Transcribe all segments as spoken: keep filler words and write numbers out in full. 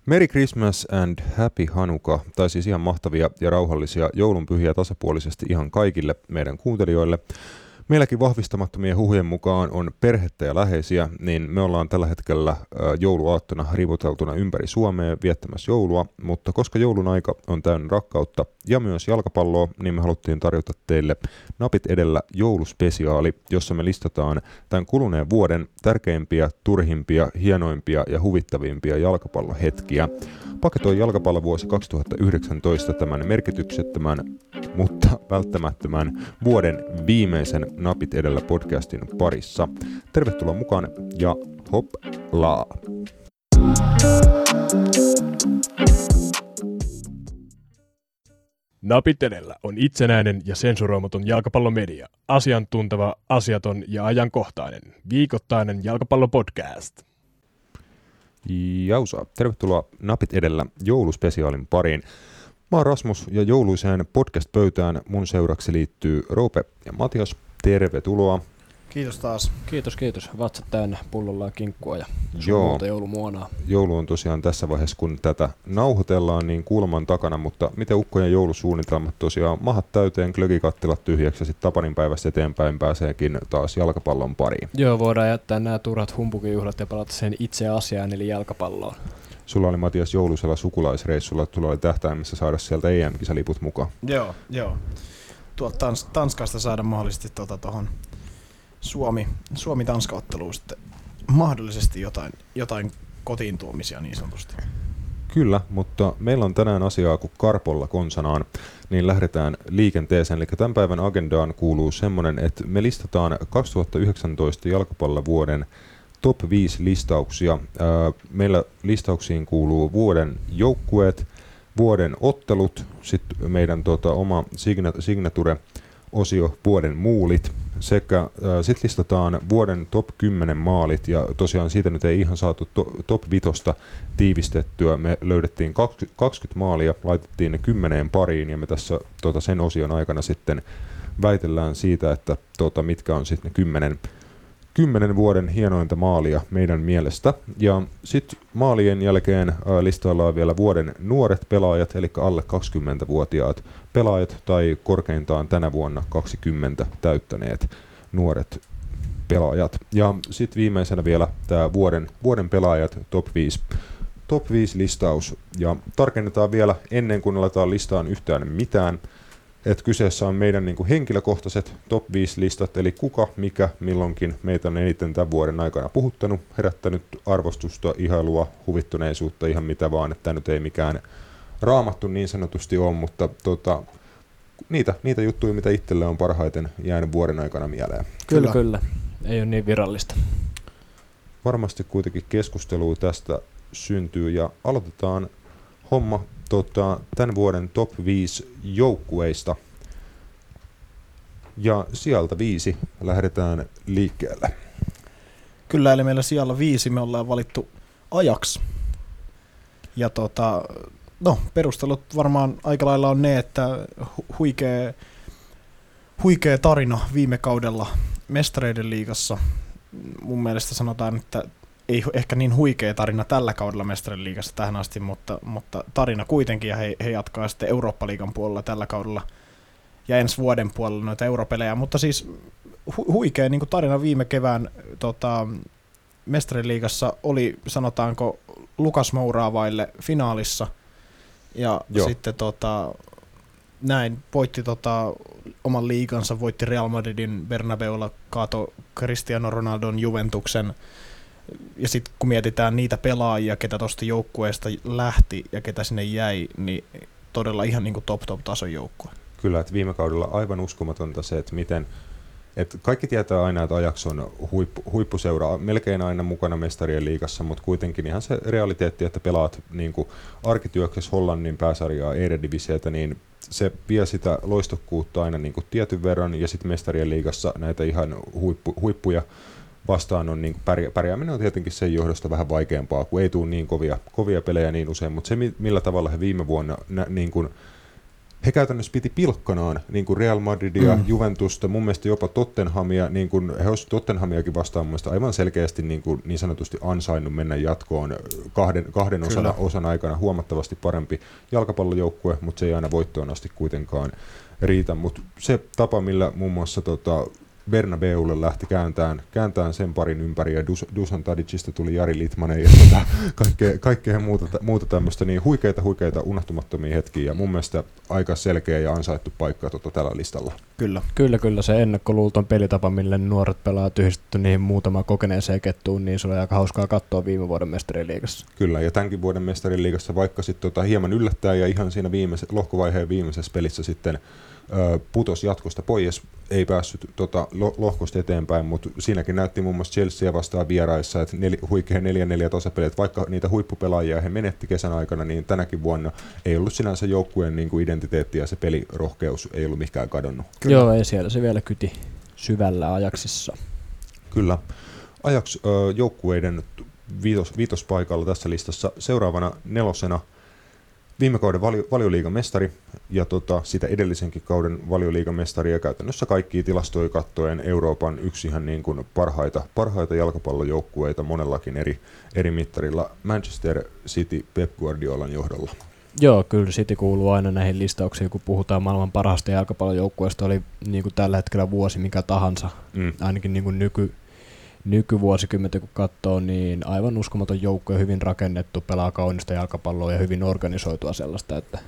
Merry Christmas and Happy Hanukkah, tai siis ihan mahtavia ja rauhallisia joulunpyhiä tasapuolisesti ihan kaikille meidän kuuntelijoille. Meilläkin vahvistamattomien huhujen mukaan on perhettä ja läheisiä, niin me ollaan tällä hetkellä jouluaattona rivuteltuna ympäri Suomea viettämässä joulua, mutta koska joulun aika on täynnä rakkautta ja myös jalkapalloa, niin me haluttiin tarjota teille napit edellä jouluspesiaali, jossa me listataan tämän kuluneen vuoden tärkeimpiä, turhimpia, hienoimpia ja huvittavimpia jalkapallohetkiä. Paketoi jalkapallovuosi kaksituhattayhdeksäntoista tämän merkityksettömän, mutta välttämättömän vuoden viimeisen Napit edellä podcastin parissa. Tervetuloa mukaan ja hoplaa! Napit edellä on itsenäinen ja sensuroimaton jalkapallomedia. Asiantunteva, asiaton ja ajankohtainen. Viikoittainen jalkapallopodcast. Jausa, tervetuloa Napit edellä jouluspesiaalin pariin. Mä oon Rasmus ja jouluiseen podcast-pöytään mun seuraksi liittyy Roope ja Matias. Tervetuloa. Kiitos taas. Kiitos, kiitos. Vatsat täynnä, pullollaan kinkkua ja Joo. muuta joulumuonaa. Joulu on tosiaan tässä vaiheessa, kun tätä nauhoitellaan, niin kulman takana, mutta miten ukkojen joulusuunnitelmat tosiaan mahat täyteen, glögikattilat tyhjäksi ja sitten Tapanin päivästä eteenpäin pääseekin taas jalkapallon pariin. Joo, voidaan jättää nämä turhat humpukijuhlat ja palata sen itse asiaan eli jalkapalloon. Sulla oli Matias joulusella sukulaisreissulla, että sulla oli tähtäimessä saada sieltä E M-kisaliput mukaan. Joo, joo. Tuolta Tans- Tanskasta saada mahdollisesti tuohon tota, Suomi, Suomi-Tanska-otteluun sitten mahdollisesti jotain, jotain kotiin tuomisia niin sanotusti. Kyllä, mutta meillä on tänään asiaa kuin Karpolla konsanaan, niin lähdetään liikenteeseen. Eli tämän päivän agendaan kuuluu semmoinen, että me listataan kaksituhattayhdeksäntoista jalkapallovuoden top viisi listauksia. Meillä listauksiin kuuluu vuoden joukkueet, vuoden ottelut, sitten meidän tota, oma signature-osio vuoden muulit, sekä äh, sitten listataan vuoden top kymmenen maalit, ja tosiaan siitä nyt ei ihan saatu to, top vitosta tiivistettyä. Me löydettiin kaksikymmentä maalia, laitettiin ne kymmeneen pariin, ja me tässä tota, sen osion aikana sitten väitellään siitä, että tota, mitkä on sitten ne kymmenen, kymmenen vuoden hienointa maalia meidän mielestä. Ja sitten maalien jälkeen äh, listaillaan vielä vuoden nuoret pelaajat, eli alle kaksikymmentävuotiaat pelaajat tai korkeintaan tänä vuonna kaksikymmentä täyttäneet nuoret pelaajat. Ja sitten viimeisenä vielä tämä vuoden, vuoden pelaajat top viisi. top viisi listaus. Ja tarkennetaan vielä ennen kuin aletaan listaan yhtään mitään, että kyseessä on meidän niin kuin henkilökohtaiset top viisi listat, eli kuka, mikä, milloinkin meitä on eniten tämän vuoden aikana puhuttanut, herättänyt arvostusta, ihailua, huvittuneisuutta, ihan mitä vaan, että tämä nyt ei mikään raamattu niin sanotusti ole, mutta tota, niitä, niitä juttuja, mitä itselle on parhaiten jäänyt vuoden aikana mieleen. Kyllä, kyllä. Ei ole niin virallista. Varmasti kuitenkin keskustelua tästä syntyy ja aloitetaan homma tota, tämän vuoden top viisi joukkueista. Ja sieltä viisi lähdetään liikkeelle. Kyllä, eli meillä sijalla viisi me ollaan valittu Ajax. Ja tota, no, perustelut varmaan aika lailla on ne, että huikea, huikea tarina viime kaudella Mestareiden liigassa. Mun mielestä sanotaan, että ei ehkä niin huikea tarina tällä kaudella Mestareiden liigassa tähän asti, mutta, mutta tarina kuitenkin, ja he, he jatkaa sitten Eurooppa-liigan puolella tällä kaudella ja ensi vuoden puolella noita europelejä, mutta siis hu- huikea niin kuin tarina viime kevään tota, Mestareiden liigassa oli, sanotaanko, Lukas Mouraavaille finaalissa, ja Joo. sitten tota, näin voitti tota, oman liigansa, voitti Real Madridin Bernabeulla, kaato Cristiano Ronaldon Juventuksen, ja sitten kun mietitään niitä pelaajia, ketä tuosta joukkueesta lähti ja ketä sinne jäi, niin todella ihan niin kuin top-top-tason joukkue. Kyllä, että viime kaudella aivan uskomatonta se, että miten, että kaikki tietää aina, että Ajax on huippu, huippuseura, melkein aina mukana Mestarien liigassa, mutta kuitenkin ihan se realiteetti, että pelaat niin kuin arkityöksessä Hollannin pääsarjaa Eredivisietä, niin se vie sitä loistokkuutta aina niin kuin tietyn verran, ja sitten Mestarien liigassa näitä ihan huippu, huippuja vastaan on niin kuin pärjää, pärjääminen on tietenkin sen johdosta vähän vaikeampaa, kun ei tule niin kovia, kovia pelejä niin usein, mutta se millä tavalla he viime vuonna nä, niin kuin he käytännössä piti pilkkanaan niin kuin Real Madridia, mm. Juventusta, mun mielestä jopa Tottenhamia, niin kuin he olisivat Tottenhamiakin vastaan mun mielestä aivan selkeästi niin, kuin niin sanotusti ansainnut mennä jatkoon kahden, kahden osan, osan aikana huomattavasti parempi jalkapallojoukkue, mutta se ei aina voittoon asti kuitenkaan riitä, mutta se tapa, millä muun muassa tota, Bernabeulle lähti kääntään, kääntään sen parin ympäri ja Dus, Dusan Tadicista tuli Jari Litmanen ja tota, kaikkea, kaikkea muuta, muuta tämmöistä niin huikeita, huikeita unohtumattomia hetkiä ja mun mielestä aika selkeä ja ansaittu paikka tota, tällä listalla. Kyllä. Kyllä, kyllä se ennakkoluulton pelitapa, millä nuoret pelaajat yhdistetty niihin muutamaan kokeneeseen kettuun, niin se oli aika hauskaa katsoa viime vuoden mestariliigassa. Kyllä, ja tämänkin vuoden mestariliigassa vaikka sitten tota, hieman yllättää ja ihan siinä viimeise, lohkovaiheen viimeisessä pelissä sitten putos jatkosta pois, ei päässyt tota, lohkosta eteenpäin, mutta siinäkin näytti muun muassa Chelsea vastaan vieraissa, että nel, huikea neljä neljä tasapelit, vaikka niitä huippupelaajia he menetti kesän aikana, niin tänäkin vuonna ei ollut sinänsä joukkueen niin kuin identiteetti ja se pelirohkeus ei ollut mikään kadonnut. Kyllä. Joo, ei siellä se vielä kyti syvällä Ajaxissa. Kyllä. Ajax joukkueiden viitos, viitospaikalla tässä listassa seuraavana nelosena viime kauden valio, valioliigan mestari ja tota, sitä edellisenkin kauden valioliigan mestari ja käytännössä kaikkia tilastoja kattoen Euroopan yksi ihan niin kuin parhaita, parhaita jalkapallojoukkueita monellakin eri, eri mittarilla Manchester City Pep Guardiolan johdolla. Joo, kyllä City kuuluu aina näihin listauksiin, kun puhutaan maailman parhaasta jalkapallojoukkueesta, oli niin kuin tällä hetkellä vuosi mikä tahansa, mm. ainakin niin kuin nyky, nykyvuosikymmentä kun katsoo, niin aivan uskomaton joukko, hyvin rakennettu, pelaa kaunista jalkapalloa ja hyvin organisoitua sellaista. Että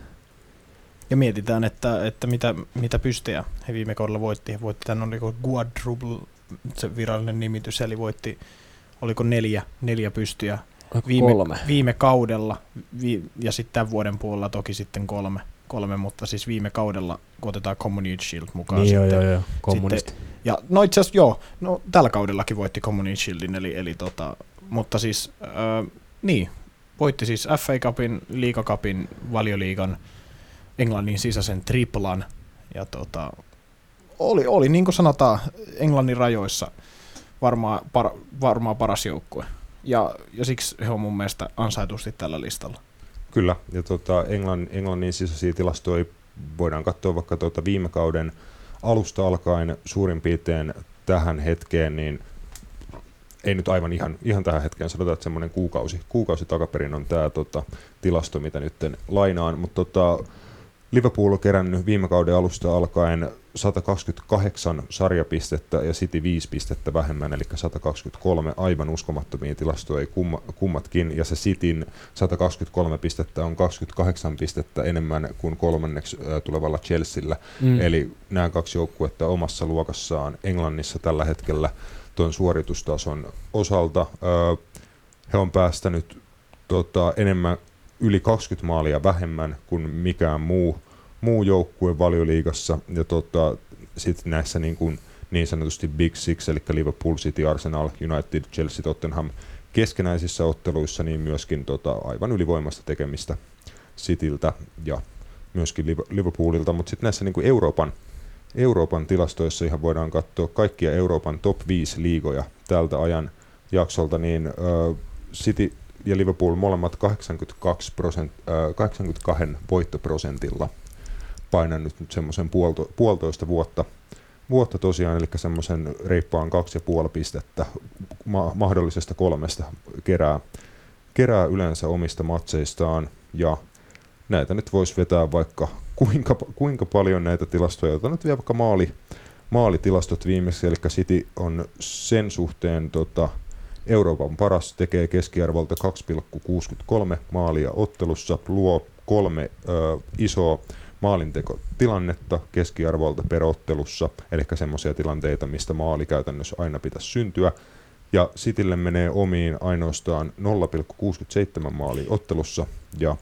ja mietitään, että, että mitä, mitä pystejä he viime kaudella voitti. He voitti tämän oliko quadruple, se virallinen nimitys, eli voitti, oliko neljä, neljä pystyjä viime, viime kaudella vi, ja sitten tämän vuoden puolella toki sitten kolme, kolme mutta siis viime kaudella, kun otetaan Community Shield mukaan. Niin sitten, joo, joo, joo. Kommunisti. Sitten, ja no itse asiassa joo, no tällä kaudellakin voitti Community Shieldin, eli, eli tota, mutta siis äh, niin, voitti siis F A Cupin, Liiga Cupin, Valioliigan, Englannin sisäisen triplan, ja tota, oli, oli niin kuin sanotaan Englannin rajoissa varmaan, par, varmaan paras joukkue, ja, ja siksi he on mun mielestä ansaitusti tällä listalla. Kyllä, ja tota, Englannin, Englannin sisäisiä tilastoja voidaan katsoa vaikka tuota viime kauden alusta alkaen suurin piirtein tähän hetkeen, niin ei nyt aivan ihan, ihan tähän hetkeen, sanotaan, että semmoinen kuukausi, kuukausi takaperin on tämä tota, tilasto, mitä nyt lainaan, mutta tota, Liverpool on kerännyt viime kauden alusta alkaen sata kaksikymmentäkahdeksan sarjapistettä ja City viisi pistettä vähemmän, eli sata kaksikymmentäkolme, aivan uskomattomia tilastoja kumma, kummatkin, ja se Cityn sata kaksikymmentäkolme pistettä on kaksikymmentäkahdeksan pistettä enemmän kuin kolmanneksi äh, tulevalla Chelsealla, mm. eli nämä kaksi joukkuetta omassa luokassaan Englannissa tällä hetkellä tuon suoritustason osalta. Äh, he on päästänyt tota, enemmän yli kaksikymmentä maalia vähemmän kuin mikään muu, muu joukkue Valioliigassa, ja tota, sitten näissä niin, kuin, niin sanotusti Big Six, eli Liverpool, City, Arsenal, United, Chelsea, Tottenham, keskenäisissä otteluissa niin myöskin tota, aivan ylivoimasta tekemistä Cityltä ja myöskin Liverpoolilta, mutta sitten näissä niin kuin Euroopan, Euroopan tilastoissa ihan voidaan katsoa kaikkia Euroopan top viisi liigoja tältä ajan jaksolta, niin uh, City ja Liverpool molemmat kahdeksankymmentäkaksi prosent, äh, kahdeksankymmentäkaksi voittoprosentilla painanut nyt semmoisen puolto, puolitoista vuotta, vuotta tosiaan, eli semmoisen reippaan kaksi ja puoli pistettä ma- mahdollisesta kolmesta kerää, kerää yleensä omista matseistaan, ja näitä nyt voisi vetää vaikka kuinka, kuinka paljon näitä tilastoja, joita nyt vielä vaikka maali, maalitilastot viimeksi, eli City on sen suhteen tota, Euroopan paras, tekee keskiarvolta kaksi pilkku kuusikymmentäkolme maalia ottelussa, luo kolme ö, isoa maalintekotilannetta keskiarvolta per ottelussa, eli semmoisia tilanteita, mistä maali käytännössä aina pitäisi syntyä, ja Citylle menee omiin ainoastaan nolla pilkku kuusikymmentäseitsemän maalia ottelussa, ja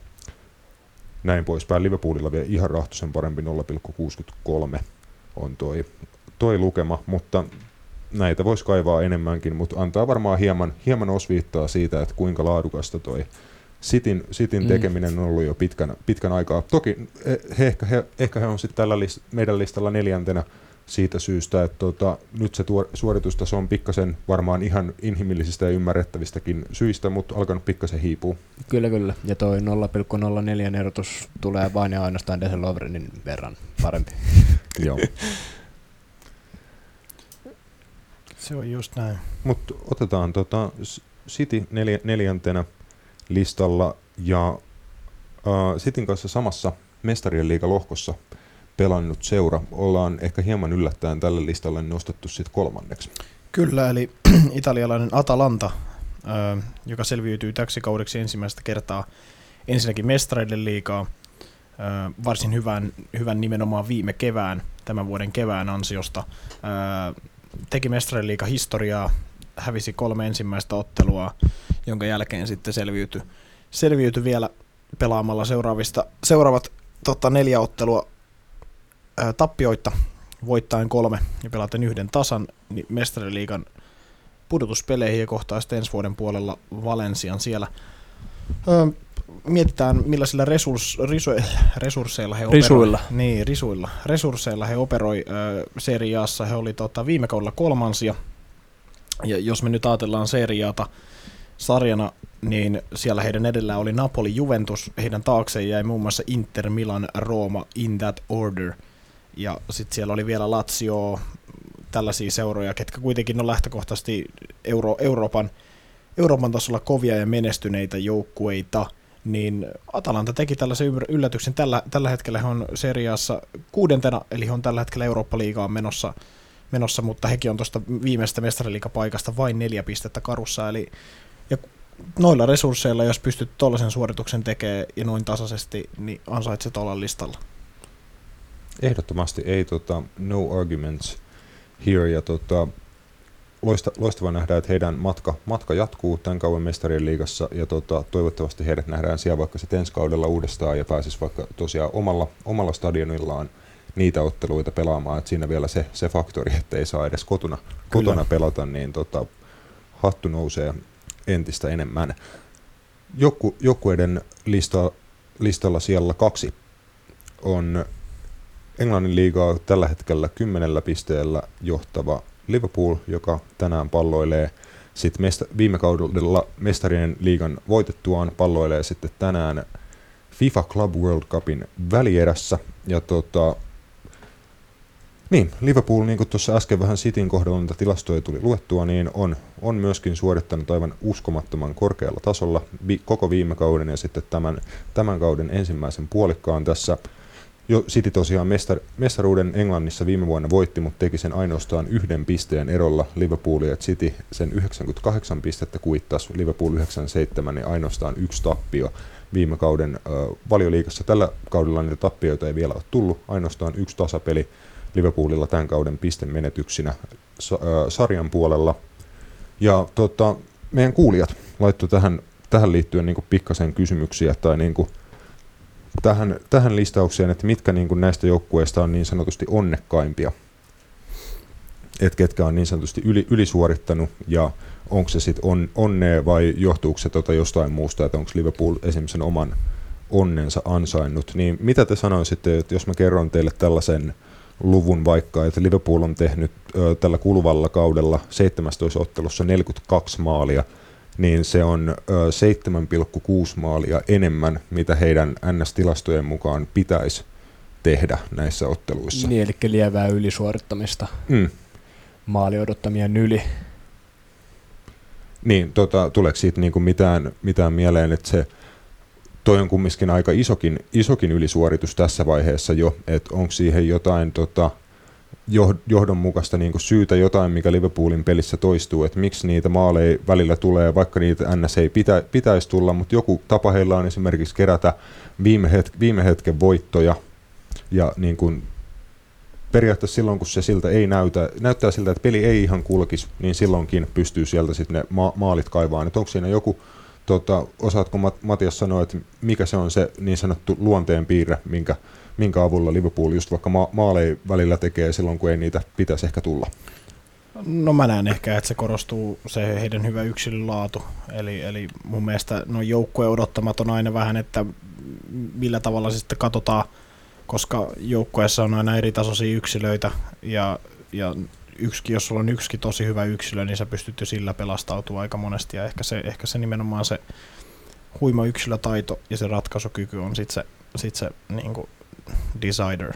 näin poispäin. Liverpoolilla vielä ihan rahtoisen parempi nolla pilkku kuusikymmentäkolme on toi, toi lukema, mutta näitä voisi kaivaa enemmänkin, mutta antaa varmaan hieman, hieman osviittaa siitä, että kuinka laadukasta toi Cityn, Cityn mm. tekeminen on ollut jo pitkän, pitkän aikaa. Toki he, ehkä, he, ehkä he on sitten tällä list, meidän listalla neljäntenä siitä syystä, että tota, nyt se tuo, suoritustaso on pikkasen varmaan ihan inhimillisistä ja ymmärrettävistäkin syistä, mutta alkanut pikkasen hiipua. Kyllä, kyllä. Ja toi nolla pilkku nolla neljä erotus tulee vain ja ainoastaan Denzel Lovrenin verran parempi. Joo. Se on just näin. Mutta otetaan tota City neljä, neljäntenä listalla ja uh, Cityn kanssa samassa mestarien liigalohkossa pelannut seura. Ollaan ehkä hieman yllättäen tälle listalle nostettu sitten kolmanneksi. Kyllä, eli italialainen Atalanta, ö, joka selviytyy täksi kaudeksi ensimmäistä kertaa ensinnäkin mestareiden liigaa, ö, varsin hyvän, hyvän nimenomaan viime kevään, tämän vuoden kevään ansiosta. Ö, teki mestareiden liiga historiaa, hävisi kolme ensimmäistä ottelua, jonka jälkeen sitten selviytyi, selviytyi vielä pelaamalla seuraavista, seuraavat tota, neljä ottelua ää, tappioita, voittaen kolme ja pelaten yhden tasan, niin mestariliigan pudotuspeleihin ja kohtaa sitten ensi vuoden puolella Valensian siellä. Öö, mietitään millaisilla resurs, risu, resursseilla he risuilla. operoi. Niin, risuilla. Resursseilla he operoi öö, Serie A:ssa. He oli tota, viime kaudella kolmansia. Ja jos me nyt ajatellaan Serie A:ta sarjana, niin siellä heidän edellään oli Napoli, Juventus, heidän taakseen jäi muun muassa Inter, Milan, Roma, in that order. Ja sitten siellä oli vielä Lazio, tällaisia seuroja, ketkä kuitenkin on lähtökohtaisesti Euro, Euroopan, Euroopan tasolla kovia ja menestyneitä joukkueita, niin Atalanta teki tällaisen yllätyksen. Tällä, tällä hetkellä he on Serie A:ssa kuudentena, eli he on tällä hetkellä Eurooppa-liigaan menossa, menossa, mutta hekin on tuosta viimeistä mestariliigapaikasta vain neljä pistettä karussa, eli ja noilla resursseilla, jos pystyt tuollaisen suorituksen tekemään ja noin tasaisesti, niin ansaitset olla listalla. Ehdottomasti ei, tota, no arguments here, ja tota, loista, loistavaa nähdä, että heidän matka, matka jatkuu tämän kauan mestarien liigassa, ja tota, toivottavasti heidät nähdään siellä vaikka sitten ensi kaudella uudestaan, ja pääsis vaikka tosiaan omalla, omalla stadionillaan niitä otteluita pelaamaan, että siinä vielä se, se faktori, että ei saa edes kotona, kotona pelata, niin tota, hattu nousee entistä enemmän. Joku, jokueiden lista, listalla siellä kaksi on Englannin liigaa tällä hetkellä kymmenellä pisteellä johtava Liverpool, joka tänään palloilee sitten mesta- viime kaudella mestarien liigan voitettuaan palloilee sitten tänään FIFA Club World Cupin välierässä. Ja tota, niin, Liverpool, niin kuin tuossa äsken vähän Cityn kohdalla niitä tilastoja tuli luettua, niin on, on myöskin suorittanut aivan uskomattoman korkealla tasolla vi- koko viime kauden ja sitten tämän, tämän kauden ensimmäisen puolikkaan tässä. Jo City tosiaan mestar, mestaruuden Englannissa viime vuonna voitti, mutta teki sen ainoastaan yhden pisteen erolla Liverpoolia, että City sen yhdeksänkymmentäkahdeksan pistettä kuittasi, Liverpool yhdeksänkymmentäseitsemän ja ainoastaan yksi tappio viime kauden äh, Valioliigassa. Tällä kaudella niitä tappioita ei vielä ole tullut, ainoastaan yksi tasapeli Liverpoolilla tämän kauden pistemenetyksinä sa- äh, sarjan puolella. Ja tota, meidän kuulijat laittoi tähän, tähän liittyen niin kuin pikkasen kysymyksiä tai niin kuin Tähän, tähän listaukseen, että mitkä niin kuin näistä joukkueista on niin sanotusti onnekkaimpia, että ketkä on niin sanotusti yli, ylisuorittanut ja onko se sitten on, onnea vai johtuuko se tota jostain muusta, että onko Liverpool esimerkiksi sen oman onnensa ansainnut, niin mitä te sanoisitte, että jos mä kerron teille tällaisen luvun vaikka, että Liverpool on tehnyt ö, tällä kuluvalla kaudella seitsemästoista ottelussa neljäkymmentäkaksi maalia, niin se on ö, seitsemän pilkku kuusi maalia enemmän, mitä heidän N S-tilastojen mukaan pitäisi tehdä näissä otteluissa. Niin, eli lievää ylisuorittamista. Mm. Maali odottamien yli. Niin, tota, tuleeko siitä niinku mitään, mitään mieleen, että se toi on kumminkin aika isokin, isokin ylisuoritus tässä vaiheessa jo, että onko siihen jotain tota, johdonmukaista niin kuin syytä jotain, mikä Liverpoolin pelissä toistuu, että miksi niitä maaleja välillä tulee, vaikka niitä N S ei pitä, pitäisi tulla, mutta joku tapa heillä on esimerkiksi kerätä viime, hetk, viime hetken voittoja, ja niin kuin periaatteessa silloin, kun se siltä ei näytä, näyttää siltä, että peli ei ihan kulkisi, niin silloinkin pystyy sieltä sitten ne ma- maalit kaivaan. Että onko siinä joku, tota, osaatko Mat- Matias sanoa, että mikä se on se niin sanottu luonteen piirre, minkä minkä avulla Liverpool just vaikka ma- maaleja välillä tekee silloin, kun ei niitä pitäisi ehkä tulla? No mä näen ehkä, että se korostuu se heidän hyvä yksilölaatu. Eli, eli mun mielestä no joukkueen odottamat on aina vähän, että millä tavalla se sitten katsotaan koska joukkueessa on aina eri tasoisia yksilöitä, ja, ja yksikin, jos sulla on yksikin tosi hyvä yksilö, niin sä pystyt jo sillä pelastautumaan aika monesti, ja ehkä se, ehkä se nimenomaan se huima yksilötaito ja se ratkaisukyky on sitten se, sit se niinku decider.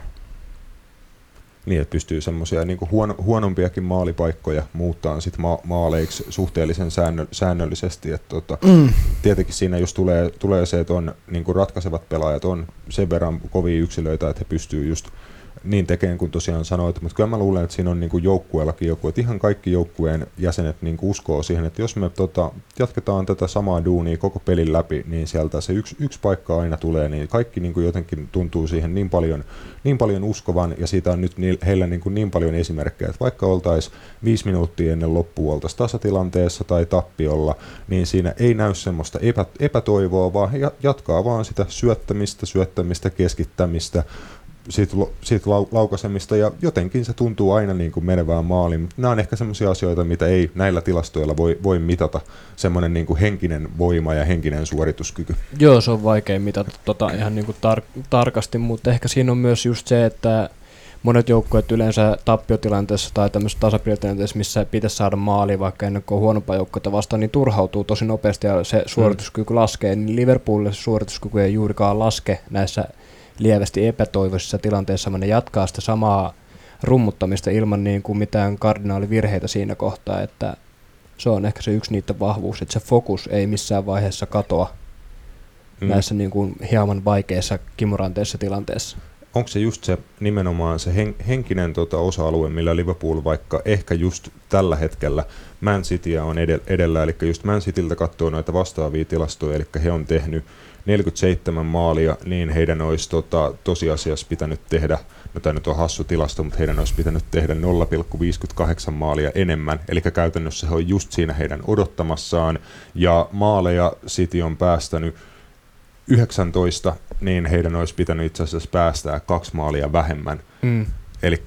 Niin, että pystyy semmoisia niin huono, huonompiakin maalipaikkoja muuttaa sit ma- maaleiksi suhteellisen säännö, säännöllisesti. Et, tota, mm. Tietenkin siinä just tulee, tulee se, että on niin ratkaisevat pelaajat on sen verran kovia yksilöitä, että he pystyy just niin tekemään kuin tosiaan sanoit, mutta kyllä mä luulen, että siinä on niin joukkueellakin joku, että ihan kaikki joukkueen jäsenet niin uskoo siihen, että jos me tota, jatketaan tätä samaa duunia koko pelin läpi, niin sieltä se yksi, yksi paikka aina tulee, niin kaikki niin jotenkin tuntuu siihen niin paljon, niin paljon uskovan, ja siitä on nyt niin, heillä niin, niin paljon esimerkkejä, että vaikka oltaisiin viisi minuuttia ennen loppua, oltaisiin tasatilanteessa tai tappiolla, niin siinä ei näy semmoista epä, epätoivoa, vaan he jatkaa vaan sitä syöttämistä, syöttämistä, keskittämistä, siitä, siitä laukaisemista, ja jotenkin se tuntuu aina niin kuin menevään maaliin, mutta nämä on ehkä semmoisia asioita, mitä ei näillä tilastoilla voi, voi mitata, semmoinen niin kuin henkinen voima ja henkinen suorituskyky. Joo, se on vaikea mitata tota ihan niin kuin tar- tarkasti, mutta ehkä siinä on myös just se, että monet joukkueet yleensä tappiotilanteessa tai tämmöisessä tasapelitilanteessa, missä pitäisi saada maali vaikka ennen kuin on huonompaa joukkuetta vastaan, niin turhautuu tosi nopeasti ja se suorituskyky mm. laskee, niin Liverpoolille se suorituskyky ei juurikaan laske näissä lievästi epätoivoisissa tilanteissa, ne jatkaa sitä samaa rummuttamista ilman niin kuin mitään kardinaalivirheitä siinä kohtaa, että se on ehkä se yksi niiden vahvuus, että se fokus ei missään vaiheessa katoa mm. näissä niin kuin hieman vaikeissa kimuranteissa tilanteessa. Onko se just se nimenomaan se hen, henkinen tota, osa-alue, millä Liverpool vaikka ehkä just tällä hetkellä Man Cityä on edellä, eli just Man Cityltä katsoo noita vastaavia tilastoja, eli he on tehnyt neljäkymmentäseitsemän maalia, niin heidän olisi tota, tosiasiassa pitänyt tehdä, no tämä nyt on hassu tilasto, mutta heidän olisi pitänyt tehdä nolla pilkku viisikymmentäkahdeksan maalia enemmän, eli käytännössä he on just siinä heidän odottamassaan, ja maaleja City on päästänyt yhdeksäntoista, niin heidän olisi pitänyt itse asiassa päästää kaksi maalia vähemmän. Mm. Eli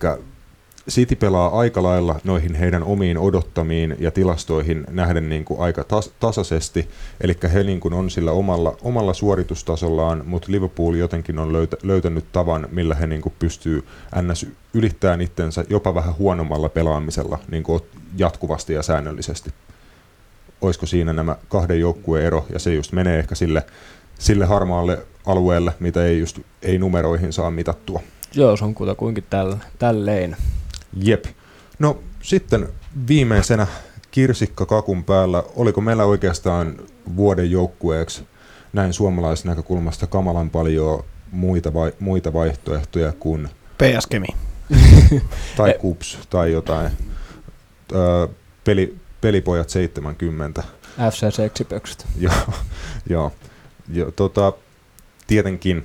City pelaa aika lailla noihin heidän omiin odottamiin ja tilastoihin nähden niin kuin aika tas- tasaisesti, eli he niin kuin on sillä omalla, omalla suoritustasollaan, mutta Liverpool jotenkin on löytä, löytänyt tavan, millä he niin kuin pystyy ns. Ylittämään itsensä jopa vähän huonommalla pelaamisella niin kuin jatkuvasti ja säännöllisesti. Olisiko siinä nämä kahden joukkueen ero, ja se just menee ehkä sille, sille harmaalle alueelle, mitä ei, just, ei numeroihin saa mitattua. Joo, se on kutakuinkin tällä, tälleen. Jep. No sitten viimeisenä kirsikka kakun päällä. Oliko meillä oikeastaan vuoden joukkueeksi näin suomalaisen näkökulmasta kamalan paljon muita, vai, muita vaihtoehtoja kuin P S Kemi tai Kups tai jotain öö, peli, pelipojat seitsemänkymmentä. F C Seksipökset. Joo, joo. Jo, tota, tietenkin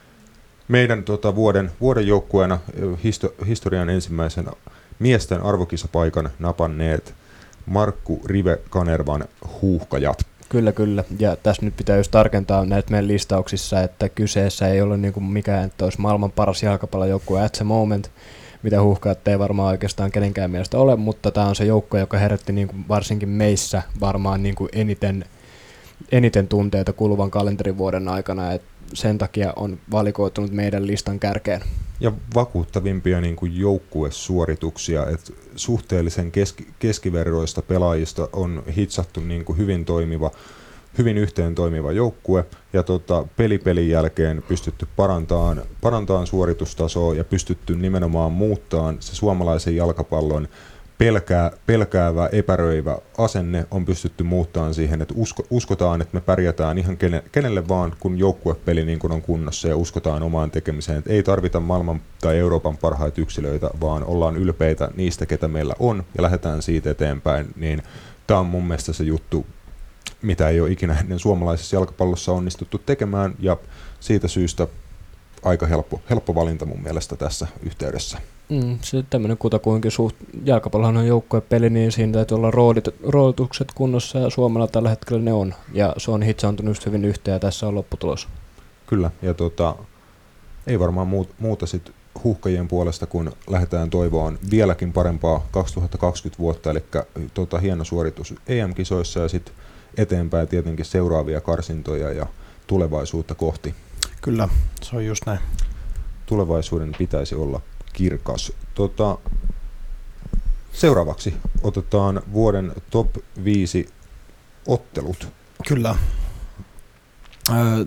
meidän tota, vuoden, vuoden joukkueena histo, historian ensimmäisen miesten arvokisapaikan napanneet Markku Rive Kanervan Huuhkajat. Kyllä, kyllä. Ja tässä nyt pitää just tarkentaa näitä meidän listauksissa, että kyseessä ei ole niinku mikään, että olisi maailman paras jalkapallojoukkue at the moment, mitä Huuhkajat ei varmaan oikeastaan kenenkään mielestä ole, mutta tämä on se joukko, joka herätti niinku varsinkin meissä varmaan niinku eniten, eniten tunteita kuluvan kalenterivuoden aikana, et sen takia on valikoitunut meidän listan kärkeen. Ja vakuuttavimpia niin kuin joukkuesuorituksia, että suhteellisen keski, keskiverroista pelaajista on hitsattu niin kuin hyvin toimiva, hyvin yhteen toimiva joukkue, ja tota, pelipelin jälkeen pystytty parantamaan, parantamaan suoritustasoa ja pystytty nimenomaan muuttamaan se suomalaisen jalkapallon Pelkää, pelkäävä, epäröivä asenne on pystytty muuttamaan siihen, että usko, uskotaan, että me pärjätään ihan kene, kenelle vaan, kun joukkuepeli niin kun on kunnossa, ja uskotaan omaan tekemiseen. Että ei tarvita maailman tai Euroopan parhaita yksilöitä, vaan ollaan ylpeitä niistä, ketä meillä on, ja lähdetään siitä eteenpäin. Niin tämä on mun mielestä se juttu, mitä ei ole ikinä ennen suomalaisessa jalkapallossa onnistuttu tekemään, ja siitä syystä aika helppo, helppo valinta mun mielestä tässä yhteydessä. Mm, se tämmöinen kutakuinkin suht, jalkapallohan on joukkuepeli, niin siinä täytyy olla roolit, roolitukset kunnossa, ja Suomella tällä hetkellä ne on, ja se on hitsaantunut just hyvin yhteen, ja tässä on lopputulos. Kyllä, ja tota, ei varmaan muuta, muuta sit Huuhkajien puolesta, kun lähdetään toivomaan vieläkin parempaa kaksituhattakaksikymmentä vuotta, eli tota, hieno suoritus E M-kisoissa, ja sitten eteenpäin tietenkin seuraavia karsintoja ja tulevaisuutta kohti. Kyllä, se on just näin. tulevaisuuden pitäisi olla kirkas. Tota, seuraavaksi otetaan vuoden top viisi ottelut. Kyllä. Öö,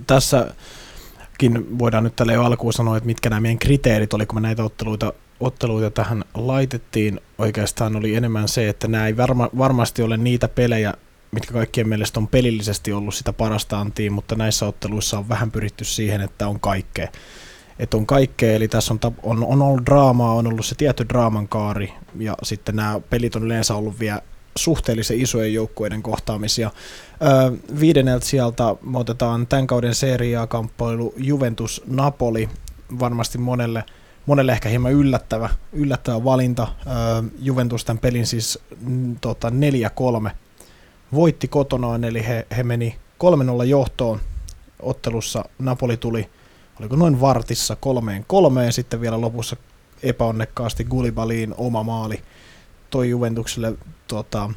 tässäkin voidaan nyt tälle jo alkuun sanoa, että mitkä nämä meidän kriteerit oli, kun me näitä otteluita, otteluita tähän laitettiin. Oikeastaan oli enemmän se, että nämä ei varma, varmasti ole niitä pelejä, mitkä kaikkien mielestä on pelillisesti ollut sitä parasta antia, mutta näissä otteluissa on vähän pyritty siihen, että on kaikkea. Että on kaikkea, eli tässä on, on, on ollut draamaa, on ollut se tietty draaman kaari, ja sitten nämä pelit on yleensä ollut vielä suhteellisen isojen joukkueiden kohtaamisia. Öö, viidenneltä sieltä me otetaan tämän kauden seriaa-kamppailu Juventus-Napoli, varmasti monelle, monelle ehkä hieman yllättävä, yllättävä valinta. Öö, Juventus tämän pelin siis n, tota, neljä kolme voitti kotonaan, eli he, he meni kolme nolla johtoon ottelussa. Napoli tuli, oliko noin vartissa kolmeen kolmeen, ja sitten vielä lopussa epäonnekkaasti Gulibaliin oma maali toi Juventukselle tota,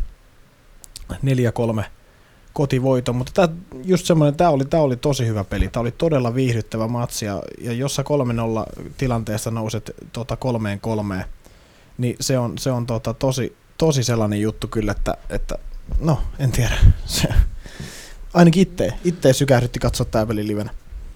neljä kolme kotivoito, mutta tää, just semmoinen, tämä oli, tää oli tosi hyvä peli, tämä oli todella viihdyttävä matsi, ja, ja jos sä kolme nolla tilanteesta nouset tota, kolmeen kolmeen, niin se on, se on tota, tosi, tosi sellainen juttu kyllä, että, että no, en tiedä, se, ainakin itse, itse sykähdytti katsoa tämä peli livenä.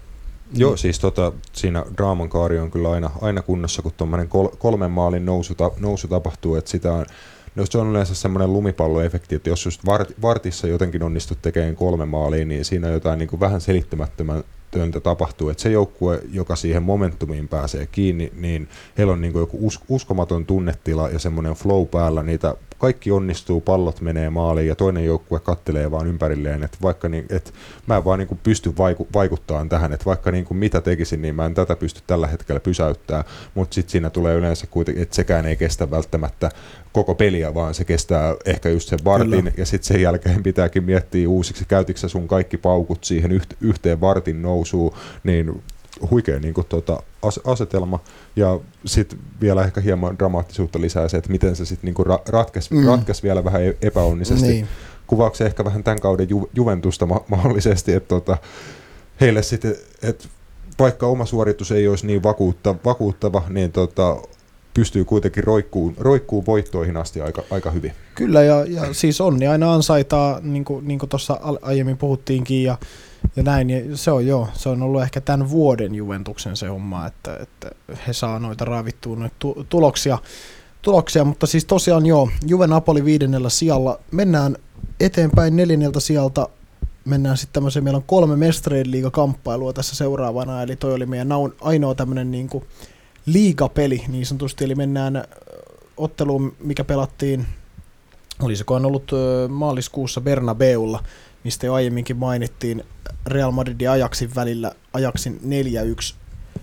Joo, siis tota, siinä draaman kaari on kyllä aina, aina kunnossa, kun tuommoinen kol, kolmen maalin nousu, ta, nousu tapahtuu, että sitä on, no se on yleensä semmoinen lumipalloefekti, että jos just vart, vartissa jotenkin onnistut tekemään kolme maalia, niin siinä jotain niin kuin vähän selittämättömän töntä tapahtuu, että se joukkue, joka siihen momentumiin pääsee kiinni, niin heillä on niin kuin joku us, uskomaton tunnetila ja semmoinen flow päällä, niitä kaikki onnistuu, pallot menee maaliin ja toinen joukkue kattelee vaan ympärilleen, että vaikka niin, että mä en vaan niin kuin pysty vaiku, vaikuttamaan tähän, että vaikka niin kuin mitä tekisin, niin mä en tätä pysty tällä hetkellä pysäyttämään, mutta sitten siinä tulee yleensä kuitenkin, että sekään ei kestä välttämättä koko peliä, vaan se kestää ehkä just sen vartin, Kyllä. ja sitten sen jälkeen pitääkin miettiä uusiksi, käytitkö sä sun kaikki paukut siihen yhteen vartin nousuun, niin huikea niin kuin, tota, asetelma, ja sitten vielä ehkä hieman dramaattisuutta lisää se, että miten se sitten niin ra- ratkesi, mm. ratkesi vielä vähän epäonnisesti. Niin. Kuvaako se ehkä vähän tämän kauden ju- Juventusta ma- mahdollisesti, että tota, heille sitten, että vaikka oma suoritus ei olisi niin vakuutta, vakuuttava, niin tota, pystyy kuitenkin roikkuun, roikkuun voittoihin asti aika, aika hyvin. Kyllä, ja, ja siis onni aina ansaitaa, niin kuin, niin kuin tuossa aiemmin puhuttiinkin, ja, ja näin, ja se on joo, se on ollut ehkä tämän vuoden Juventuksen se homma, että, että he saa noita raavittua noita tu- tuloksia, tuloksia, mutta siis tosiaan joo, Juve Napoli viidennellä sijalla, mennään eteenpäin neljänneltä sijalta, mennään sitten tämmöiseen, meillä on kolme Mestarien liigakamppailua tässä seuraavana, eli toi oli meidän ainoa tämmöinen niin kuin liigapeli niin sanotusti, eli mennään otteluun, mikä pelattiin, olisikohan ollut maaliskuussa Bernabeulla, mistä jo aiemminkin mainittiin, Real Madridin ja Ajaxin välillä, Ajaxin neljä yksi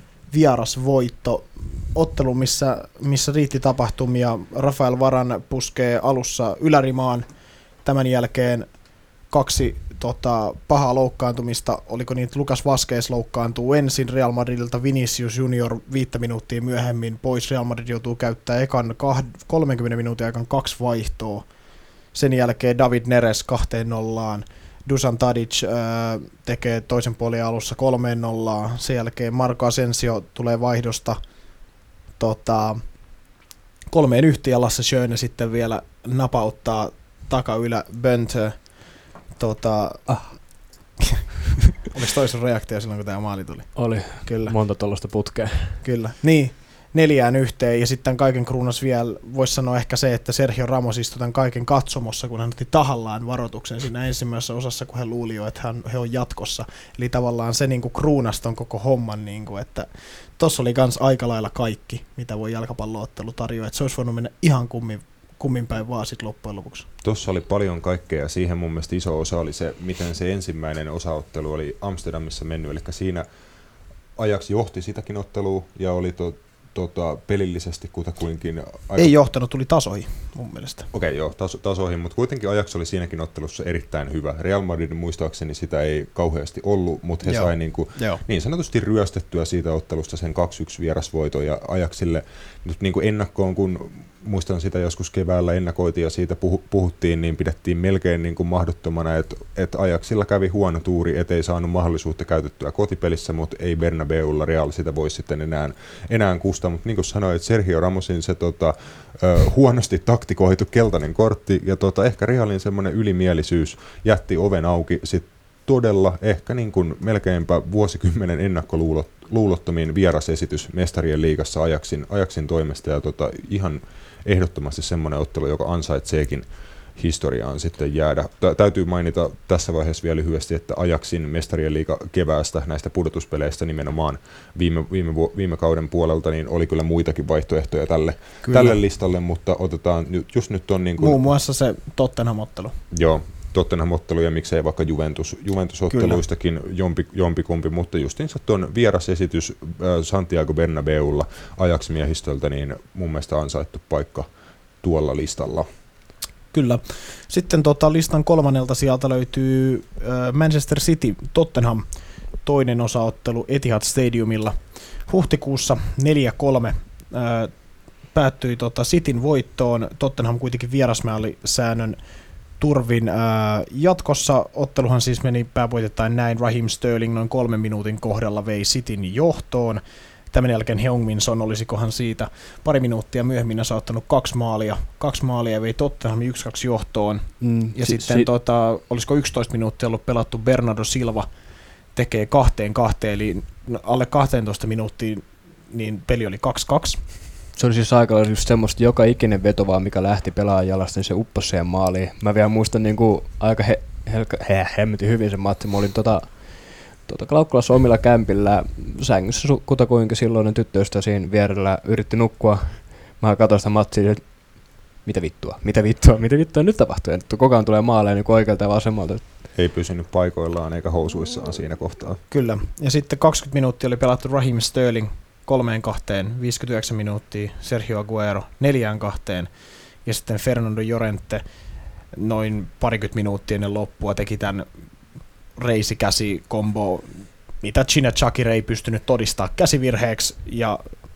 vierasvoitto, ottelu, missä, missä riitti tapahtumia, Rafael Varane puskee alussa ylärimaan, tämän jälkeen kaksi tota, pahaa loukkaantumista, oliko niin, että Lucas Vázquez loukkaantuu ensin Real Madridilta, Vinicius Junior viittä minuuttia myöhemmin pois, Real Madrid joutuu käyttämään ekan kolmenkymmenen minuutin aikaan kaksi vaihtoa, sen jälkeen David Neres kahteen nollaan, Dusan Tadic ää, tekee toisen puolen alussa kolmeen nollaan, sen jälkeen Marco Asensio tulee vaihdosta tota, kolmeen yhteen ja Lasse Schöne sitten vielä napauttaa takaylä Bönte. Tota, ah. Oliko toisen reaktio silloin, kun tämä maali tuli? Oli. Kyllä. Monta tuollaista putkea. Kyllä. Niin, neljään yhteen, ja sitten kaiken kruunas vielä, voisi sanoa ehkä se, että Sergio Ramos istui tämän kaiken katsomossa, kun hän otti tahallaan varoituksen siinä ensimmäisessä osassa, kun he luuli jo, että hän, he on jatkossa. Eli tavallaan se niin kuin kruunasta on koko homman, niin kuin, että tuossa oli kans aika lailla kaikki, mitä voi jalkapalloottelu tarjoa, että se olisi voinut mennä ihan kummin, kummin päin vaan sitten loppujen lopuksi. Tuossa oli paljon kaikkea, ja siihen mun mielestä iso osa oli se, miten se ensimmäinen osaottelu oli Amsterdamissa mennyt, eli siinä Ajax johti sitäkin ottelua, ja oli to, tota, pelillisesti kutakuinkin... Aika... Ei johtanut, tuli tasoihin mun mielestä. Okei, okay, joo, taso, tasoihin, mutta kuitenkin Ajax oli siinäkin ottelussa erittäin hyvä. Real Madridin muistaakseni sitä ei kauheasti ollut, mutta he joo. sai niin, kuin, niin sanotusti ryöstettyä siitä ottelusta sen kaksi yksi vierasvoiton ja Ajaxille nyt niin kuin ennakkoon, kun muistan sitä joskus keväällä ennakoitiin ja siitä puhuttiin, niin pidettiin melkein niin kuin mahdottomana, että, että Ajaxilla kävi huono tuuri, ettei saanut mahdollisuutta käytettyä kotipelissä, mutta ei Bernabeulla Real sitä voi sitten enää, enää kustaa, mutta niin kuin sanoin, että Sergio Ramosin se tota, huonosti taktikoitu keltainen kortti ja tota, ehkä Realin semmoinen ylimielisyys jätti oven auki sitten todella ehkä niin kuin melkeinpä vuosikymmenen ennakkoluulottomin vierasesitys Mestarien liigassa Ajaxin, Ajaxin toimesta ja tota, ihan ehdottomasti semmoinen ottelu, joka ansaitseekin historiaan sitten jäädä. Tä, täytyy mainita tässä vaiheessa vielä lyhyesti, että Ajaxin Mestarien liiga keväästä näistä pudotuspeleistä nimenomaan viime, viime, viime kauden puolelta niin oli kyllä muitakin vaihtoehtoja tälle, tälle listalle, mutta otetaan just nyt on niin kuin... Muun muassa se Tottenham-ottelu. Joo. Tottenham-ottelu ja miksei vaikka Juventus, Juventus-otteluistakin jompi, jompikumpi, mutta justiinsa tuon vierasesitys äh, Santiago Bernabeulla Ajax-miehistöltä, niin mun mielestä ansaittu paikka tuolla listalla. Kyllä. Sitten tota, listan kolmannelta sieltä löytyy äh, Manchester City Tottenham toinen osaottelu Etihad Stadiumilla. Huhtikuussa neljä kolme äh, päättyi tota, Cityn voittoon. Tottenham kuitenkin vierasmaalisäännön turvin. Ää, jatkossa otteluhan siis meni päävoitettain näin. Raheem Sterling noin kolmen minuutin kohdalla vei Cityn johtoon. Tämän jälkeen Heung-min Son, olisikohan siitä pari minuuttia myöhemmin saattanut kaksi maalia. Kaksi maalia ja vei Tottenham yksi kaksi johtoon. Mm, ja si- sitten si- tota, olisiko yksitoista minuuttia ollut pelattu, Bernardo Silva tekee kahteen kahteen, eli alle kaksitoista minuuttiin niin peli oli kaksi kaksi. Se oli siis aika just semmoista, joka ikinen veto vaan, mikä lähti pelaajan jalasta, niin se upposi siihen maaliin. Mä vielä muistan niin kuin aika he, he, he, hemmetin hyvin sen matsin. Mä olin tota, tota Klaukkulassa omilla kämpillä sängyssä kutakuinkin silloinen tyttöystä siinä vierellä yritti nukkua. Mä katsoin sitä matsia, että mitä vittua, mitä vittua, mitä vittua nyt tapahtuu. Ja nyt koko ajan tulee maaleja niin oikealta ja vasemmalta. Ei pysynyt paikoillaan eikä housuissaan siinä kohtaa. Kyllä, ja sitten kaksikymmentä minuuttia oli pelattu Raheem Sterling kolmeen kahteen, viisikymmentäyhdeksän minuuttia, Sergio Aguero neljään kahteen, ja sitten Fernando Llorente noin parikymmentä minuuttia ennen loppua teki tämän reisikäsi-kombo, mitä Gina Chakir ei pystynyt todistaa käsivirheeksi, ja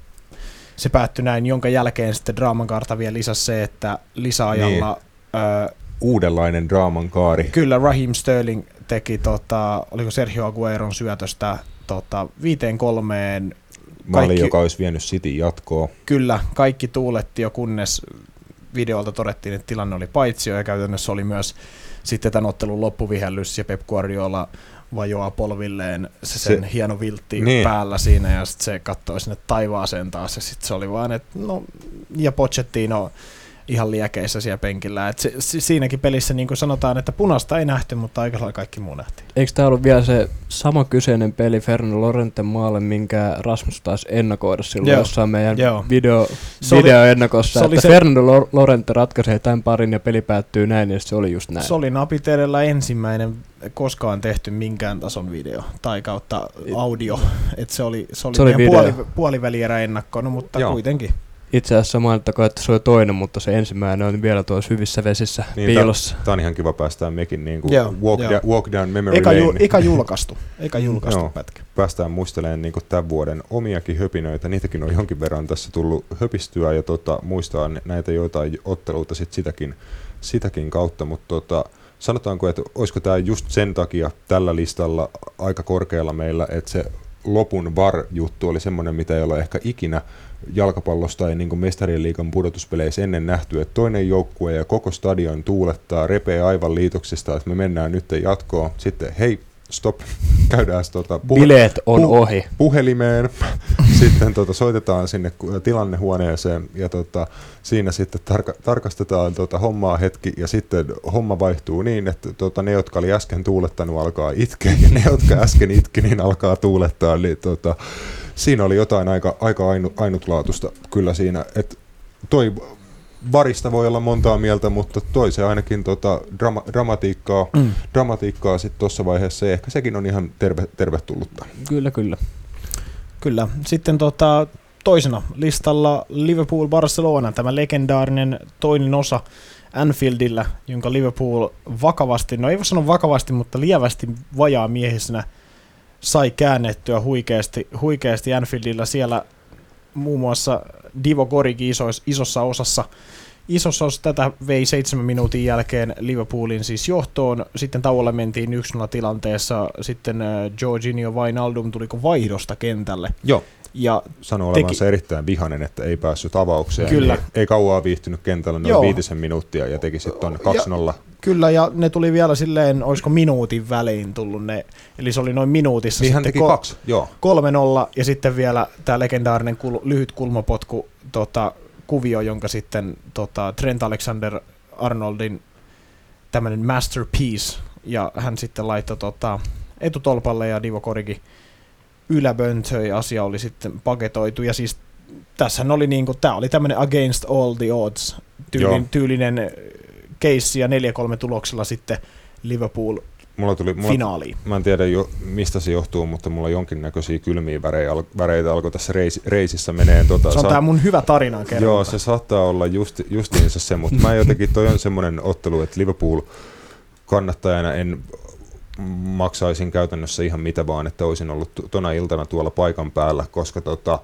se päättyi näin, jonka jälkeen sitten draaman kaarta vielä lisäsi se, että lisäajalla... Niin. Öö, uudenlainen draaman kaari. Kyllä, Raheem Sterling teki, tota, oliko Sergio Agueron syötöstä tota, viiteen kolmeen, maali, kaikki, joka olisi vienyt City jatkoon. Kyllä, kaikki tuuletti jo, kunnes videolta todettiin, että tilanne oli paitsio, ja käytännössä oli myös sitten tämän ottelun loppuvihellys, ja Pep Guardiola vajoaa polvilleen se sen se, hieno viltti niin. päällä siinä, ja sitten se katsoi sinne taivaaseen taas, ja sitten se oli vaan, että no, ja Pochettino ihan liekeissä siellä penkillä. Et se, se, siinäkin pelissä niin kuin sanotaan, että punaista ei nähty, mutta aika lailla kaikki muu nähtiin. Eikö tämä ollut vielä se sama kyseinen peli Fernando Llorenten maalle, minkä Rasmus taisi ennakoida silloin Joo. jossain meidän Joo. video, videoennakossa, että se, Fernando Llorente ratkaisee tämän parin ja peli päättyy näin, ja se oli just näin. Se oli napitelellä ensimmäinen koskaan tehty minkään tason video tai kautta audio, että se oli, se oli, se oli puoli, puolivälierä ennakko, no, mutta Joo. kuitenkin. Itse asiassa mainittakoon, että se oli toinen, mutta se ensimmäinen on vielä tuossa hyvissä vesissä niin, piilossa. Tämä on ihan kiva päästään mekin niin kuin walk, da, walk down memory eikä lane. Ju, eikä julkaistu, eikä julkaistu no, pätkä. Päästään muistelemaan niin kuin tämän vuoden omiakin höpinöitä. Niitäkin on jonkin verran tässä tullut höpistyä ja tota, muistaa näitä joitain otteluita sit sitäkin, sitäkin kautta. Mutta tota, sanotaanko, että olisiko tämä just sen takia tällä listalla aika korkealla meillä, että se lopun V A R-juttu oli semmoinen, mitä ei ole ehkä ikinä jalkapallosta ja niin kuin Mestarien liigan pudotuspeleissä ennen nähty, että toinen joukkue ja koko stadion tuulettaa, repee aivan liitoksista, että me mennään nyt jatkoon. Sitten hei, stop, käydään tota puhe- bileet on pu- ohi. puhelimeen, sitten tota, soitetaan sinne tilannehuoneeseen ja tota, siinä sitten tarka- tarkastetaan tota, hommaa hetki ja sitten homma vaihtuu niin, että tota, ne, jotka oli äsken tuulettanut, alkaa itkeä ja ne, jotka äsken itki, niin alkaa tuulettaa. Niin, tota, siinä oli jotain aika, aika ainu, ainutlaatuista kyllä siinä, että toi varista voi olla montaa mieltä, mutta toi se ainakin tota, drama, dramatiikkaa, mm. dramatiikkaa sitten tuossa vaiheessa, ja ehkä sekin on ihan terve, tervetullutta. Kyllä, kyllä. Kyllä. Sitten tota, toisena listalla Liverpool-Barcelona, tämä legendaarinen toinen osa Anfieldillä, jonka Liverpool vakavasti, no ei voi sanoa vakavasti, mutta lievästi vajaamiehisenä sai käännettyä huikeasti, huikeasti Anfieldillä. Siellä muun muassa Divock Origi isois, isossa osassa Isossa osassa tätä vei seitsemän minuutin jälkeen Liverpoolin siis johtoon. Sitten tauolle mentiin yksi nolla tilanteessa. Sitten Jorginho Wijnaldum tuliko vaihdosta kentälle. Joo. Ja sanoi olevansa teki... erittäin vihainen, että ei päässyt avaukseen. Kyllä. Niin ei kauaa viihtynyt kentällä noin viitisen minuuttia ja teki sitten tuonne kaksi nolla. Kyllä, ja ne tuli vielä silleen, olisiko minuutin välein tullut ne. Eli se oli noin minuutissa. Niin hän teki ko- kaksi, joo. kolme nolla ja sitten vielä tämä legendaarinen kul- lyhyt kulmapotku tota, kuvio, jonka sitten tota, Trent Alexander-Arnoldin tämmöinen masterpiece, ja hän sitten laittoi tota, etutolpalle ja Divock Origi yläböntöi, asia oli sitten paketoitu, ja siis tässähän oli niinku, tää oli tämmöinen against all the odds tyylin, tyylinen keissi, ja neljä kolme tuloksella sitten Liverpool mulla tuli, mulla, finaaliin. Mä en tiedä jo, mistä se johtuu, mutta mulla jonkinnäköisiä kylmiä väreitä, väreitä alkoi tässä reisi, reisissä meneen. Tota, se on sa- tää mun hyvä tarina kerran. Joo, se saattaa olla just, justiinsa se, mutta mä jotenkin, toi on semmoinen ottelu, että Liverpool kannattajana en maksaisin käytännössä ihan mitä vaan, että olisin ollut tona iltana tuolla paikan päällä, koska tota,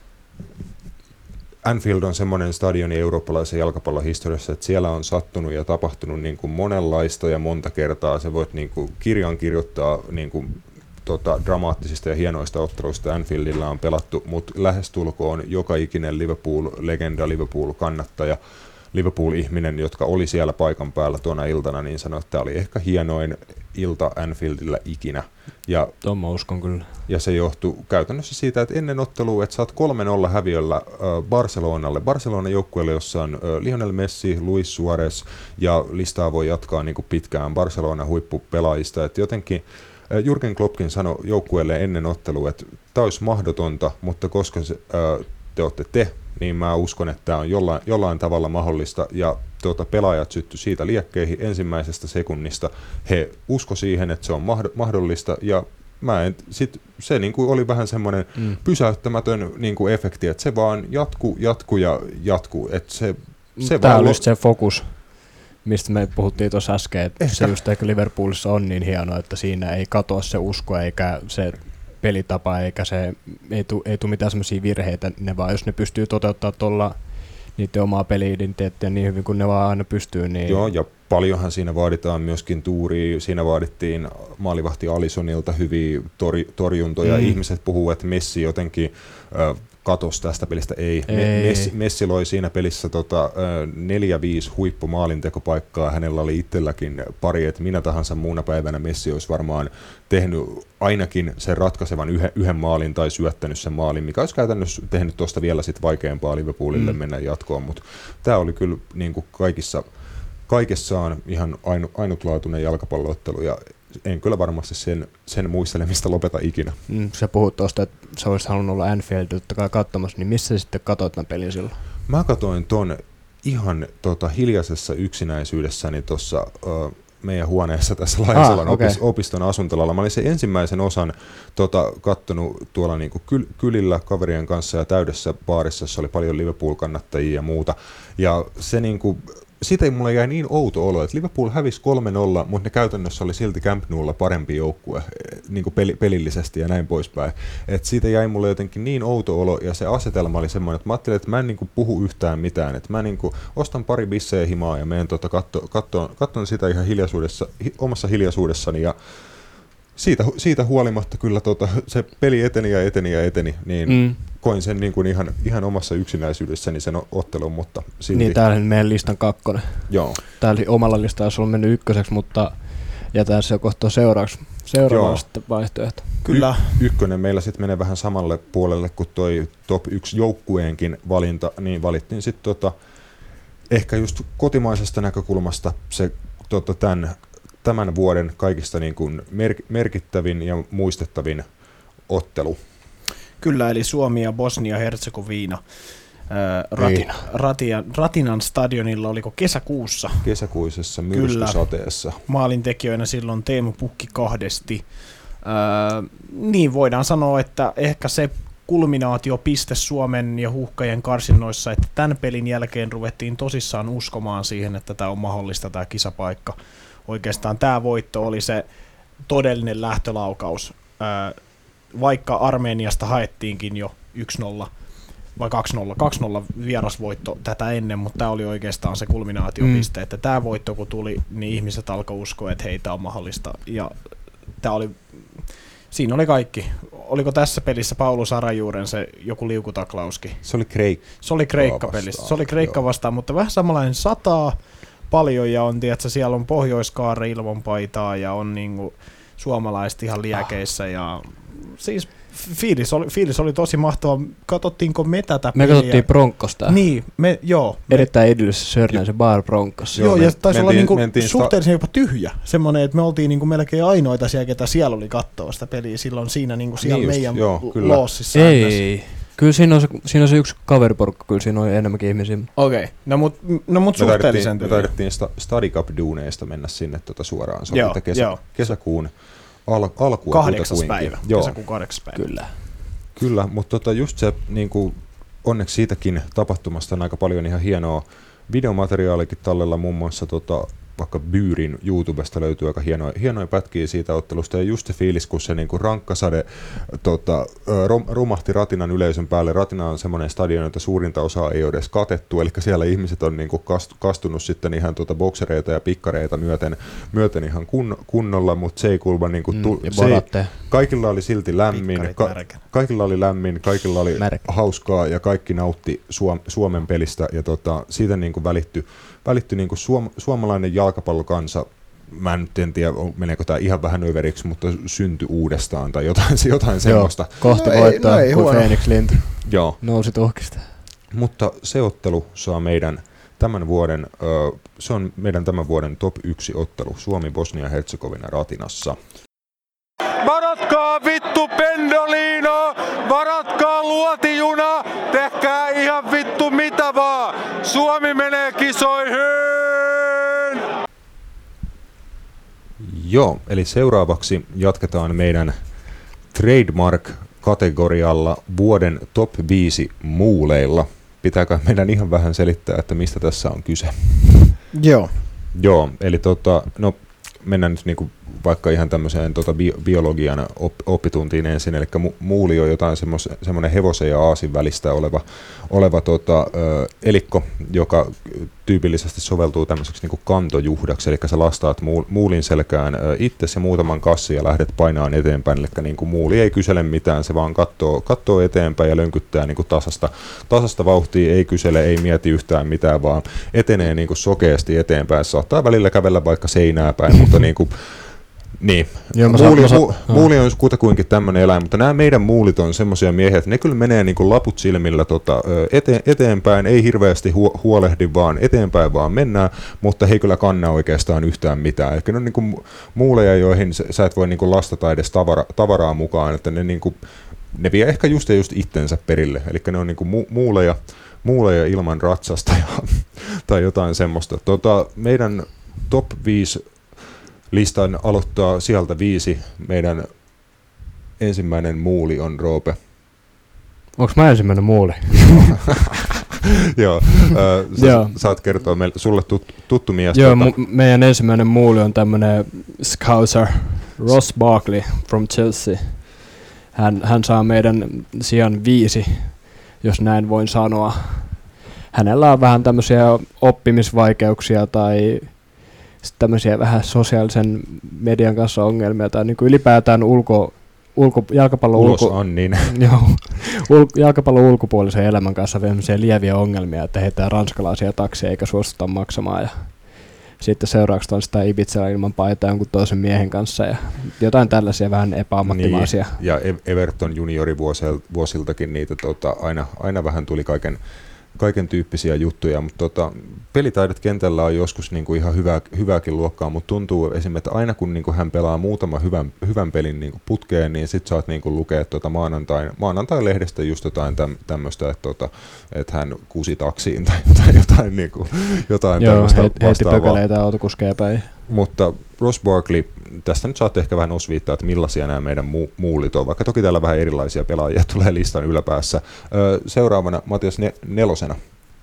Anfield on semmoinen stadioni eurooppalaisen jalkapallon historiassa, että siellä on sattunut ja tapahtunut niin kuin monenlaista ja monta kertaa. Se voit niin kuin kirjan kirjoittaa niin kuin, tota, dramaattisista ja hienoista otteluista Anfieldilla on pelattu, mutta lähestulkoon joka ikinen Liverpool-legenda, Liverpool-kannattaja, Liverpool-ihminen, jotka oli siellä paikan päällä tuona iltana, niin sanoi, että tämä oli ehkä hienoin ilta Anfieldillä ikinä. Ja, Tuon mä uskon kyllä. ja se johtui käytännössä siitä, että ennen ottelua, että sä oot kolme nolla häviöllä äh, Barcelonalle. Barcelonan joukkueelle, jossa on äh, Lionel Messi, Luis Suarez, ja listaa voi jatkaa niin kuin pitkään Barcelonan huippupelaajista. Että jotenkin äh, Jürgen Kloppkin sanoi joukkueelle ennen ottelua, että tämä olisi mahdotonta, mutta koska se, äh, te olette te, niin mä uskon, että tämä on jollain, jollain tavalla mahdollista, ja tuota, pelaajat syttyi siitä liekkeihin ensimmäisestä sekunnista. He usko siihen, että se on mahdollista, ja mä en, sit, se niin kuin oli vähän semmoinen mm. pysäyttämätön niin kuin efekti, että se vaan jatkuu, jatkuu ja jatkuu. Että se, se Tämä vaan oli lo- just se fokus, mistä me puhuttiin tuossa äsken, että Ehkä. se just ehkä Liverpoolissa on niin hienoa, että siinä ei katoa se usko eikä se pelitapa, eikä se, ei tule ei mitään semmoisia virheitä, ne vaan jos ne pystyy toteuttamaan tuolla niiden omaa peli-identiteettiä niin hyvin kuin ne vaan aina pystyy. Niin Joo, ja paljonhan siinä vaaditaan myöskin tuuria, siinä vaadittiin maalivahti Alissonilta hyviä tori, torjuntoja, mm. ihmiset puhuu, että Messi jotenkin äh, katosi tästä pelistä, ei, ei. Messi, Messi loi siinä pelissä tota, neljä viisi huippumaalintekopaikkaa, hänellä oli itselläkin pari, että minä tahansa muuna päivänä Messi olisi varmaan tehnyt ainakin sen ratkaisevan yhden, yhden maalin tai syöttänyt sen maalin, mikä olisi käytännössä tehnyt tuosta vielä sit vaikeampaa Liverpoolille mm. mennä jatkoon, mutta tämä oli kyllä niin kuin kaikissa, kaikessaan ihan ainu, ainutlaatuinen jalkapalloottelu, ja en kyllä varmasti sen, sen muistelemista lopeta ikinä. Mm, sä puhut tuosta, että sä olisit halunnut olla Anfield totta kai katsomassa, niin missä sä sitten katsoit tämän pelin silloin? Mä katsoin ton ihan tota, hiljaisessa yksinäisyydessäni tuossa uh, meidän huoneessa tässä Laisalan ah, okay. opis, opiston asuntolalla. Mä olin sen ensimmäisen osan tota, kattonut tuolla niinku kyl, kylillä kaverien kanssa ja täydessä baarissa, jossa oli paljon Liverpool-kannattajia ja muuta. Ja se niinku, siitä ei mulle jäi niin outo olo, että Liverpool hävisi kolme nolla, mutta ne käytännössä oli silti Camp Noulla parempi joukkue niin kuin peli, pelillisesti ja näin poispäin. Et siitä jäi mulle jotenkin niin outo olo, ja se asetelma oli semmoinen, että mä ajattelin, että mä en niin kuin puhu yhtään mitään. Että mä niin kuin ostan pari bissejä himaa ja menen tota katto, kattoon, katton sitä ihan hiljaisuudessa, hi, omassa hiljaisuudessani, ja siitä, siitä huolimatta kyllä tota, se peli eteni ja eteni ja eteni, niin mm. koin sen niin kuin ihan, ihan omassa yksinäisyydessäni sen ottelun, mutta silti. Niin, täällä on meidän listan kakkonen. Joo. Täällä omalla listalla olisi ollut mennyt ykköseksi, mutta jätään se kohta seuraavaksi. Seuraava sitten vaihtoehto. Kyllä. Y- ykkönen meillä sitten menee vähän samalle puolelle kuin toi top yksi joukkueenkin valinta, niin valittiin sitten tota, ehkä just kotimaisesta näkökulmasta se tota, tämän, tämän vuoden kaikista niin kuin mer- merkittävin ja muistettavin ottelu. Kyllä, eli Suomi ja Bosnia-Herzegovina. Rati, Ratia, Ratinan stadionilla, oliko kesäkuussa? Kesäkuisessa myrskysateessa. Maalintekijöinä silloin Teemu Pukki kahdesti. Öö, niin voidaan sanoa, että ehkä se kulminaatiopiste Suomen ja Huuhkajien karsinnoissa, että tämän pelin jälkeen ruvettiin tosissaan uskomaan siihen, että tämä on mahdollista tämä kisapaikka. Oikeastaan tämä voitto oli se todellinen lähtölaukaus, vaikka Armeniasta haettiinkin jo yksi nolla vai kaksi nolla, kaksi nolla vierasvoitto tätä ennen, mutta tämä oli oikeastaan se kulminaatiopiste, mm. että tämä voitto kun tuli, niin ihmiset alkoi uskoa, että hei, tämä on mahdollista, ja tämä oli, siinä oli kaikki. Oliko tässä pelissä Paulus Arajuuren se joku liukutaklauskin? Se oli Kreikka. Se oli Kreikka-pelissä, se oli Kreikka vastaan, mutta vähän samanlainen sataa paljon, ja on, tiedätkö, siellä on Pohjoiskaari ilmanpaitaa, ja on niinku suomalaiset ihan liekeissä, ja siis fiilis oli, fiilis oli tosi mahtava. Katsottiinko me tätä Me peliä? katsottiin Broncosta. Niin, me, joo. Me, Erittäin idyllisessä Sörnäisen bar Broncossa. joo, me, ja taisi olla niinku sta- suhteellisen jopa tyhjä. Semmoinen, että me oltiin niinku melkein ainoita siellä, ketä siellä oli katsoa sitä peliä silloin siinä niinku siellä niin just, meidän joo, loossissa. Ei. Kyllä siinä on, se, siinä on se yksi kaveriporukka, kyllä siinä on enemmänkin ihmisiä. Okei, okay. no mut, no mut Me suhteellisen taidettiin, me taidettiin sta, Study Cup-duuneista mennä sinne tota suoraan. Se joo, oli kesä, joo. kesäkuun al, alkua. Kahdeksas päivä. Joo. Kesäkuun kahdeksas päivä. Kyllä. Kyllä, mutta tota just se, niin kuin, onneksi siitäkin tapahtumasta on aika paljon ihan hienoa videomateriaalikin tallella, muun muassa tota, vaikka Byyrin YouTubesta löytyy aika hienoja, hienoja pätkiä siitä ottelusta, ja just se fiilis, kun se niin kuin rankkasade tota, rom, rumahti Ratinan yleisön päälle. Ratina on semmoinen stadion, jota suurinta osaa ei ole edes katettu, eli siellä ihmiset on niin kuin kastunut sitten ihan tuota boksereita ja pikkareita myöten, myöten ihan kun, kunnolla, mutta se ei kuulma niin kuin, tu, mm, se ei, kaikilla oli silti lämmin, ka, kaikilla oli lämmin, kaikilla oli Märkä. hauskaa ja kaikki nautti Suom, Suomen pelistä, ja tota, siitä niin kuin välittyi välittyi niin kuin suom, suomalainen jalkapallokansa, mä nyt en tiedä, meneekö tämä ihan vähän överiksi, mutta syntyi uudestaan tai jotain, jotain semmoista. Kohta no voittaa no kuin Phoenix Lintu. Joo. Nousi tuhkista. Mutta se ottelu saa meidän tämän vuoden, ö, se on meidän tämän vuoden top yksi ottelu, Suomi-Bosnia-Herzegovina Ratinassa. Varatkaa vittu Pendolino, varatkaa luotijuna, tehkää ihan vittu mitä vaan. Suomi menee kisoihin! Joo, eli seuraavaksi jatketaan meidän trademark-kategorialla vuoden top viisi muuleilla. Pitääkö meidän ihan vähän selittää, että mistä tässä on kyse? Joo. Joo, eli tota, no mennään nyt niinku vaikka ihan tämmöiseen tota bi- biologian op- oppituntiin ensin, eli mu- muuli on jotain semmoinen hevosen ja aasin välistä oleva, oleva tota, ö, elikko, joka tyypillisesti soveltuu tämmöiseksi niinku kantojuhdaksi, eli sä lastaat muul- muulin selkään ö, itsesi ja muutaman kassin ja lähdet painaan eteenpäin, eli niinku muuli ei kysele mitään, se vaan katsoo, katsoo eteenpäin ja lönkyttää niinku tasasta, tasasta vauhtia, ei kysele, ei mieti yhtään mitään, vaan etenee niinku sokeasti eteenpäin, saattaa välillä kävellä vaikka seinää päin, mutta niinku niin, Joo, muuli, saan, mu, muuli on kutakuinkin tämmöinen eläin, mutta nämä meidän muulit on semmoisia miehiä, että ne kyllä menee niin kuin laput silmillä tota, ete, eteenpäin, ei hirveästi hu, huolehdi, vaan eteenpäin vaan mennään, mutta he ei kyllä kanna oikeastaan yhtään mitään. Eli ne on niin kuin muuleja, joihin sä et voi niin kuin lastata edes tavara, tavaraa mukaan, että ne, niin kuin, ne vie ehkä just ja just itsensä perille, eli ne on niin kuin mu, muuleja, muuleja ilman ratsasta ja, tai jotain semmoista. Tota, meidän top viisi listan aloittaa sieltä viisi. Meidän ensimmäinen muuli on Roope. Onko mä ensimmäinen muuli? Joo, äh, sä Joo. saat kertoa meille, sulle tut, tuttu mies. Joo, tuota. m- meidän ensimmäinen muuli on tämmönen Scouser, Ross Barkley from Chelsea. Hän, hän saa meidän sijan viisi, jos näin voin sanoa. Hänellä on vähän tämmöisiä oppimisvaikeuksia tai tämmöisiä vähän sosiaalisen median kanssa ongelmia tai niin kuin ylipäätään ulko, ulko, jalkapallon, ulko, joo, ul, jalkapallon ulkopuolisen elämän kanssa vähän lieviä ongelmia, että heittää ranskalaisia takseja eikä suostuta maksamaan. Ja sitten seuraavaksi on sitä Ibizaa ilman paitaa jonkun toisen miehen kanssa ja jotain tällaisia vähän epäammattimaisia. Niin, ja Everton juniorivuosiltakin niitä tota, aina, aina vähän tuli kaiken kaiken tyyppisiä juttuja, mutta tota, pelitaidot kentällä on joskus niinku ihan hyvää, hyvääkin luokkaa, mutta tuntuu esimerkiksi, että aina kun niinku hän pelaa muutaman hyvän, hyvän pelin niinku putkeen, niin sit saat niinku lukea tota maanantain, maanantai-lehdestä just jotain täm, tämmöistä, että tota, et hän kusi taksiin tai, tai jotain, niinku, jotain Joo, tämmöistä heit, heitti pökäleitä autokuskeja päin. Mutta Ross Barkley, tästä nyt saatte ehkä vähän osviittaa, että millaisia nämä meidän mu- muulit on, vaikka toki täällä vähän erilaisia pelaajia tulee listan yläpäässä. Öö, seuraavana Matias ne- nelosena.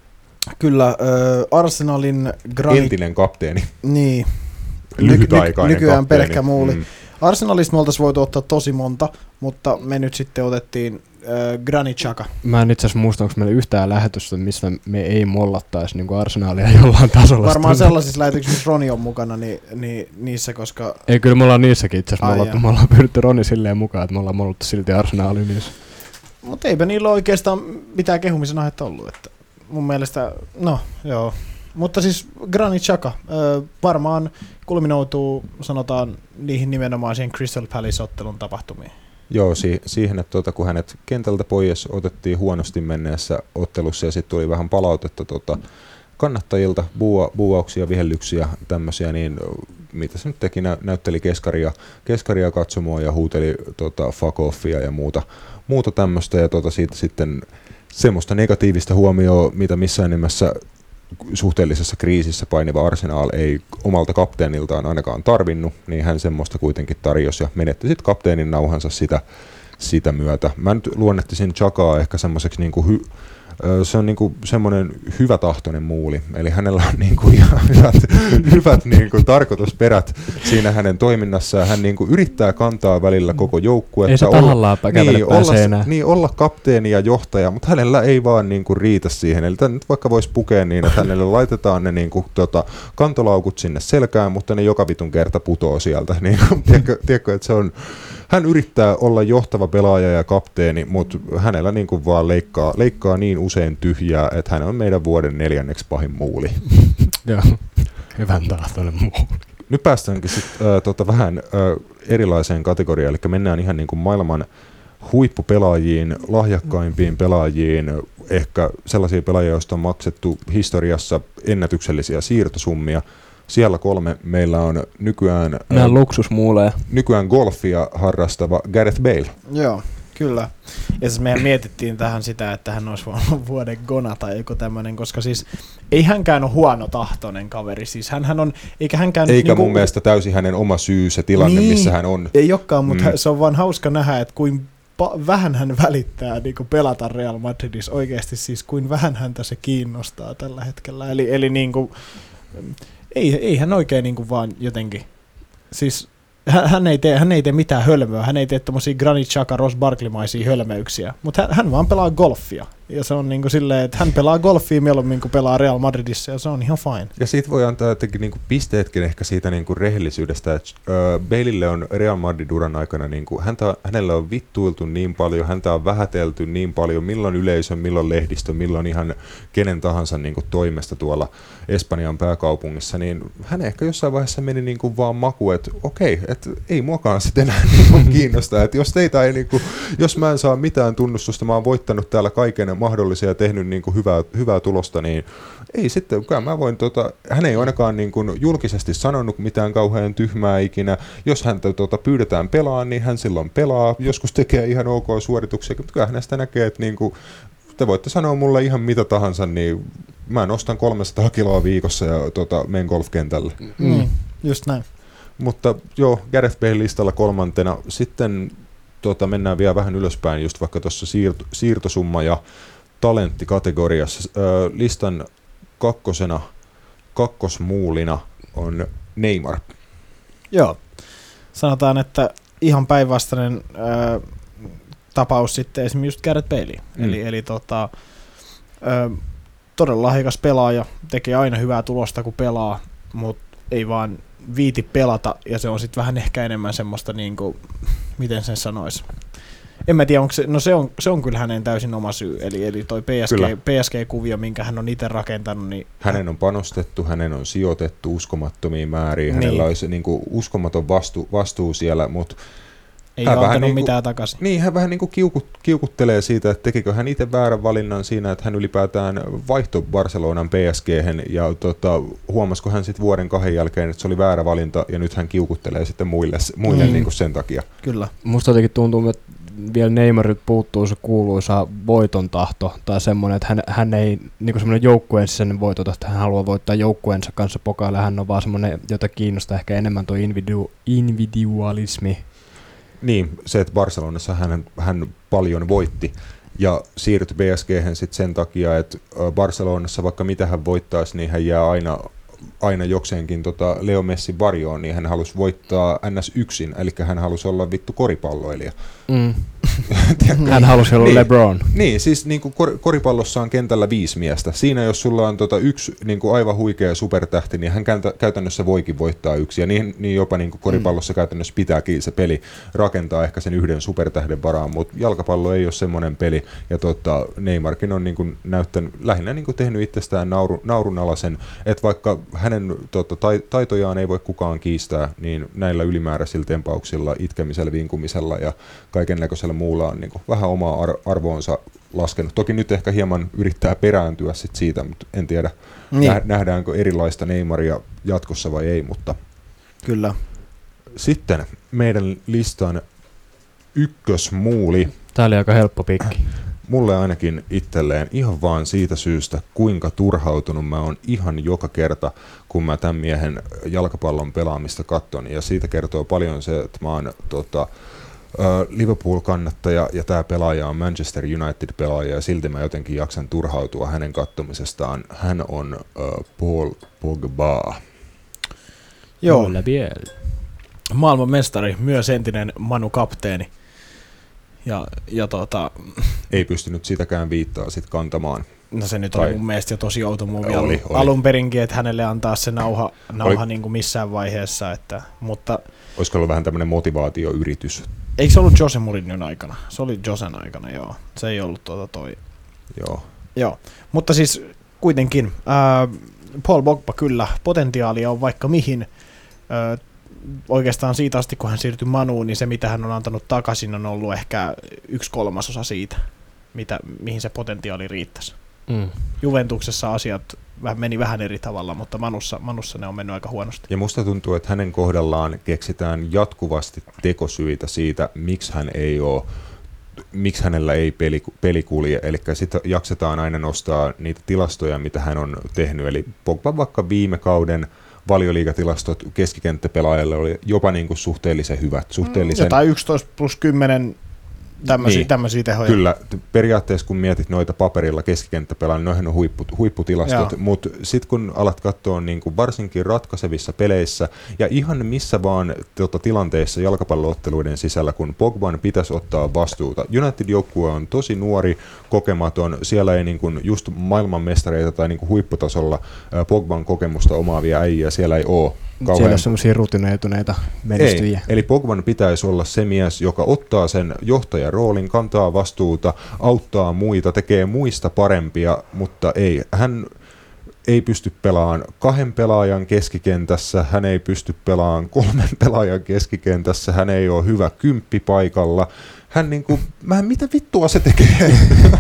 Kyllä, öö, Arsenalin granit... Entinen kapteeni. Niin. Lyhytaikainen Nyky- nykyään kapteeni. pelkkä muuli. Mm. Arsenalista me oltaisiin voitu ottaa tosi monta, mutta me nyt sitten otettiin äh, Granit Xhaka. Mä en itse asiassa muista, onko meillä yhtään lähetystä, missä me ei mollattaisi niin Arsenalia jollain tasolla. Varmaan sellaisissa lähetyksissä, missä Roni on mukana, niin, niin niissä, koska... Ei, kyllä me ollaan niissäkin itse asiassa. Me, Ai me ollaan pyydetty Roni silleen mukaan, että me ollaan mollattu silti Arsenali niissä. Mutta eipä niillä oikeastaan mitään kehumisen aihetta ollut. Että mun mielestä, no joo. Mutta siis Granit Xhaka äh, varmaan kulminoituu, sanotaan, niihin nimenomaan siihen Crystal Palace-ottelun tapahtumiin. Joo, si- siihen, että tuota, kun hänet kentältä pois otettiin huonosti menneessä ottelussa ja sitten tuli vähän palautetta tuota, kannattajilta, bua, buuauksia, vihellyksiä, tämmöisiä, niin mitä se nyt teki, nä- näytteli keskaria, keskaria katsomoa ja huuteli tota, fuck offia ja muuta, muuta tämmöistä ja tuota, siitä sitten semmoista negatiivista huomioon, mitä missään nimessä suhteellisessa kriisissä painiva Arsenal ei omalta kapteeniltaan ainakaan tarvinnut, niin hän semmoista kuitenkin tarjosi ja menetti sitten kapteenin nauhansa sitä, sitä myötä. Mä nyt luonnettisin Xhakaa ehkä semmoiseksi niinku hy, se on niinku semmoinen hyvätahtoinen muuli, eli hänellä on niinku ihan hyvät, hyvät niinku tarkoitusperät siinä hänen toiminnassaan. Hän niinku yrittää kantaa välillä koko joukkuetta. Ei se tahallaan kävele niin, pääse olla, enää. niin, olla kapteeni ja johtaja, mutta hänellä ei vaan niinku riitä siihen. Eli tämän nyt vaikka voisi pukea niin, että hänelle laitetaan ne niinku, tota, kantolaukut sinne selkään, mutta ne joka vitun kerta putoo sieltä. Niin, tiedätkö, tiedätkö, että se on... Hän yrittää olla johtava pelaaja ja kapteeni, mutta hänellä niinku vaan leikkaa, leikkaa niin usein tyhjää, että hän on meidän vuoden neljänneksi pahin muuli. Joo, hyvän tahtoinen muuli. Nyt päästäänkin sit, äh, tota, vähän äh, erilaiseen kategoriaan, eli mennään ihan niinku maailman huippupelaajiin, lahjakkaimpiin pelaajiin, ehkä sellaisia pelaajia, joista on maksettu historiassa ennätyksellisiä siirtosummia. Siellä kolme meillä on nykyään, Nämä luksusmuuleja. nykyään golfia harrastava Gareth Bale. Joo, kyllä. Ja siis mehän mietittiin tähän sitä, että hän olisi voinut vuoden gona tai joku tämmöinen, koska siis ei hänkään ole huono tahtoinen kaveri. Siis hänhän on, eikä hänkään... Eikä niinku, mun mielestä täysin hänen oma syy se tilanne, niin, missä hän on. Ei olekaan, mutta Mm. se on vaan hauska nähdä, että kuin pa- vähän hän välittää niin kuin pelata Real Madridissa oikeasti, siis kuin vähän häntä se kiinnostaa tällä hetkellä. Eli, eli niin kuin, ei, ei hän oikein niin kuin vaan jotenkin, siis hän, hän, ei tee, hän ei tee mitään hölmöä, hän ei tee tommosia Granit Xhaka, Ross Barkley-maisia hölmöyksiä, mutta hän, hän vaan pelaa golfia. Ja se on niin kuin silleen, että hän pelaa golfia mieluummin kuin pelaa Real Madridissa, ja se on ihan fine. Ja siitä voi antaa jotenkin niinku pisteetkin ehkä siitä niinku rehellisyydestä, että äh, Baleille on Real Madrid-uran aikana, niinku, häntä, hänellä on vittuiltu niin paljon, häntä on vähätelty niin paljon, milloin yleisön, milloin lehdistö, milloin ihan kenen tahansa niinku toimesta tuolla Espanjan pääkaupungissa, niin hän ehkä jossain vaiheessa meni niinku vaan maku, että okei, että ei muakaan sitten enää niinku kiinnostaa, että jos teitä ei niinku, jos mä en saa mitään tunnustusta, mä oon voittanut täällä kaiken mahdollisia ja tehnyt niin kuin hyvää, hyvää tulosta, niin ei sitten, kyllä mä voin, tota, hän ei ainakaan niin kuin julkisesti sanonut mitään kauhean tyhmää ikinä. Jos häntä tota, pyydetään pelaamaan, niin hän silloin pelaa. Joskus tekee ihan ok suorituksia, mutta kyllä hänestä näkee, että niin kuin, te voitte sanoa mulle ihan mitä tahansa, niin mä nostan kolmesataa kiloa viikossa ja tota, menen golfkentälle. Mm. Mm, just näin. Mutta joo, Gareth Bale listalla kolmantena. Sitten tota, mennään vielä vähän ylöspäin, just vaikka tuossa siirto, siirtosumma ja talenttikategoriassa. Ö, listan kakkosena, kakkosmuulina on Neymar. Joo. Sanotaan, että ihan päinvastainen ö, tapaus sitten esimerkiksi just Gareth Bale. Mm. Eli, eli tota, ö, todella lahjakas pelaaja, tekee aina hyvää tulosta kun pelaa, mutta ei vaan viiti pelata, ja se on sitten vähän ehkä enemmän semmoista, niinku, miten sen sanoisi. En mä tiedä, onko se, no se on, se on kyllä hänen täysin oma syy, eli, eli toi P S G, P S G-kuvio, minkä hän on itse rakentanut. Niin hänen on panostettu, hänen on sijoitettu uskomattomiin määriin, niin. Hänellä olisi niin kuin uskomaton vastu, vastuu siellä, mutta ei hän antanut niin mitään takaisin. Niin, hän vähän niin kuin kiukut, kiukuttelee siitä, että tekikö hän itse väärän valinnan siinä, että hän ylipäätään vaihto Barcelonan P S G:hen ja tota, huomasiko hän sitten vuoden kahden jälkeen, että se oli väärä valinta ja nyt hän kiukuttelee sitten muille, muille mm. niin kuin sen takia. Kyllä. Musta jotenkin tuntuu, että vielä Neymarilta puuttuu se kuuluisa voiton tahto, tai semmoinen, että hän, hän ei, niin kuin semmoinen joukkueen sisäinen voitontahto, että hän haluaa voittaa joukkueensa kanssa pokailla, hän on vaan semmoinen, jota kiinnostaa ehkä enemmän tuo individu, individualismi. Niin, se, että Barcelonassa hän, hän paljon voitti ja siirtyi B S G:hen sit sen takia, että Barcelonassa vaikka mitä hän voittaisi, niin hän jää aina aina jokseenkin tota Leo Messin varjoon, niin hän halusi voittaa N S yksin, eli hän halusi olla vittu koripalloilija. Mm. Hän halusi olla niin, LeBron. Niin, siis niin kuin kor- koripallossa on kentällä viisi miestä. Siinä jos sulla on tota yksi niin kuin aivan huikea supertähti, niin hän kääntä, käytännössä voikin voittaa yksi. Ja niin, niin jopa niin kuin koripallossa mm. käytännössä pitääkin se peli rakentaa ehkä sen yhden supertähden varaan, mutta jalkapallo ei ole semmoinen peli. Ja tota, Neymarkin on niin kuin näyttänyt, lähinnä niin kuin tehnyt itsestään nauru, naurunalaisen, että vaikka hänen tota, taitojaan ei voi kukaan kiistää, niin näillä ylimääräisillä tempauksilla, itkemisellä, vinkumisella ja kaiken näköisellä muulla on niin kuin vähän omaa ar- arvoonsa laskenut. Toki nyt ehkä hieman yrittää perääntyä sit siitä, mutta en tiedä niin. nä- nähdäänkö erilaista Neymaria jatkossa vai ei. Mutta kyllä. Sitten meidän listan ykkösmuuli. Tämä oli aika helppo pikki. Mulle ainakin itselleen ihan vaan siitä syystä, kuinka turhautunut mä oon ihan joka kerta, kun mä tämän miehen jalkapallon pelaamista katson. Ja siitä kertoo paljon se, että mä oon tota, Liverpool-kannattaja ja tämä pelaaja on Manchester United-pelaaja ja silti mä jotenkin jaksan turhautua hänen katsomisestaan. Hän on uh, Paul Pogba. Joo, maailman mestari, myös entinen Manu kapteeni. Ja, ja tota, ei pystynyt sitäkään viittaa sit kantamaan. No se nyt tai, oli mun mielestä jo tosi outo muuvi oli, oli. alun perinkin, että hänelle antaa se nauha, nauha niin kuin missään vaiheessa. Että, mutta olisiko ollut vähän tämmöinen motivaatioyritys? Eikö se ollut Jose Mourinhon aikana? Se oli Josen aikana, joo. Se ei ollut tuota toi. Joo. Joo, mutta siis kuitenkin ää, Paul Pogba kyllä, potentiaalia on vaikka mihin. Ää, oikeastaan siitä asti, kun hän siirtyi Manuun, niin se mitä hän on antanut takaisin on ollut ehkä yksi kolmasosa siitä, mitä, mihin se potentiaali riittäisi. Mm. Juventuksessa asiat meni vähän eri tavalla, mutta Manussa, Manussa ne on mennyt aika huonosti. Ja musta tuntuu, että hänen kohdallaan keksitään jatkuvasti tekosyitä siitä, miksi hän ei ole, miksi hänellä ei peli, peli kulje, eli sitten jaksetaan aina nostaa niitä tilastoja, mitä hän on tehnyt, eli Pogba vaikka viime kauden valioliigatilastot keskikenttäpelaajalle oli jopa niin kuin suhteellisen hyvät. Suhteellisen... Jotain yksitoista plus kymmenen tämmöisiä, niin, tämmöisiä tehoja. Kyllä, periaatteessa kun mietit noita paperilla keskikenttäpelaaja, niin noihän on huippu, huipputilastot, mutta sitten kun alat katsoa niin kuin varsinkin ratkaisevissa peleissä ja ihan missä vaan tota, tilanteissa jalkapallootteluiden sisällä, kun Pogban pitäisi ottaa vastuuta. United-joukkue on tosi nuori, kokematon, siellä ei niin kuin just maailmanmestareita tai niin kuin huipputasolla ää, Pogban kokemusta omaavia äijä siellä ei ole. Kauhean. Siellä on semmoisia rutiinoituneita menestyjiä. Ei. Eli Pogban pitäisi olla se mies, joka ottaa sen johtajan roolin, kantaa vastuuta, auttaa muita, tekee muista parempia, mutta ei. Hän ei pysty pelaamaan kahden pelaajan keskikentässä, hän ei pysty pelaamaan kolmen pelaajan keskikentässä, hän ei ole hyvä kymppipaikalla. Hän niinku, mä mitä vittua se tekee?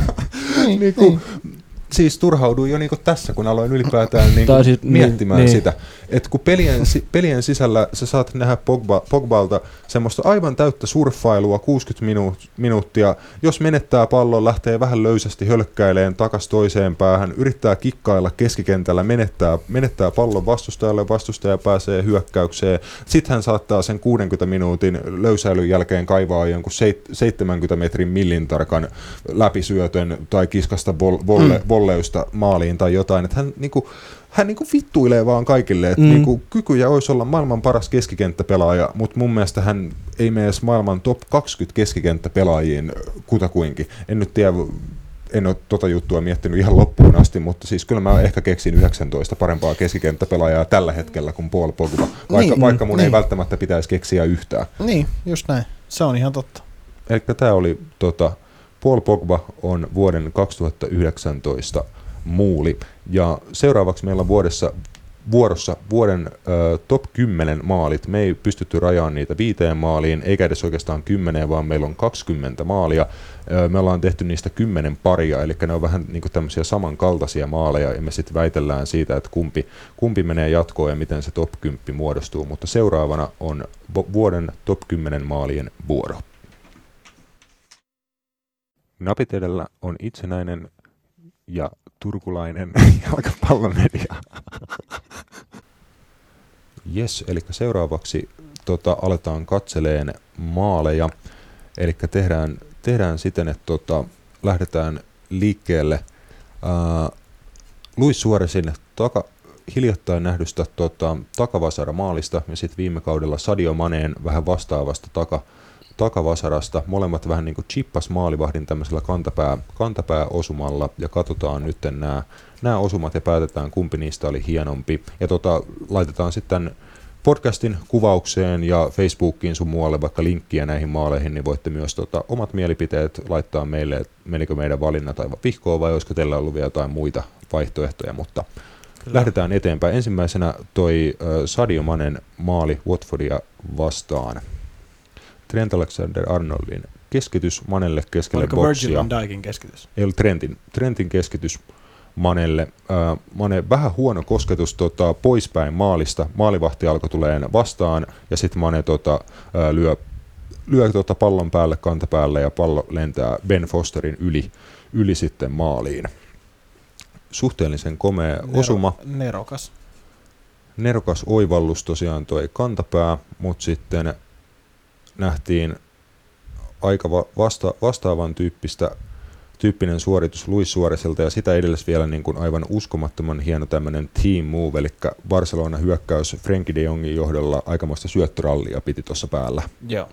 Niin, niinku, niin. Siis turhauduin jo niinku tässä, kun aloin ylipäätään niinku sit, miettimään niin, sitä, että kun pelien, pelien sisällä sä saat nähdä Pogba, Pogbalta semmoista aivan täyttä surffailua kuusikymmentä minu- minuuttia, jos menettää pallon, lähtee vähän löysästi hölkkäileen takas toiseen päähän, yrittää kikkailla keskikentällä, menettää, menettää pallon vastustajalle, vastustaja pääsee hyökkäykseen, sitten hän saattaa sen kuudenkymmenen minuutin löysäilyn jälkeen kaivaa jonkun seitsemänkymmentä metrin millintarkan läpisyötön tai kiskasta volle, mm. volleusta maaliin tai jotain, että hän niinku Hän niinku vittuilee vaan kaikille, että mm. niinku kykyjä olisi olla maailman paras keskikenttäpelaaja, mutta mun mielestä hän ei mene edes maailman top kaksikymmentä keskikenttäpelaajiin kutakuinkin. En nyt tiedä, en ole tota juttua miettinyt ihan loppuun asti, mutta siis kyllä mä ehkä keksin yhdeksäntoista parempaa keskikenttäpelaajaa tällä hetkellä kuin Paul Pogba, vaikka, niin, vaikka mun niin. ei välttämättä pitäisi keksiä yhtään. Niin, just näin. Se on ihan totta. Eli tämä oli, tota, Paul Pogba on vuoden kaksituhattayhdeksäntoista muuli. Ja seuraavaksi meillä on vuodessa, vuorossa vuoden ö, top kymmenen maalit. Me ei pystytty rajaamaan niitä viiteen maaliin, eikä edes oikeastaan kymmeneen, vaan meillä on kaksikymmentä maalia. Ö, me ollaan tehty niistä kymmenen paria, eli ne on vähän niin kuin tämmöisiä samankaltaisia maaleja, ja me sitten väitellään siitä, että kumpi, kumpi menee jatkoon ja miten se top kymmenen muodostuu. Mutta seuraavana on vuoden top kymmenen maalien vuoro. Napit edellä on itsenäinen ja turkulainen jalkapallomedia. Jes, eli seuraavaksi tota, aletaan katseleen maaleja. Eli tehdään, tehdään siten, että tota, lähdetään liikkeelle ää, Luis Suarezin taka, hiljattain nähdystä tota, takavasara-maalista ja sitten viime kaudella Sadio Maneen vähän vastaavasta taka, takavasarasta. Molemmat vähän niin kuin chippas maalivahdin tämmöisellä kantapää, kantapääosumalla ja katsotaan nyt nämä, nämä osumat ja päätetään kumpi niistä oli hienompi. Ja tota, laitetaan sitten podcastin kuvaukseen ja Facebookiin sun muualle vaikka linkkiä näihin maaleihin, niin voitte myös tota, omat mielipiteet laittaa meille, että menikö meidän valinnat aivan vihkoon vai olisiko teillä ollut vielä jotain muita vaihtoehtoja, mutta kyllä. Lähdetään eteenpäin. Ensimmäisenä toi äh, Sadio Manen maali Watfordia vastaan. Trent Alexander-Arnoldin keskitys Manelle keskelle oliko boksia. Virgil van Dijkin keskitys? Ei ollut Trentin. Trentin keskitys Manelle. Äh, Mane vähän huono kosketus tota, poispäin maalista. Maalivahti alkoi tuleen vastaan ja sitten Mane tota, äh, lyö, lyö tota pallon päälle kantapäälle ja pallo lentää Ben Fosterin yli, yli sitten maaliin. Suhteellisen komea Nero, osuma. Nerokas. Nerokas oivallus tosiaan toi kantapää, mutta sitten nähtiin aika vasta, vastaavan tyyppistä tyyppinen suoritus Luis Suarezilta ja sitä edellis vielä niin kuin aivan uskomattoman hieno tämmöinen team move, eli Barcelona hyökkäys Frenkie de Jongin johdolla aikamoista syöttörallia piti tuossa päällä. Joo.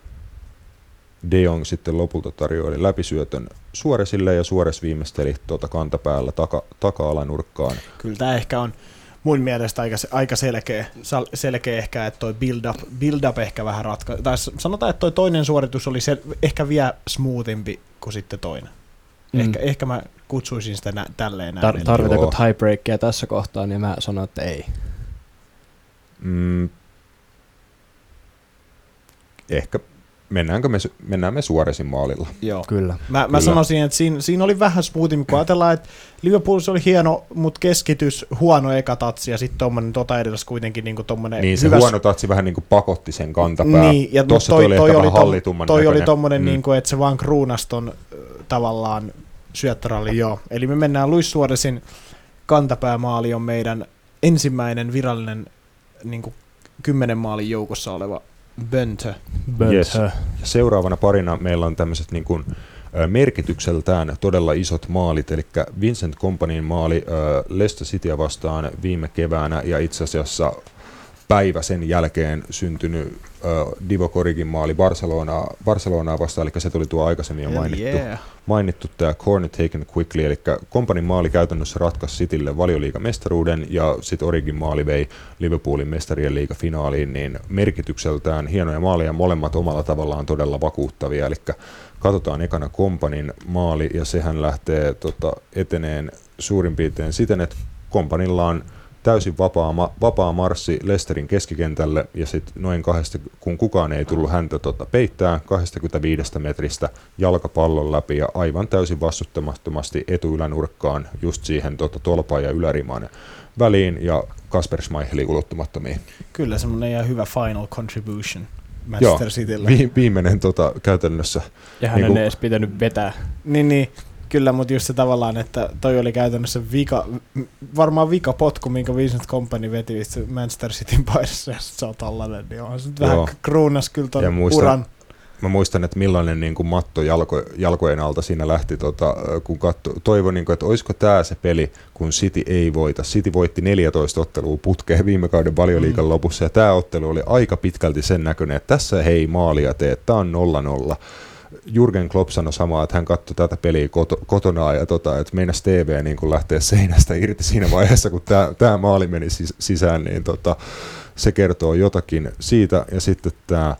De Jong sitten lopulta tarjoili läpisyötön Suarezille ja Suarez viimeisteli tuota kantapäällä taka, taka-alanurkkaan. Kyllä tämä ehkä on mun mielestä aika, aika selkeä, selkeä ehkä, että toi build-up, build-up ehkä vähän ratkaisi. Tai sanotaan, että toi toinen suoritus oli se, ehkä vielä smoothimpi kuin sitten toinen. Mm. Ehkä, ehkä mä kutsuisin sitä nä- tälleen näin. Tar- tarvitaanko tiebreakia tässä kohtaa, niin mä sanon, että ei. Mm. Ehkä. Mennäänkö me, mennään me Suarezin maalilla? Joo. Kyllä. Mä, mä Kyllä. sanoisin, että siinä, siinä oli vähän smoothimpi, kun ajatellaan, että Liverpoolissa oli hieno, mutta keskitys, huono eka tatsi ja sitten tuommoinen tota edelläs kuitenkin niinku tommonen niin se hyvä... huono tatsi vähän niin kuin pakotti sen kantapää. Niin, ja Tossa toi, toi, toi, oli oli, vähän hallitumman toi näköinen. oli tommonen, mm. niinku, että se vaan kruunasi ton tavallaan syöttöralli, joo. Eli me mennään Luis Suarezin kantapäämaali on meidän ensimmäinen virallinen niinku, kymmenen maalin joukossa oleva Böntö. Yes. Ja seuraavana parina meillä on tämmöiset niin kuin, ä, merkitykseltään todella isot maalit, eli Vincent Kompanyin maali ä, Leicester Cityä vastaan viime keväänä ja itse asiassa päivä sen jälkeen syntynyt ä, Divock Origin maali Barcelonaa, Barcelonaa vastaan, eli se tuli tuo aikaisemmin jo mainittu. Yeah. Mainittu tämä corner taken quickly, eli Kompanyin maali käytännössä ratkaisi Citylle Valioliigamestaruuden ja sitten Origin maali vei Liverpoolin mestarien liigafinaaliin, niin merkitykseltään hienoja maaleja, molemmat omalla tavallaan todella vakuuttavia, eli katsotaan ekana Kompanyin maali ja sehän lähtee tota, eteneen suurin piirtein siten, että Kompanilla on täysin vapaa, ma- vapaa marssi Leicesterin keskikentälle ja sitten noin kahdesta, kun kukaan ei tullut häntä tota, peittää, kaksikymmentäviisi metristä jalkapallon läpi ja aivan täysin vastuttamattomasti etuylänurkkaan just siihen tota, tolpaan ja ylärimaan väliin ja Kasper Schmeichelin ulottumattomiin. Kyllä semmoinen ihan hyvä final contribution Manchester Citylle. Vi- viimeinen tota, käytännössä. Ja hänen niin ei edes pitänyt vetää. Niin, niin. Kyllä, mutta just se tavallaan, että toi oli käytännössä vika, varmaan vika potku, minkä Vincent Kompany veti Manchester Cityn paidassa, ja se on tollainen, niin on se nyt vähän kruunas kyllä ton muistan, uran. Mä muistan, että millainen niin kuin matto jalko, jalkojen alta siinä lähti, tota, kun katso, toivon, niin kuin, että olisiko tämä se peli, kun City ei voita. City voitti neljätoista ottelua putkeen viime kauden Valioliigan mm. lopussa, ja tämä ottelu oli aika pitkälti sen näköinen, että tässä hei maalia tee, tämä on nolla nolla. Jürgen Klopp sanoi samaa, että hän katsoi tätä peliä koto, kotonaan ja tota, että meinasi T V niin kun lähteä seinästä irti siinä vaiheessa, kun tämä maali meni sis, sisään, niin tota, se kertoo jotakin siitä. Ja sitten tämä,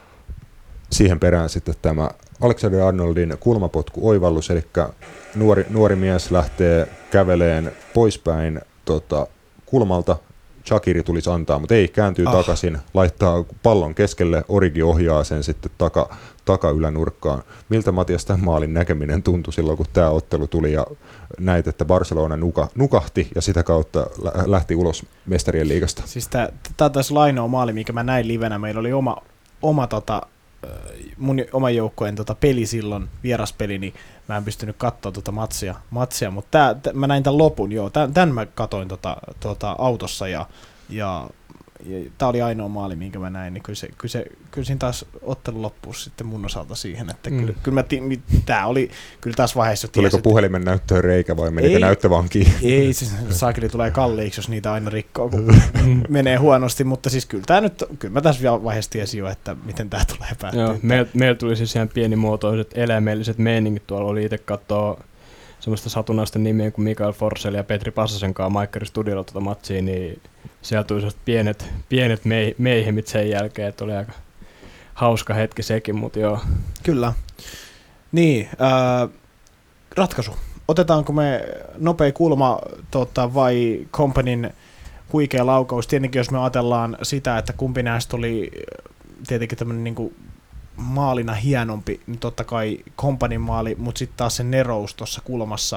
siihen perään sitten tämä Alexander-Arnoldin kulmapotku-oivallus, eli nuori, nuori mies lähtee käveleen poispäin tota, kulmalta. Shaqiri tulisi antaa, mutta ei, kääntyy ah. takaisin, laittaa pallon keskelle, Origi ohjaa sen sitten taka, taka-ylänurkkaan. Miltä Matias tämän maalin näkeminen tuntui silloin, kun tämä ottelu tuli ja näit, että Barcelona nuka, nukahti ja sitä kautta lähti ulos mestarien liigasta? Siis tämä taisi olla ainoa maali, mikä mä näin livenä. Meillä oli oma, oma tota, mun oman joukkueen tota peli silloin, vieraspeli, niin mä en pystynyt katsoa tuota matsia, matsia mutta tää, t- mä näin tämän lopun, joo, tän, tän mä katoin tota, tota autossa ja, ja, ja tää oli ainoa maali, minkä mä näin, niin kyllä, se, kyllä, se, kyllä siinä taas ottelu loppuu sitten mun osalta siihen, että mm. kyllä, kyllä mä ti- tää oli, kyllä tässä vaiheessa Tuliko ties, puhelimen näyttöön reikä vai menikö näyttö vaan kiinni? Ei, siis saakeli tulee kalliiksi, jos niitä aina rikkoo, kun menee huonosti, mutta siis kyllä tää nyt, kyllä mä tässä vaiheessa tiesin jo, että miten tää tulee päättyä. Joo, meillä meil tuli siis ihan pienimuotoiset eläimelliset meiningit, tuolla oli itse kattoo semmoista satunnaista nimiä kuin Mikael Forsell ja Petri Passasen kanssa Maikkari studiolla tuota matsia, niin siellä tuli sellaiset pienet, pienet mei, meihemit sen jälkeen, että oli aika hauska hetki sekin, mutta joo. Kyllä. Niin, äh, ratkaisu. Otetaanko me nopea kulma tota, vai Companyn huikea laukaus? Tietenkin jos me ajatellaan sitä, että kumpi näistä oli tietenkin tämmöinen niin kuin maalina hienompi, niin totta kai Companyn maali, mutta sitten taas se nerous tuossa kulmassa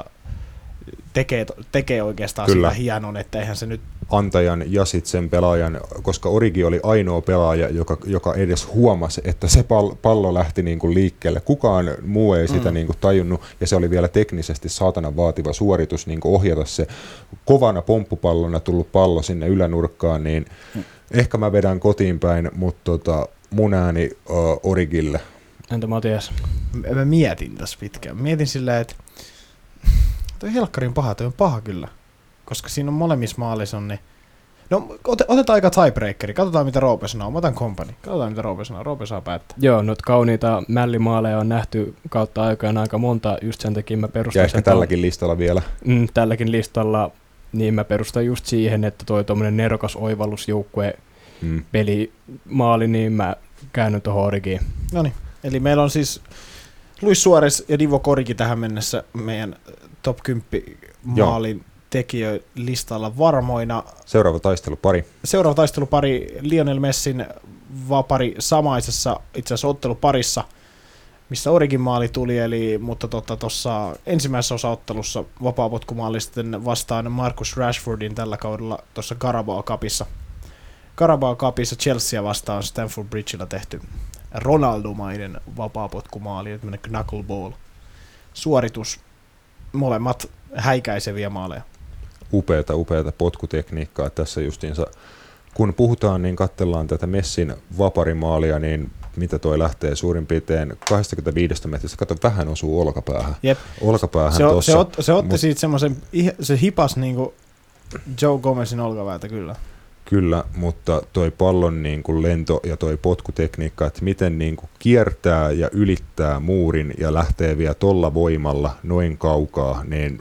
tekee, tekee oikeastaan Kyllä. sitä hienon, että eihän se nyt Antajan ja sitten sen pelaajan, koska Origi oli ainoa pelaaja, joka, joka edes huomasi, että se pallo, pallo lähti niin kuin liikkeelle. Kukaan muu ei sitä mm. niin kuin tajunnut, ja se oli vielä teknisesti saatana vaativa suoritus niin kuin ohjata se kovana pomppupallona tullut pallo sinne ylänurkkaan, niin mm. ehkä mä vedän kotiin päin, mutta tota, mun ääni uh, Origille. Entä Matias? Mä, mä mietin tässä pitkään. Mietin silleen, että toi helkkari on paha, toi on paha kyllä. Koska siinä on molemmissa maalissa on niin. No ot- otetaan aika tiebreakeri, katsotaan mitä Roope sanoo. Mä otan Company, katsotaan mitä Roope sanoo. Roope saa päättää. Joo, noita kauniita mällimaaleja on nähty kautta aikoina aika monta, just sen takia mä perustan Ja ehkä sen tälläkin listalla vielä. Mm, tälläkin listalla, niin mä perustan just siihen, että toi tommonen nerokas oivallusjoukkue Mm. pelimaali, niin mä käännyn tuohon Origiin. Noniin, eli meillä on siis Luis Suarez ja Divo Origi tähän mennessä meidän top kymmenen maalin tekijöiden listalla varmoina. Seuraava taistelupari. Seuraava taistelupari Lionel Messin vapari samaisessa itse asiassa otteluparissa, missä Origin maali tuli, eli, mutta tuossa tota, ensimmäisessä osaottelussa vapaapotkumaali sitten vastaan Marcus Rashfordin tällä kaudella tuossa Carabao Cupissa. Carabao Cupissa Chelsea vastaan Stamford Bridgella tehty Ronaldo-mainen vapaapotkumaali, tämmöinen knuckleball suoritus, molemmat häikäiseviä maaleja. Upeata, upeata potkutekniikkaa tässä justiinsa. Kun puhutaan, niin katsellaan tätä Messin vaparimaalia, niin mitä toi lähtee suurin piirtein kaksikymmentäviisi metristä. Kato, vähän osuu olkapäähän. Jep. Olkapäähän se, tossa. Se, ot, se otti Mut, siitä semmoisen, se hipas niinku Joe Gomezin olkapäätä kyllä. Kyllä, mutta toi pallon niin kuin lento ja toi potkutekniikka, että miten niin kuin kiertää ja ylittää muurin ja lähtee vielä tolla voimalla noin kaukaa, niin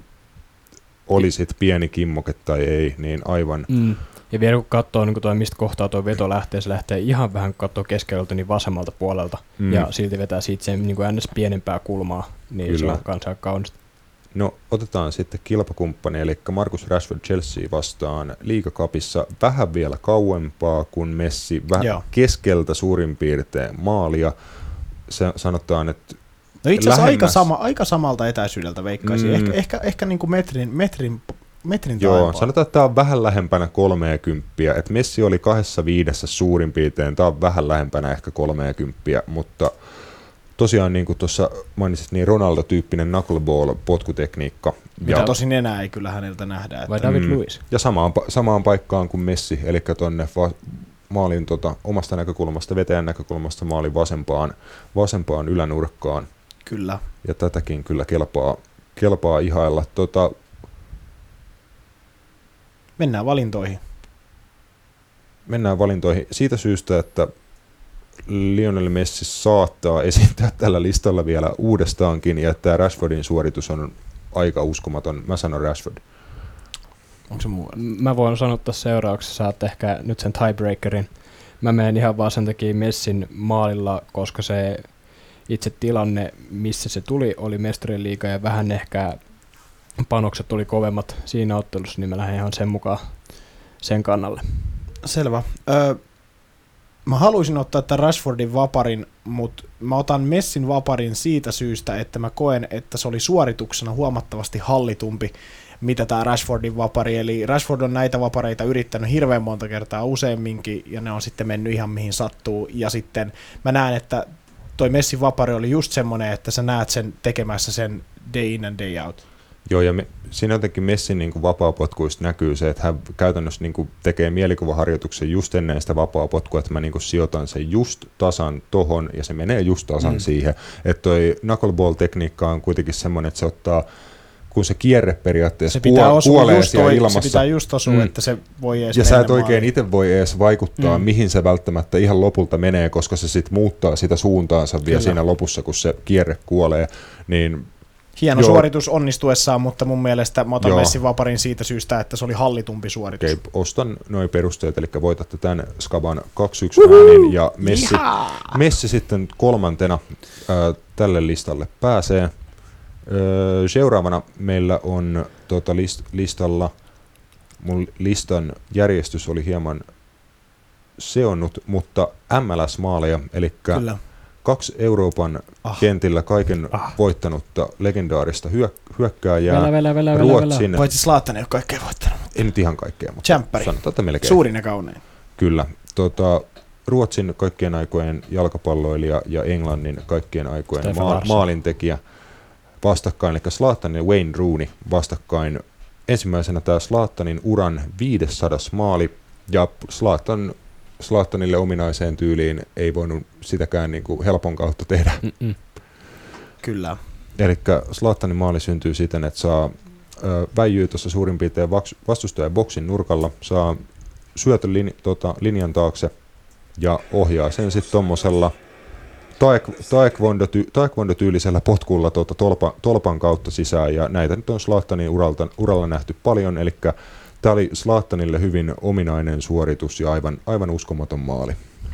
olisit pieni kimmoke tai ei, niin aivan. Mm. Ja vielä kun katsoo, niin toi, mistä kohtaa tuo veto lähtee, se lähtee ihan vähän kun katsoo keskeltä niin vasemmalta puolelta mm. ja silti vetää siitä sen niin kuin ns. Pienempää kulmaa, niin Kyllä. se on kanssa aika kaunista. No otetaan sitten kilpakumppani, eli Marcus Rashford Chelsea vastaan Liigacupissa vähän vielä kauempaa kuin Messi, vähän keskeltä suurin piirtein maalia. Se sanotaan, että no itse asiassa aika, sama, aika samalta etäisyydeltä veikkaisin, mm. ehkä, ehkä, ehkä niin kuin metrin, metrin, metrin Joo, taimpaa. Sanotaan, että tämä on vähän lähempänä kolmeakymppiä, että Messi oli kahdessa viidessä suurin piirtein, tämä on vähän lähempänä ehkä kolmeakymppiä, mutta tosiaan niin kuin tuossa mainitsit, niin Ronaldo-tyyppinen knuckleball-potkutekniikka. Mitä ja tosin enää ei kyllä häneltä nähdä. Että vai David mm, Luiz? Ja samaan, samaan paikkaan kuin Messi, eli tuonne va- maalin tota, omasta näkökulmasta, vetäjän näkökulmasta maalin vasempaan, vasempaan ylänurkkaan. Kyllä. Ja tätäkin kyllä kelpaa, kelpaa ihailla. Tota, Mennään valintoihin. Mennään valintoihin siitä syystä, että Lionel Messi saattaa esittää tällä listalla vielä uudestaankin, ja tämä Rashfordin suoritus on aika uskomaton. Mä sanon Rashford. Onko se muu? Mä voin sanoa tässä seuraavaksi, saat ehkä nyt sen tiebreakerin. Mä menen ihan vaan sen takia Messin maalilla, koska se itse tilanne, missä se tuli, oli mestarien liiga ja vähän ehkä panokset tuli kovemmat siinä ottelussa, niin mä lähden ihan sen mukaan sen kannalle. Selvä. Öö, mä haluaisin ottaa tämän Rashfordin vaparin, mutta mä otan Messin vaparin siitä syystä, että mä koen, että se oli suorituksena huomattavasti hallitumpi, mitä tämä Rashfordin vapari, eli Rashford on näitä vapareita yrittänyt hirveän monta kertaa useamminkin, ja ne on sitten mennyt ihan mihin sattuu, ja sitten mä näen, että toi Messin vapari oli just semmoinen, että sä näet sen tekemässä sen day in and day out. Joo, ja me, siinä jotenkin Messin niin kuin vapaapotkuista näkyy se, että hän käytännössä niin kuin tekee mielikuvaharjoituksen just ennen sitä vapaapotkua, että mä niin kuin sijoitan sen just tasan tohon, ja se menee just tasan mm. siihen. Että toi knuckleball-tekniikka on kuitenkin semmoinen, että se ottaa, kun se kierre periaatteessa se pitää puol- kuolee siellä toi, ilmassa. Se pitää just osua, mm. että se voi edes ja sä et oikein maaliin. itse voi edes vaikuttaa, mm. mihin se välttämättä ihan lopulta menee, koska se sitten muuttaa sitä suuntaansa vielä Kyllä. siinä lopussa, kun se kierre kuolee, niin hieno Joo. suoritus onnistuessaan, mutta mun mielestä mä otan Joo. Messin vaparin siitä syystä, että se oli hallitumpi suoritus. Okei, ostan noin perusteet, eli voitatte tämän Skaban kaksi yksi äänin, ja Messi, Messi sitten kolmantena ää, tälle listalle pääsee. Ää, seuraavana meillä on tota, list, listalla, mun listan järjestys oli hieman seonnut, mutta M L S-maaleja, eli Kyllä. kaksi Euroopan ah. kentillä kaiken ah. voittanutta legendaarista hyök- hyökkääjää. Velä, velä, velä, Ruotsin... velä. Paitsi Zlatan ei ole kaikkea voittanut. Ei nyt ihan kaikkea, mutta Tsemppari. sanotaan, että melkein. Suurin ja kaunein. Kyllä. Tota, Ruotsin kaikkien aikojen jalkapalloilija ja Englannin kaikkien aikojen ma- maalintekijä vastakkain, eli Zlatan ja Wayne Rooney vastakkain. Ensimmäisenä tämä Zlatanin uran viisisadas maali, ja Zlatan Zlatanille ominaiseen tyyliin ei voinut sitäkään niin kuin helpon kautta tehdä. Mm-mm. Kyllä. Eli Zlatanin maali syntyy siten, että saa ö, väijyy tuossa suurin piirtein vastustajan boksin nurkalla, saa syötön lin, tota, linjan taakse ja ohjaa sen sitten tuommoisella taekwondo-tyylisellä potkulla tuota, tolpa, tolpan kautta sisään, ja näitä nyt on Zlatanin uralta, uralla nähty paljon, eli tämä oli Zlatanille hyvin ominainen suoritus ja aivan, aivan uskomaton maali.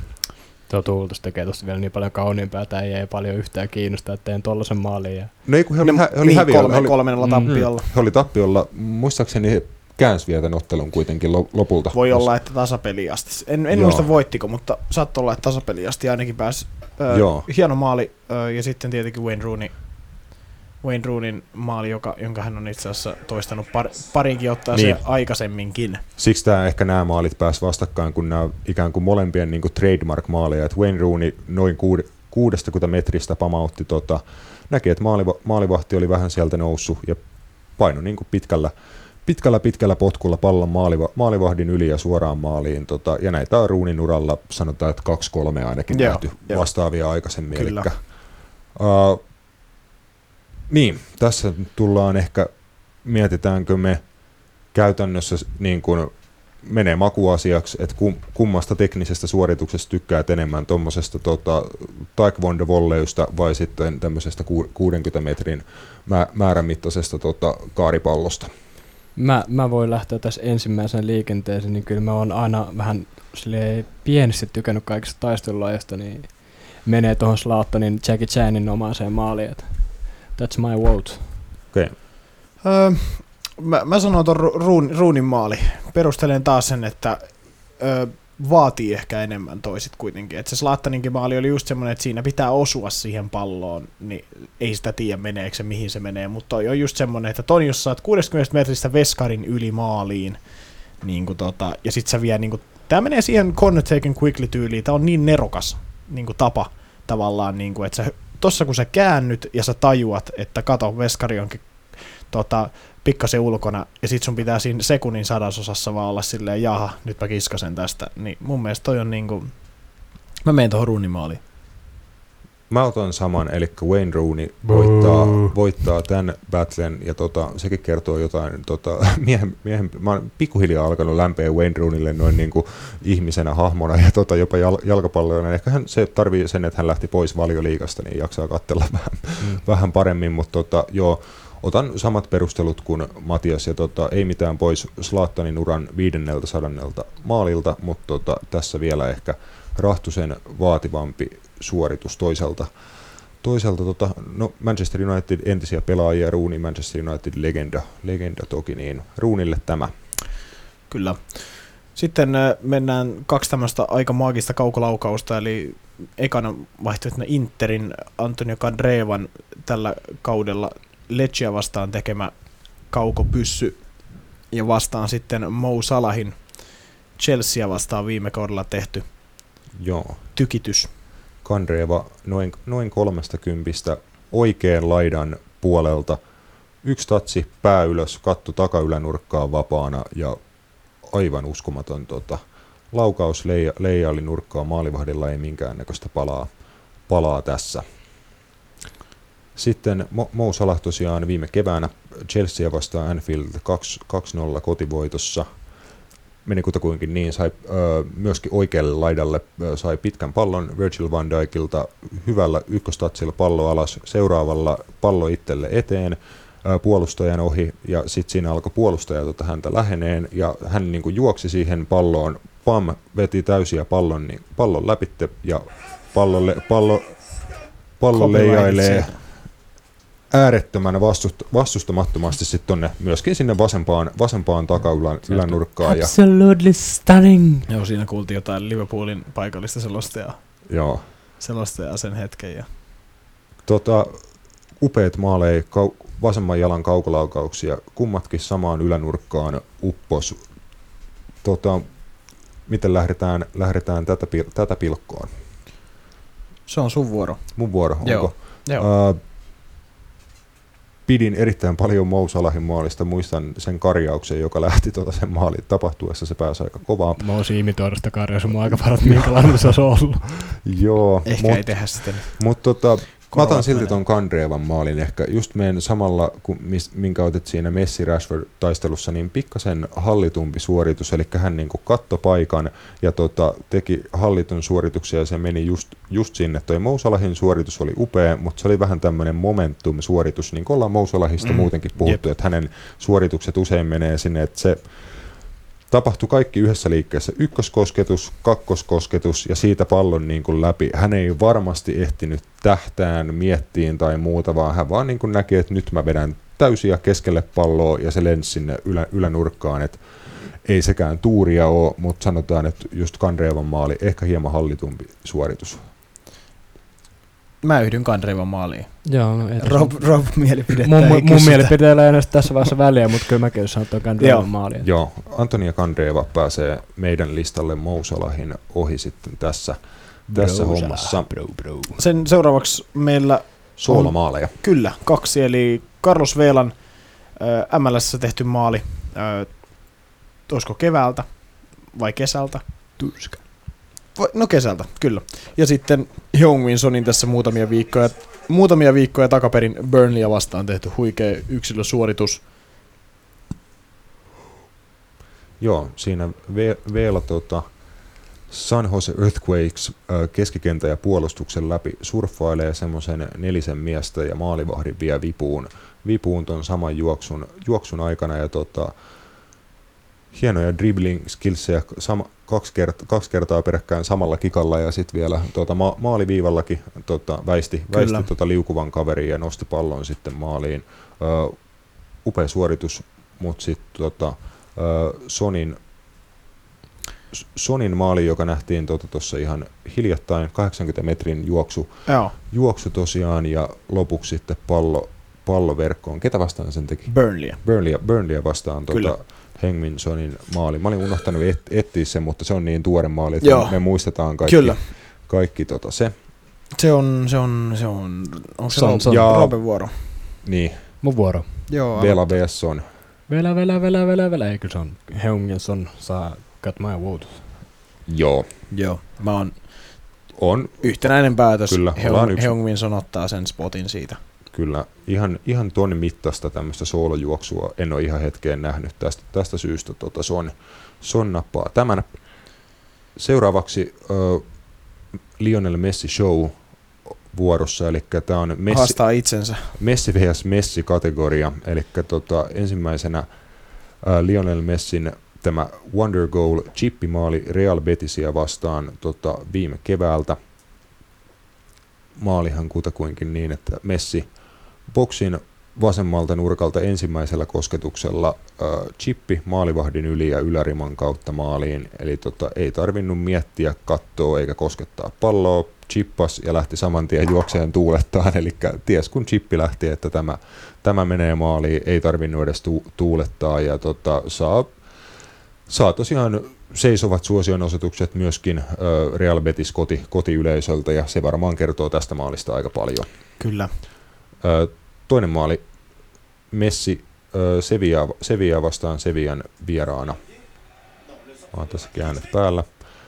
Tuo Tuultus tekee tuosta vielä niin paljon kauniimpaa, että ei, ei paljon yhtään kiinnostaa, että teen tollasen maalin. Ja... No ei, kun he oli, hä- he oli häviöllä. Kolme, kolmennella tappiolla. He oli tappiolla. Muistaakseni he käänsi vielä tämän ottelun kuitenkin lopulta. Voi olla, että tasapeli asti. En, en muista voittiko, mutta saattoi olla, että tasapeli asti ainakin pääsi. Öö, hieno maali, öö, ja sitten tietenkin Wayne Rooney. Wayne Rooneyn maali, joka, jonka hän on itse asiassa toistanut par, parinkin ottaa niin. se aikaisemminkin. Siksi tämä ehkä nämä maalit pääsi vastakkain, kun nämä ikään kuin molempien niin kuin trademark-maaleja. Että Wayne Rooney noin kuud, kuudestakymmentä metristä pamautti, tota, näki, että maaliva, maalivahti oli vähän sieltä noussut ja painoi niin kuin pitkällä, pitkällä pitkällä potkulla pallon maaliva, maalivahdin yli ja suoraan maaliin. Tota, ja näitä on Rooneyn uralla, sanotaan, että kaksi kolme ainakin joo, nähty jo. vastaavia aikaisemmin. Kyllä. Elikkä, uh, Niin, tässä tullaan ehkä, mietitäänkö me käytännössä niin kuin menee makuasiaksi, että kummasta teknisestä suorituksesta tykkäät enemmän, tuommoisesta tota, taekwondo-volleysta vai sitten tämmöisestä kuudenkymmenen metrin määrämittaisesta tota, kaaripallosta? Mä, mä voin lähteä tässä ensimmäisenä liikenteeseen, niin kyllä mä oon aina vähän pienesti tykännyt kaikista taistelulajista, niin menee tuohon Zlatanin Jackie Chanin omaiseen maaliin. That's my vote. Okay. Öö, mä, mä sanon tuon Rooneyn ruun, maali. Perustelen taas sen, että öö, vaatii ehkä enemmän toisit kuitenkin. Et se Zlataninkin maali oli just semmoinen, että siinä pitää osua siihen palloon, niin ei sitä tiedä meneekö se, mihin se menee. Mutta toi on just semmoinen, että ton jos saat kuudestakymmenestä metristä veskarin yli maaliin, niin tota, ja sit sä vie, niin kuin, tää menee siihen corner taken quickly tyyliin, tää on niin nerokas niin kuin tapa tavallaan, niin kuin, että sä tossa kun sä käännyt ja sä tajuat, että kato, veskari onkin tota, pikkasen ulkona, ja sit sun pitää siinä sekunnin sadasosassa vaan olla silleen, jaha, nyt mä kiskasen tästä, niin mun mielestä toi on niinku, mä menen tohon Rooneyn maaliin. Mä otan saman, eli Wayne Rooney voittaa, voittaa tämän battlen, ja tota, sekin kertoo jotain, tota, miehen, miehen, mä oon pikkuhiljaa alkanut lämpeä Wayne Rooneylle noin niin kuin ihmisenä, hahmona ja tota, jopa jal, jalkapalloina. Ehkä hän, se tarvii sen, että hän lähti pois Valioliigasta, niin jaksaa katsella vähän, mm. vähän paremmin, mutta tota, joo, otan samat perustelut kuin Matias, ja tota, ei mitään pois Zlatanin uran viidenneltä sadannelta maalilta, mutta tota, tässä vielä ehkä Rahtusen vaativampi suoritus toiselta. Toisaalta tota, no Manchester United entisiä pelaajia, Rooney, Manchester United legenda, legenda toki, niin Rooneylle tämä. Kyllä. Sitten äh, mennään kaksi tämmöistä aika maagista kaukolaukausta, eli ekana vaihtoehtona Interin Antonio Candrevan tällä kaudella Lecceä vastaan tekemä kaukopyssy, ja vastaan sitten Mo Salahin Chelsea vastaan viime kaudella tehty Joo. tykitys. Kandreva noin, noin kolmesta kympistä oikean laidan puolelta. Yksi tatsi, pää ylös, katto takaylänurkkaan vapaana ja aivan uskomaton tota, laukaus leija, leijaili nurkkaa. Maalivahdilla ei minkäännäköistä palaa, palaa tässä. Sitten Mo, Mo Salah tosiaan viime keväänä Chelsea vastaan Anfield kaksi nolla kotivoitossa. Meni kutakuinkin niin, sai ö, myöskin oikealle laidalle ö, sai pitkän pallon Virgil van Dijkilta, hyvällä ykköstatsilla pallo alas, seuraavalla pallo itselle eteen, ö, puolustajan ohi, ja sitten siinä alkoi puolustaja tota häntä läheneen, ja hän niinku juoksi siihen palloon, pam, veti täysiä pallon, niin pallon läpitte, ja pallo, pallo, pallo leijailee äärettömän vastust, vastustamattomasti sitten tonne myöskin sinne vasempaan, vasempaan takaylänurkkaan. Absolutely stunning. Joo, siinä kuultiin jotain Liverpoolin paikallista selostajaa. Joo. Selostajaa sen hetken. Ja... Tota, upeat maaleja, kau- vasemman jalan kaukolaukauksia, kummatkin samaan ylänurkkaan uppos. Tota, miten lähdetään, lähdetään tätä, tätä pilkkoon? Se on sun vuoro. Mun vuoro, onko? Joo. Joo. Uh, Pidin erittäin paljon Mo Salahin maalista, muistan sen karjauksen, joka lähti tuota sen maalin tapahtuessa, se pääsi aika kovaa. Mä oon imitoida sitä karjausta, mä oon aika varat, minkälainen se olisi ollut. Joo. Ehkä mut, ei tehdä sitä. Mutta tota, mä otan silti ton Kandrevan maalin ehkä, just meidän samalla, kun, minkä otit siinä Messi-Rashford-taistelussa, niin pikkasen hallitumpi suoritus, eli hän niinku kattoi paikan ja tota, teki hallitun suorituksia ja se meni just, just sinne. Toi Mo Salahin suoritus oli upea, mutta se oli vähän tämmöinen momentum-suoritus, niin kuin ollaan Mo Salahista mm. muutenkin puhuttu, Jep. että hänen suoritukset usein menee sinne, että se tapahtui kaikki yhdessä liikkeessä. Ykköskosketus, kakkoskosketus ja siitä pallon niin kuin läpi. Hän ei varmasti ehtinyt tähtään, miettiin tai muuta, vaan hän vaan niin kuin näki, että nyt mä vedän täysiä keskelle palloa ja se lensi sinne ylä, ylänurkkaan. Et ei sekään tuuria ole, mutta sanotaan, että just Kandrevan maali ehkä hieman hallitumpi suoritus. Mä yhdyn Kandrevan maaliin. Joo, no Rob, Rob mielipidettä mun, ei mun kysytä. mielipiteellä ei enää tässä vaiheessa väliä, mutta kyllä mäkin sanon tuon Kandrevan maaliin. Joo, Antonia Kandreva pääsee meidän listalle Mo Salahin ohi sitten tässä, tässä bro, hommassa. Bro, bro. Sen seuraavaksi meillä Soolomaaleja. on, kyllä, kaksi, eli Carlos Velan äh, M L S:ssä tehty maali, äh, olisiko keväältä vai kesältä? Tuska. No kesältä, kyllä. Ja sitten Heung-min Sonin tässä muutamia viikkoja, muutamia viikkoja takaperin Burnleyä vastaan tehty huikea yksilösuoritus. Joo, siinä Veela tota, San Jose Earthquakes äh, keskikentän ja puolustuksen läpi surffailee semmoisen nelisen miestä ja maalivahdin vie vipuun, vipuun ton saman juoksun, juoksun aikana ja tota, hienoja dribbling skillsejä sama, kaksi, kert, kaksi kertaa peräkkäin samalla kikalla ja sitten vielä tota, ma, maaliviivallakin tota, väisti, väisti tota, liukuvan kaverin ja nosti pallon sitten maaliin. Ö, upea suoritus, mutta sitten tota, Sonin, Sonin maali, joka nähtiin tuossa tota, ihan hiljattain, kahdeksankymmentä metrin juoksu, Joo. juoksu tosiaan ja lopuksi sitten pallo, pallo verkkoon. Ketä vastaan sen teki? Burnleyä. Burnleyä, Burnleyä vastaan. Tota, Heung-min Sonin maali. Mä olin unohtanut et, etsiä sen, mutta se on niin tuore maali, että Joo. me muistetaan kaikki, Kyllä. kaikki tota se. Se on, se on, se on, on se on, on ja, Roopen vuoro. Niin. Mun vuoro. Joo. Vela vs Son. Vela, vela, vela, vela, vela. Eikö se on Heung-min Son saa cut my vote. Joo. Joo. Mä oon on yhtenäinen päätös. Kyllä, Heung, Heung-min Son ottaa sen spotin siitä. Kyllä, ihan, ihan ton mittaista tämmöistä soolojuoksua en ole ihan hetkeen nähnyt tästä, tästä syystä. Tota, Son, Son nappaa tämän. Seuraavaksi äh, Lionel Messi show vuorossa, eli tämä on Messi, haastaa itsensä. Messi vs Messi kategoria, eli tota, ensimmäisenä äh, Lionel Messin tämä Wonder Goal chippimaali Real Betisia vastaan tota, viime keväältä. Maalihan kutakuinkin niin, että Messi boksin vasemmalta nurkalta ensimmäisellä kosketuksella äh, chippi maalivahdin yli ja yläriman kautta maaliin, eli tota, ei tarvinnut miettiä, kattoa eikä koskettaa palloa, chippas ja lähti saman tien juokseen tuulettaan, eli ties kun chippi lähti, että tämä, tämä menee maaliin, ei tarvinnut edes tu- tuulettaa ja tota, saa, saa tosiaan seisovat suosionosoitukset myöskin äh, Real Betis koti, kotiyleisöltä, ja se varmaan kertoo tästä maalista aika paljon. Kyllä. Äh, toinen maali, Messi äh, Sevilla, Sevilla vastaan Sevillan vieraana. Mä tässä käännet päällä.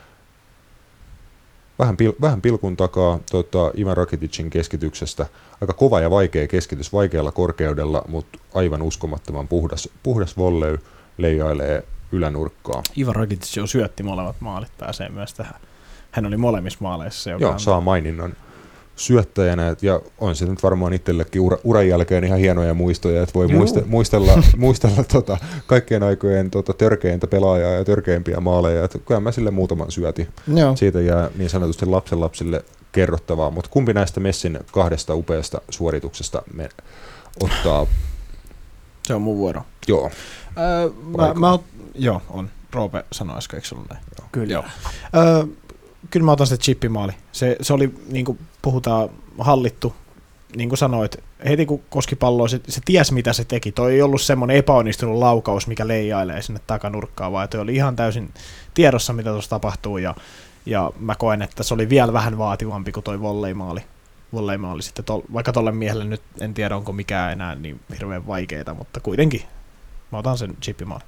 Vähän, pil, vähän pilkun takaa tota, Ivan Rakiticin keskityksestä. Aika kova ja vaikea keskitys vaikealla korkeudella, mutta aivan uskomattoman puhdas, puhdas volley leijailee ylänurkkaa. Ivan Rakitic jo syötti molemmat maalit, pääsee myös tähän. Hän oli molemmissa maaleissa. Joo, on... saa maininnan syöttäjänä, ja on se nyt varmaan itsellekin ura, uran jälkeen ihan hienoja muistoja, että voi muiste, muistella, muistella tota, kaikkien aikojen tota, törkeintä pelaajaa ja törkeimpiä maaleja, että kyllä mä sille muutaman syötin. Joo. Siitä jää niin sanotusti lapsenlapsille kerrottavaa, mutta kumpi näistä Messin kahdesta upeasta suorituksesta me ottaa? Se on mun vuoro. Joo. Öö, mä, mä ot, joo, on. Roope sanoi äsken, eikö sulla näin? Joo. Kyllä. Joo. Öö, Kyllä mä otan se chippimaali. Se, se oli, niin kuin puhutaan, hallittu. Niin kuin sanoit, heti kun koski palloa, se, se tiesi mitä se teki. Toi ei ollut semmoinen epäonnistunut laukaus, mikä leijailee sinne takanurkkaan, vaan toi oli ihan täysin tiedossa, mitä tuossa tapahtuu. Ja, ja mä koen, että se oli vielä vähän vaativampi kuin toi volleymaali. Volleymaali sitten, tol, vaikka tolle miehelle nyt en tiedä, onko mikään enää niin hirveän vaikeaa, mutta kuitenkin mä otan sen chippimaali.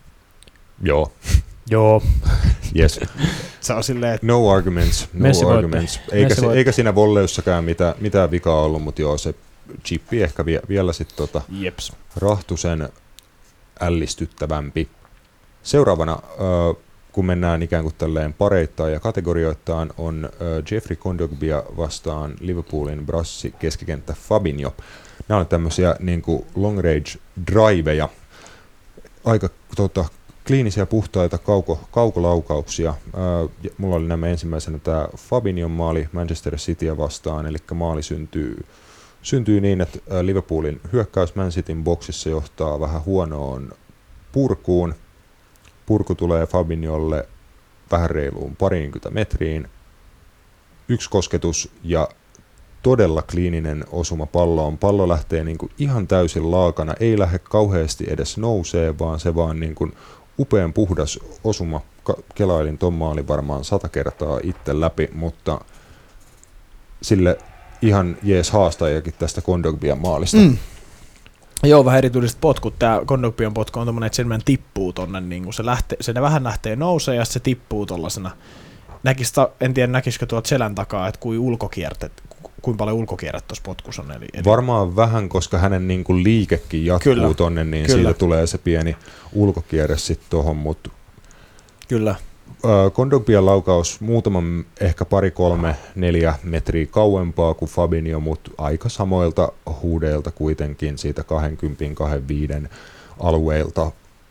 Joo. Joo. Yes. Se on silleen, että no arguments, no Messi arguments. Eikä, se, eikä siinä volleyssakaan mitään, mitään vikaa ollut, mutta joo, se chippi ehkä vie, vielä sitten tota Rahtusen ällistyttävämpi. Seuraavana, äh, kun mennään ikään kuin tälleen pareittain ja kategorioittain, on äh, Jeffrey Kondogbia vastaan Liverpoolin brassi keskikenttä Fabinho. Nämä on tämmöisiä niin kuin long range driveja, aika tota, kliinisiä, puhtaita kauko, kaukolaukauksia. Ää, mulla oli nämä ensimmäisenä tämä Fabinhon maali Manchester Cityä vastaan, eli maali syntyy, syntyy niin, että Liverpoolin hyökkäys Man Cityn boksissa johtaa vähän huonoon purkuun. Purku tulee Fabinholle vähän reiluun parinkymmentä metriin. Yksi kosketus ja todella kliininen osuma palloon. Pallo lähtee niin kuin ihan täysin laakana, ei lähde kauheasti edes nousee, vaan se vaan niin kuin upean puhdas osuma. Kelailin ton maalin varmaan sata kertaa itse läpi, mutta sille ihan jees haastajakin tästä Kondogbian maalista. Mm. Joo, vähän erityiset potkut. Tämä Kondogbian potku on tommoinen, että se tippuu tonne, niin kuin se, lähtee, se vähän lähtee nousee ja se tippuu tollasena. Näkis, en tiedä näkisikö tuolta selän takaa, että kuin ulkokiertet, kuinka paljon ulkokierret tuossa potkussa on. Eli, eli... Varmaan vähän, koska hänen niin kuin liikekin jatkuu Kyllä. tonne, niin Kyllä. siitä tulee se pieni ulkokierre sitten tuohon. Mut... Kyllä. Kondogbian laukaus muutaman, ehkä pari, kolme, neljä metriä kauempaa kuin Fabinho, mutta aika samoilta huudeilta kuitenkin siitä kaksikymmentä kaksikymmentäviisi alueilta.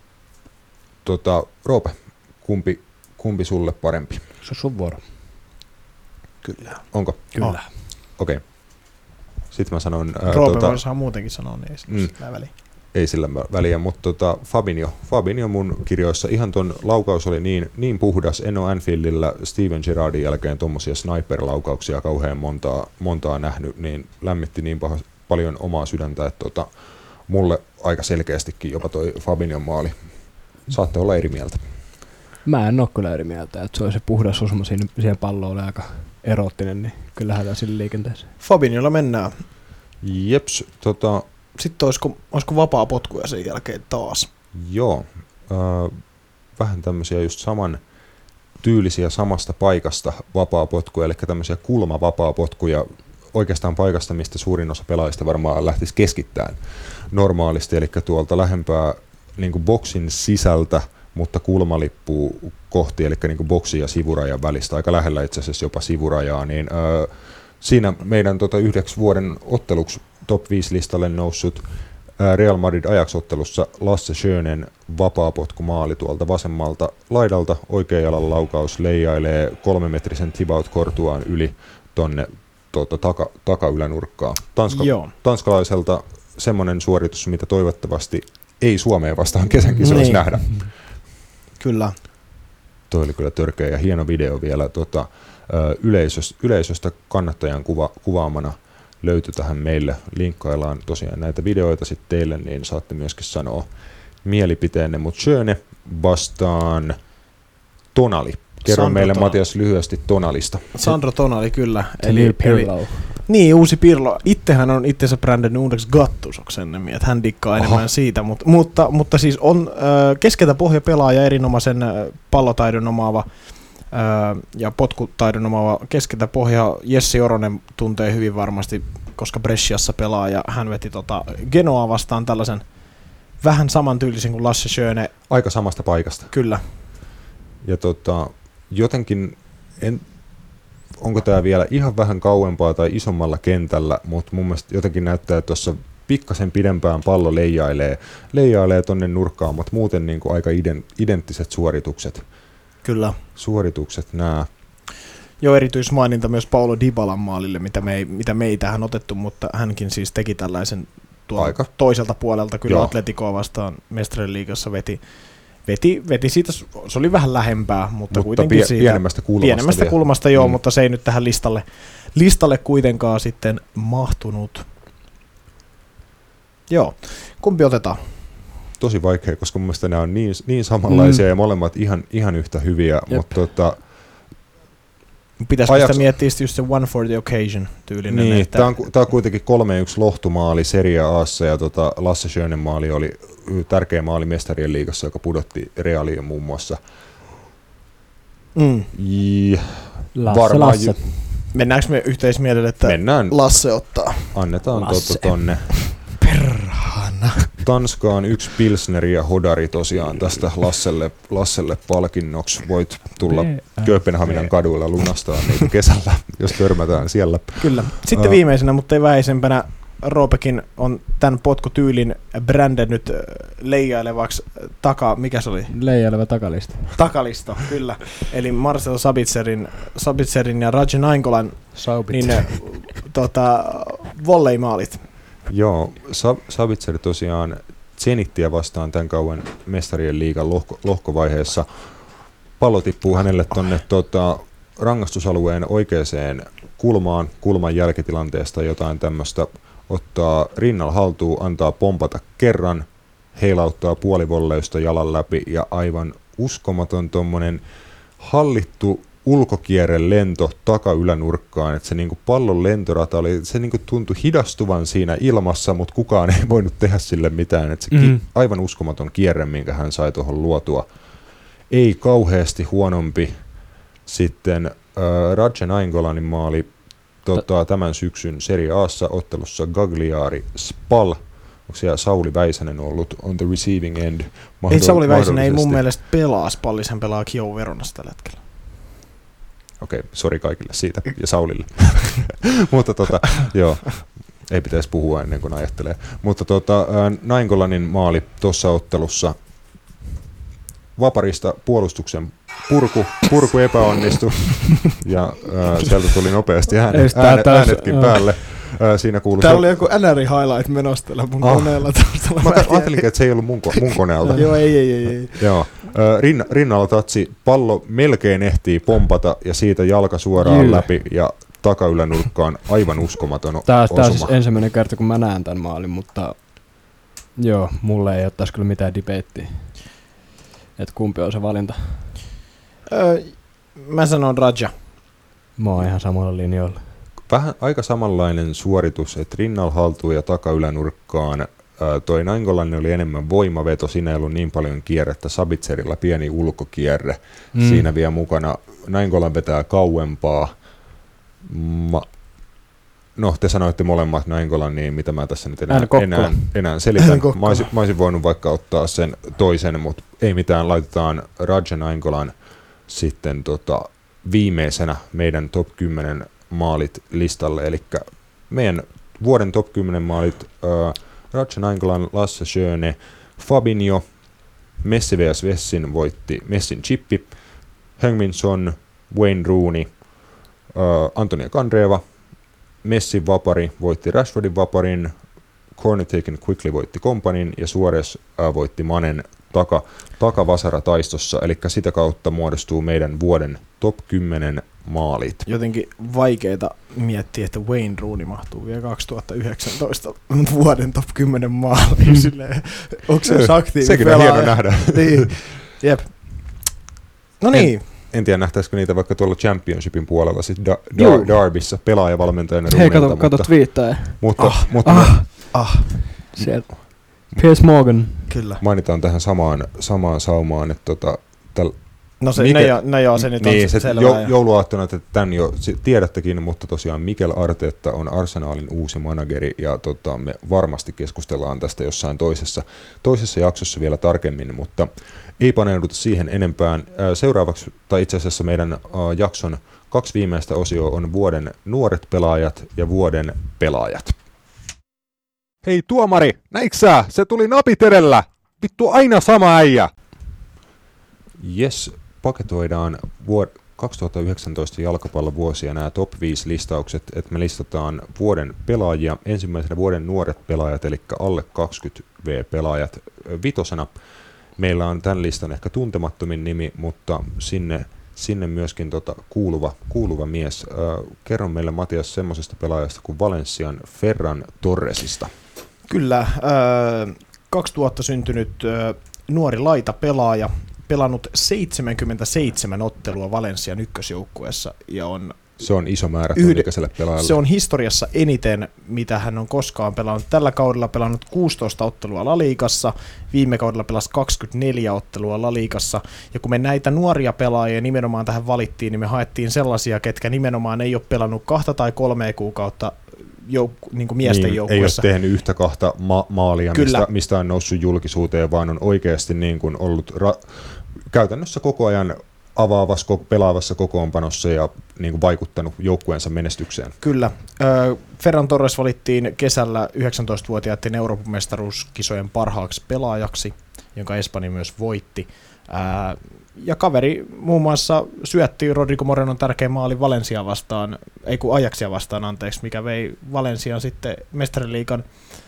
Tota, Roope, kumpi, kumpi sulle parempi? Se on sun vuoro. Kyllä. Onko? Kyllä. Oh. Okei. Okay. Sitten mä sanon... Roope tota, voi saa muutenkin sanoa, niin ei sillä mm, sillä väliä. Ei sillä väliä, mutta tota, Fabinho. Fabinho mun kirjoissa, ihan ton laukaus oli niin, niin puhdas. En ole Anfieldillä Steven Gerrardin jälkeen tommosia sniper-laukauksia kauhean montaa, montaa nähnyt, niin lämmitti niin paha, paljon omaa sydäntä, että tota, mulle aika selkeästikin jopa toi Fabinhon maali. Saatte olla eri mieltä. Mä en ole kyllä eri mieltä, että se oli se puhdas osuma siinä, siihen palloon oli aika eroottinen, niin kyllä lähdetään sille liikenteeseen. Fabinholla mennään. Jeps, tota... Sitten olisiko, olisiko vapaa potkuja sen jälkeen taas? Joo, äh, vähän tämmöisiä just saman tyylisiä samasta paikasta vapaa potkuja, eli tämmöisiä kulmavapaa potkuja oikeastaan paikasta, mistä suurin osa pelaajista varmaan lähtisi keskittämään normaalisti, eli tuolta lähempää niin kuin boksin sisältä, mutta kulma lippuu kohti, eli niin kuin boksin ja sivurajan välistä, aika lähellä itse asiassa jopa sivurajaa, niin äh, siinä meidän tota, yhdeksi vuoden otteluksi top viisi listalle noussut äh, Real Madrid Ajax-ottelussa Lasse Schönen vapaapotkumaali tuolta vasemmalta laidalta, oikean jalan laukaus leijailee kolmemetrisen Thibaut Courtoisin yli tonne tota, taka, takaylänurkkaan. Tanska, tanskalaiselta semmoinen suoritus, mitä toivottavasti ei Suomeen vastaan kesän kisoissa niin nähdä. Kyllä. Toi oli kyllä törkeä ja hieno video vielä tota, yleisöstä, yleisöstä kannattajan kuva, kuvaamana löytyi tähän meille. Linkkaillaan tosiaan näitä videoita sitten teille, niin saatte myöskin sanoa mielipiteenne. Mutta Schöne vastaan Tonali. Kerro Sandro meille, Tonali. Matias, lyhyesti Tonalista. Sandro Tonali, kyllä. Eli Pirlo. Niin, uusi Pirlo. Itsehän on itsensä brändännyt uudeksi Gattusoksi ennemmin, että hän dikkaa enemmän Aha. siitä, mutta, mutta, mutta siis on äh, keskeltä pohjapelaaja, erinomaisen äh, pallotaidon omaava äh, ja potkutaidon omaava keskeltä pohja. Jesse Oronen tuntee hyvin varmasti, koska Bresciassa pelaa ja hän veti tota Genoa vastaan tällaisen vähän samantyylisen kuin Lasse Schöne. Aika samasta paikasta. Kyllä. Ja tota, jotenkin, en, onko tämä vielä ihan vähän kauempaa tai isommalla kentällä, mutta mun mielestä jotenkin näyttää, että tuossa pikkasen pidempään pallo leijailee, leijailee tonne nurkkaan, mutta muuten niin kuin aika identtiset suoritukset. Kyllä. Suoritukset nämä. Jo erityismaininta myös Paulo Dybalan maalille, mitä me ei, mitä me ei tähän otettu, mutta hänkin siis teki tällaisen tuolta toiselta puolelta, kyllä. Joo. Atleticoa vastaan Mestarien liigassa veti, veti, veti siitä, se oli vähän lähempää, mutta, mutta kuitenkin pie, siitä. Pienemmästä kulmasta. Pienemmästä vielä. kulmasta, joo, mm. mutta se ei nyt tähän listalle, listalle kuitenkaan sitten mahtunut. Joo, kumpi otetaan? Tosi vaikea, koska mun mielestä nämä on niin, niin samanlaisia mm. ja molemmat ihan, ihan yhtä hyviä, Jep. mutta tota, pitäisikö Ajaks... sitä miettiä just se one for the occasion tyylinen? Niin, että... tämä on, on kuitenkin kolme yksi lohtumaali Serie A:ssa ja tota Lasse Schönen maali oli tärkeä maali Mestarien liigassa, joka pudotti Realiin muun muassa. Mm. Ja Lasse, varmaan Lasse. Ju- Mennäänkö me yhteismielelle, että Mennään. Lasse ottaa? Annetaan Lasse. Toto tonne. Perhana. Tanskaan yksi pilsneri ja hodari tosiaan tästä Lasselle, Lasselle palkinnoksi. Voit tulla Kööpenhaminan kaduilla lunastaa niitä kesällä, jos törmätään siellä. Kyllä. Sitten Uh, viimeisenä, mutta ei vähäisempänä, Roopekin on tämän potkutyylin brändännyt leijailevaksi taka, mikä se oli? Leijaileva takalista. Takalisto, kyllä. Eli Marcel Sabitzerin, Sabitzerin ja Raja Nainggolan niin, tota, volleymaalit. Joo, Sabitzer tosiaan Zenittiä vastaan tämän kauan Mestarien liigan lohko, lohkovaiheessa. Pallo tippuu hänelle tuonne tota, rangaistusalueen oikeaan kulmaan, kulman jälkitilanteesta jotain tämmöistä, ottaa rinnalla haltuun, antaa pompata kerran, heilauttaa puolivolleysta jalan läpi ja aivan uskomaton tommonen hallittu ulkokierre lento takaylänurkkaan, että se niinku pallon lentorata oli, se niinku tuntui hidastuvan siinä ilmassa, mutta kukaan ei voinut tehdä sille mitään, että se mm-hmm. ki- aivan uskomaton kierre, minkä hän sai tuohon luotua. Ei kauheasti huonompi sitten äh, Raja Nainggolanin maali tota, tämän syksyn Serie A:ssa ottelussa Gagliari Spal. Onko siellä Sauli Väisänen ollut on the receiving end? Ei Sauli Väisänen ei mun mielestä pelaa Spallissa, hän pelaa Kiev Veronassa tällä hetkellä. Okei, okay, sori kaikille siitä ja Saulille. Mutta tota, joo, ei pitäisi puhua ennen kuin ajattelee. Mutta tota, Nainggolanin maali tuossa ottelussa vaparista puolustuksen purku, purku epäonnistui ja ää, sieltä tuli nopeasti ääne, ääne, äänetkin ää. päälle. Ää, siinä kuului Täällä se... oli joku N R I highlight menossa mun ah. koneella taustalla. Mä ajattelinkin, että se ei ollut mun, mun koneelta. Joo, ei, ei, ei. ei. Joo. Rinna, rinnalla tatsi, pallo melkein ehtii pompata ja siitä jalka suoraan Jylle. läpi ja takaylänurkkaan aivan uskomaton Tää, osuma. tää on siis ensimmäinen kerta, kun mä näen tämän maalin, mutta joo, mulle ei ole tässä kyllä mitään debaittia. Että kumpi on se valinta? Öö, mä sanon Raja. Mä oon ihan samalla linjoilla. Vähän aika samanlainen suoritus, että rinnalla haltuun ja takaylänurkkaan. Toi Nainggolainen oli enemmän voimaveto, siinä ei ollut niin paljon kierrettä. Sabitzerilla pieni ulkokierre mm. siinä vielä mukana. Nainggolan vetää kauempaa. Ma- no, te sanoitte molemmat Nainggolan, niin mitä mä tässä nyt enää, enää, enää selitän. Mä olisin, mä olisin voinut vaikka ottaa sen toisen, mutta ei mitään, laitetaan Raja Nainggolan sitten tota, viimeisenä meidän top kymmenen maalit listalle. Eli meidän vuoden top kymmenen maalit... Äh, Raja Nainggolan, Lasse Schöne, Fabinho, Messi versus Vessin voitti Messin chippi, Heung-min Son, Wayne Rooney, uh, Antonio Candreva, Messin vapari voitti Rashfordin vaparin, Corner Taken Quickly voitti Kompanin ja Suarez uh, voitti Manen taka, takavasarataistossa, eli sitä kautta muodostuu meidän vuoden top kymmenen maalit. Jotenkin vaikeeta miettiä, että Wayne Rooney mahtuu vielä kaksituhattayhdeksäntoista vuoden top kymmenen maaliin. Mm. Onko se aktiivinen Sekin on hieno nähdä. Niin. Jep. No niin. En, en tiedä, nähtäisikö niitä vaikka tuolla Championshipin puolella, siis da, Juu. da, Darbyssa pelaajavalmentajana Hei, ruumiilta, kato, kato mutta, twiittää. mutta, Ah, mutta ah, ah. Sieltä. Piers Morgan. Kyllä. mainitaan tähän samaan, samaan saumaan, että tota, täl, No se, Mikä- ne, jo, ne joo, se nyt niin, on se selvää. jo, ja- jouluaattona, että tämän jo si- tiedättekin, mutta tosiaan Mikel Arteta on Arsenalin uusi manageri ja tota, me varmasti keskustellaan tästä jossain toisessa, toisessa jaksossa vielä tarkemmin, mutta ei paneuduta siihen enempään. Ää, Seuraavaksi, tai itse asiassa meidän ää, jakson kaksi viimeistä osioa on vuoden nuoret pelaajat ja vuoden pelaajat. Hei tuomari, näitkö sä? Se tuli napit edellä. Vittu aina sama äijä. Jes, paketoidaan vuod- kaksituhattayhdeksäntoista jalkapallovuosia nämä top viisi listaukset, että me listataan vuoden pelaajia. Ensimmäisenä vuoden nuoret pelaajat, eli alle kaksikymmentä vuotiaat-pelaajat vitosena. Meillä on tämän listan ehkä tuntemattomin nimi, mutta sinne, sinne myöskin tota kuuluva, kuuluva mies. Äh, kerro meille, Matias, semmoisesta pelaajasta kuin Valencian Ferran Torresista. Kyllä, äh, kaksituhatta syntynyt äh, nuori laitapelaaja, pelannut seitsemänkymmentäseitsemän ottelua Valencian ykkösjoukkueessa ja on, Se on iso määrä Yhde- tuon ikäiselle pelaajalle. se on historiassa eniten, mitä hän on koskaan pelannut. Tällä kaudella pelannut kuusitoista ottelua La Ligassa, viime kaudella pelasi kaksikymmentäneljä ottelua La Ligassa, ja kun me näitä nuoria pelaajia nimenomaan tähän valittiin, niin me haettiin sellaisia, ketkä nimenomaan ei ole pelannut kahta tai kolmea kuukautta jouk- niin kuin miesten niin, ei ole joukkueessa. tehnyt yhtä kahta ma- maalia, Kyllä. mistä, mistä on noussut julkisuuteen, vaan on oikeasti niin kuin ollut ra- käytännössä koko ajan avaavassa, ko- pelaavassa kokoonpanossa ja niin kuin vaikuttanut joukkueensa menestykseen. Kyllä. Ö, Ferran Torres valittiin kesällä yhdeksäntoistavuotiaiden Euroopan mestaruuskisojen parhaaksi pelaajaksi, jonka Espanja myös voitti. Ää, ja kaveri muun muassa syötti Rodrigo Morenon tärkeä maali Valencia vastaan, ei kun Ajaxia vastaan, anteeksi, mikä vei Valencian sitten mestariliigan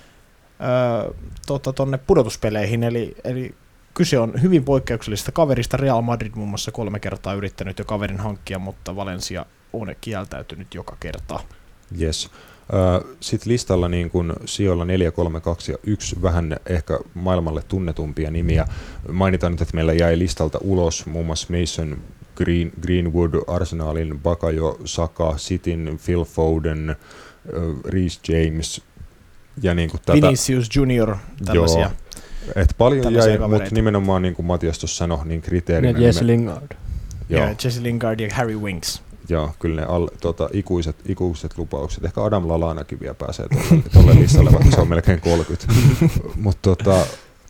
öö, tota, tonne pudotuspeleihin, eli, eli kyse on hyvin poikkeuksellisesta kaverista. Real Madrid muun muassa kolme kertaa yrittänyt jo kaverin hankkia, mutta Valencia on kieltäytynyt joka kerta. Yes. Sitten listalla niin kun sijoilla neljä, kolme, kaksi ja yksi vähän ehkä maailmalle tunnetumpia nimiä. Mainitaan nyt, että meillä jäi listalta ulos muun muassa Mason Green, Greenwood, Arsenalin Bakayo Saka, Cityn Phil Foden, Reece James ja niin kuin tätä. Vinicius Junior, tällaisia. Joo. Et paljon tällaisia jäi, kavereita. mutta nimenomaan niin kuin Matias tuossa sanoi, niin Ja kriteerinä. Jesse me- Lingard. joo, Ja Jesse Lingard ja Harry Winks. joo, kyllä ne al, tota, ikuiset, ikuiset lupaukset. Ehkä Adam Lallanakin vielä pääsee tuolle, tuolle listalle, vaikka se on melkein kolmekymmentä. Mutta tota,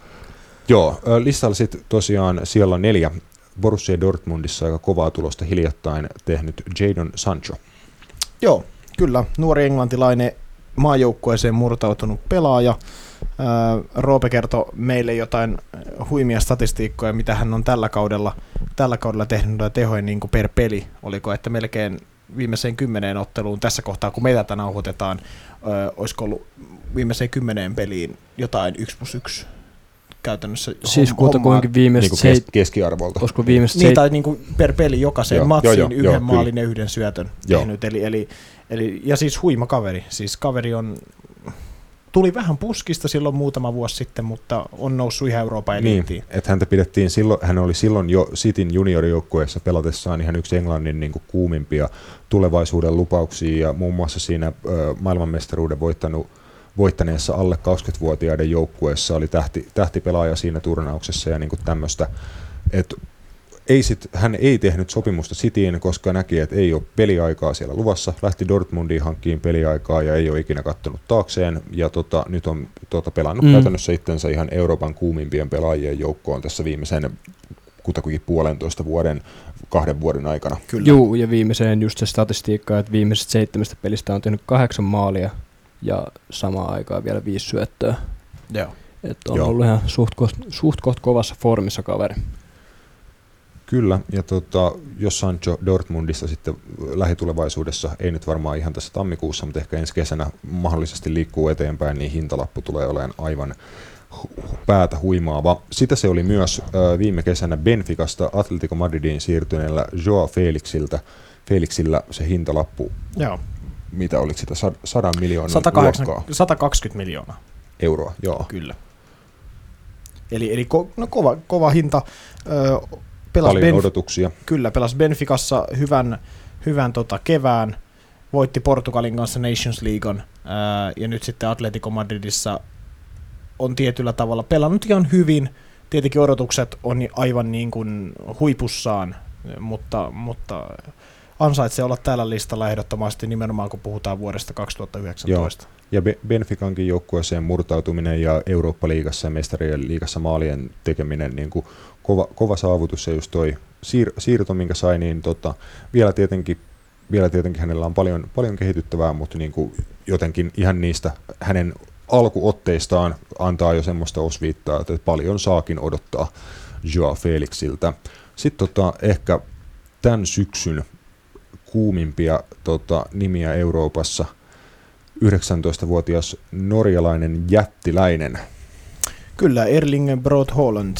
joo, ö, listalla sitten tosiaan siellä neljä. Borussia Dortmundissa aika kovaa tulosta hiljattain tehnyt Jadon Sancho. Joo, kyllä. Nuori englantilainen maajoukkueeseen murtautunut pelaaja. Ää, Roope kertoi meille jotain huimia statistiikkoja, mitä hän on tällä kaudella, tällä kaudella tehnyt tehoja niin kuin per peli. Oliko, että melkein viimeiseen kymmeneen otteluun tässä kohtaa, kun meitä tätä nauhoitetaan, ää, olisiko ollut viimeiseen kymmeneen peliin jotain yksi plus yksi käytännössä Siis homm- kutakuinkin viimeiset Niin kuin kes, seit... keskiarvolta. Olisiko viimeiset Niin, seit... tai niin kuin per peli jokaiseen Joo, matsiin joo, joo, yhden joo, maalin kyllä. ja yhden syötön Joo. tehnyt. Eli, eli, eli, ja siis huima kaveri. Siis kaveri on, tuli vähän puskista silloin muutama vuosi sitten, mutta on noussut ihan Euroopan eliittiin. Niin, että häntä pidettiin silloin, hän oli silloin jo Cityn juniorijoukkueessa pelatessaan ihan yksi Englannin niin kuin kuumimpia tulevaisuuden lupauksia ja muun muassa siinä ö, maailmanmestaruuden voittanut voittaneessa alle kaksikymmentävuotiaiden joukkueessa oli tähti, tähtipelaaja siinä turnauksessa ja niin kuin tämmöistä, että ei sit, hän ei tehnyt sopimusta Cityin, koska näki, että ei ole peliaikaa siellä luvassa, lähti Dortmundiin hankkiin peliaikaa ja ei ole ikinä kattonut taakseen ja tota, nyt on tota, pelannut mm. käytännössä itsensä ihan Euroopan kuumimpien pelaajien joukkoon tässä viimeisen kutakuinkin puolentoista vuoden, kahden vuoden aikana. Kyllä. Juu, ja viimeiseen just se statistiikka, että viimeisestä seitsemästä pelistä on tehnyt kahdeksan maalia ja samaan aikaan vielä viisi syöttöä. Joo. Että on Joo. ollut ihan suht koht, suht koht kovassa formissa kaveri. Kyllä, ja tota, jos Sancho Dortmundissa sitten lähitulevaisuudessa, ei nyt varmaan ihan tässä tammikuussa, mutta ehkä ensi kesänä mahdollisesti liikkuu eteenpäin, niin hintalappu tulee olemaan aivan hu- päätä huimaava. Sitä se oli myös ö, viime kesänä Benficasta Atletico Madridiin siirtyneellä Joao Felixiltä. Felixillä se hintalappu, Joo. mitä oliko sitä, sad- sadan miljoonan sata kahdeksankymmentä, luokkaa sata kaksikymmentä miljoonaa. euroa, joo. Kyllä. Eli, eli ko, no kova, kova hinta. Ö, pelas Paljon Benf- odotuksia. Kyllä, pelasi Benficassa hyvän, hyvän tota, kevään, voitti Portugalin kanssa Nations Leagueon, ää, ja nyt sitten Atletico Madridissa on tietyllä tavalla pelannut ihan hyvin. Tietenkin odotukset on aivan niin kuin huipussaan, mutta, mutta ansaitsee olla tällä listalla ehdottomasti nimenomaan, kun puhutaan vuodesta kaksituhattayhdeksäntoista. Joo. Ja Benficankin joukkueeseen murtautuminen ja Eurooppa-liigassa ja Mestarien liigassa maalien tekeminen, niin kuin kova, kova saavutus, ja just toi siir- siirto, minkä sai, niin tota, vielä, tietenkin, vielä tietenkin hänellä on paljon, paljon kehityttävää, mutta niin kuin jotenkin ihan niistä hänen alkuotteistaan antaa jo semmoista osviittaa, että paljon saakin odottaa Joao Felixiltä. Sitten tota, ehkä tämän syksyn kuumimpia tota, nimiä Euroopassa, yhdeksäntoistavuotias norjalainen jättiläinen. Kyllä, Erling Braut Haaland,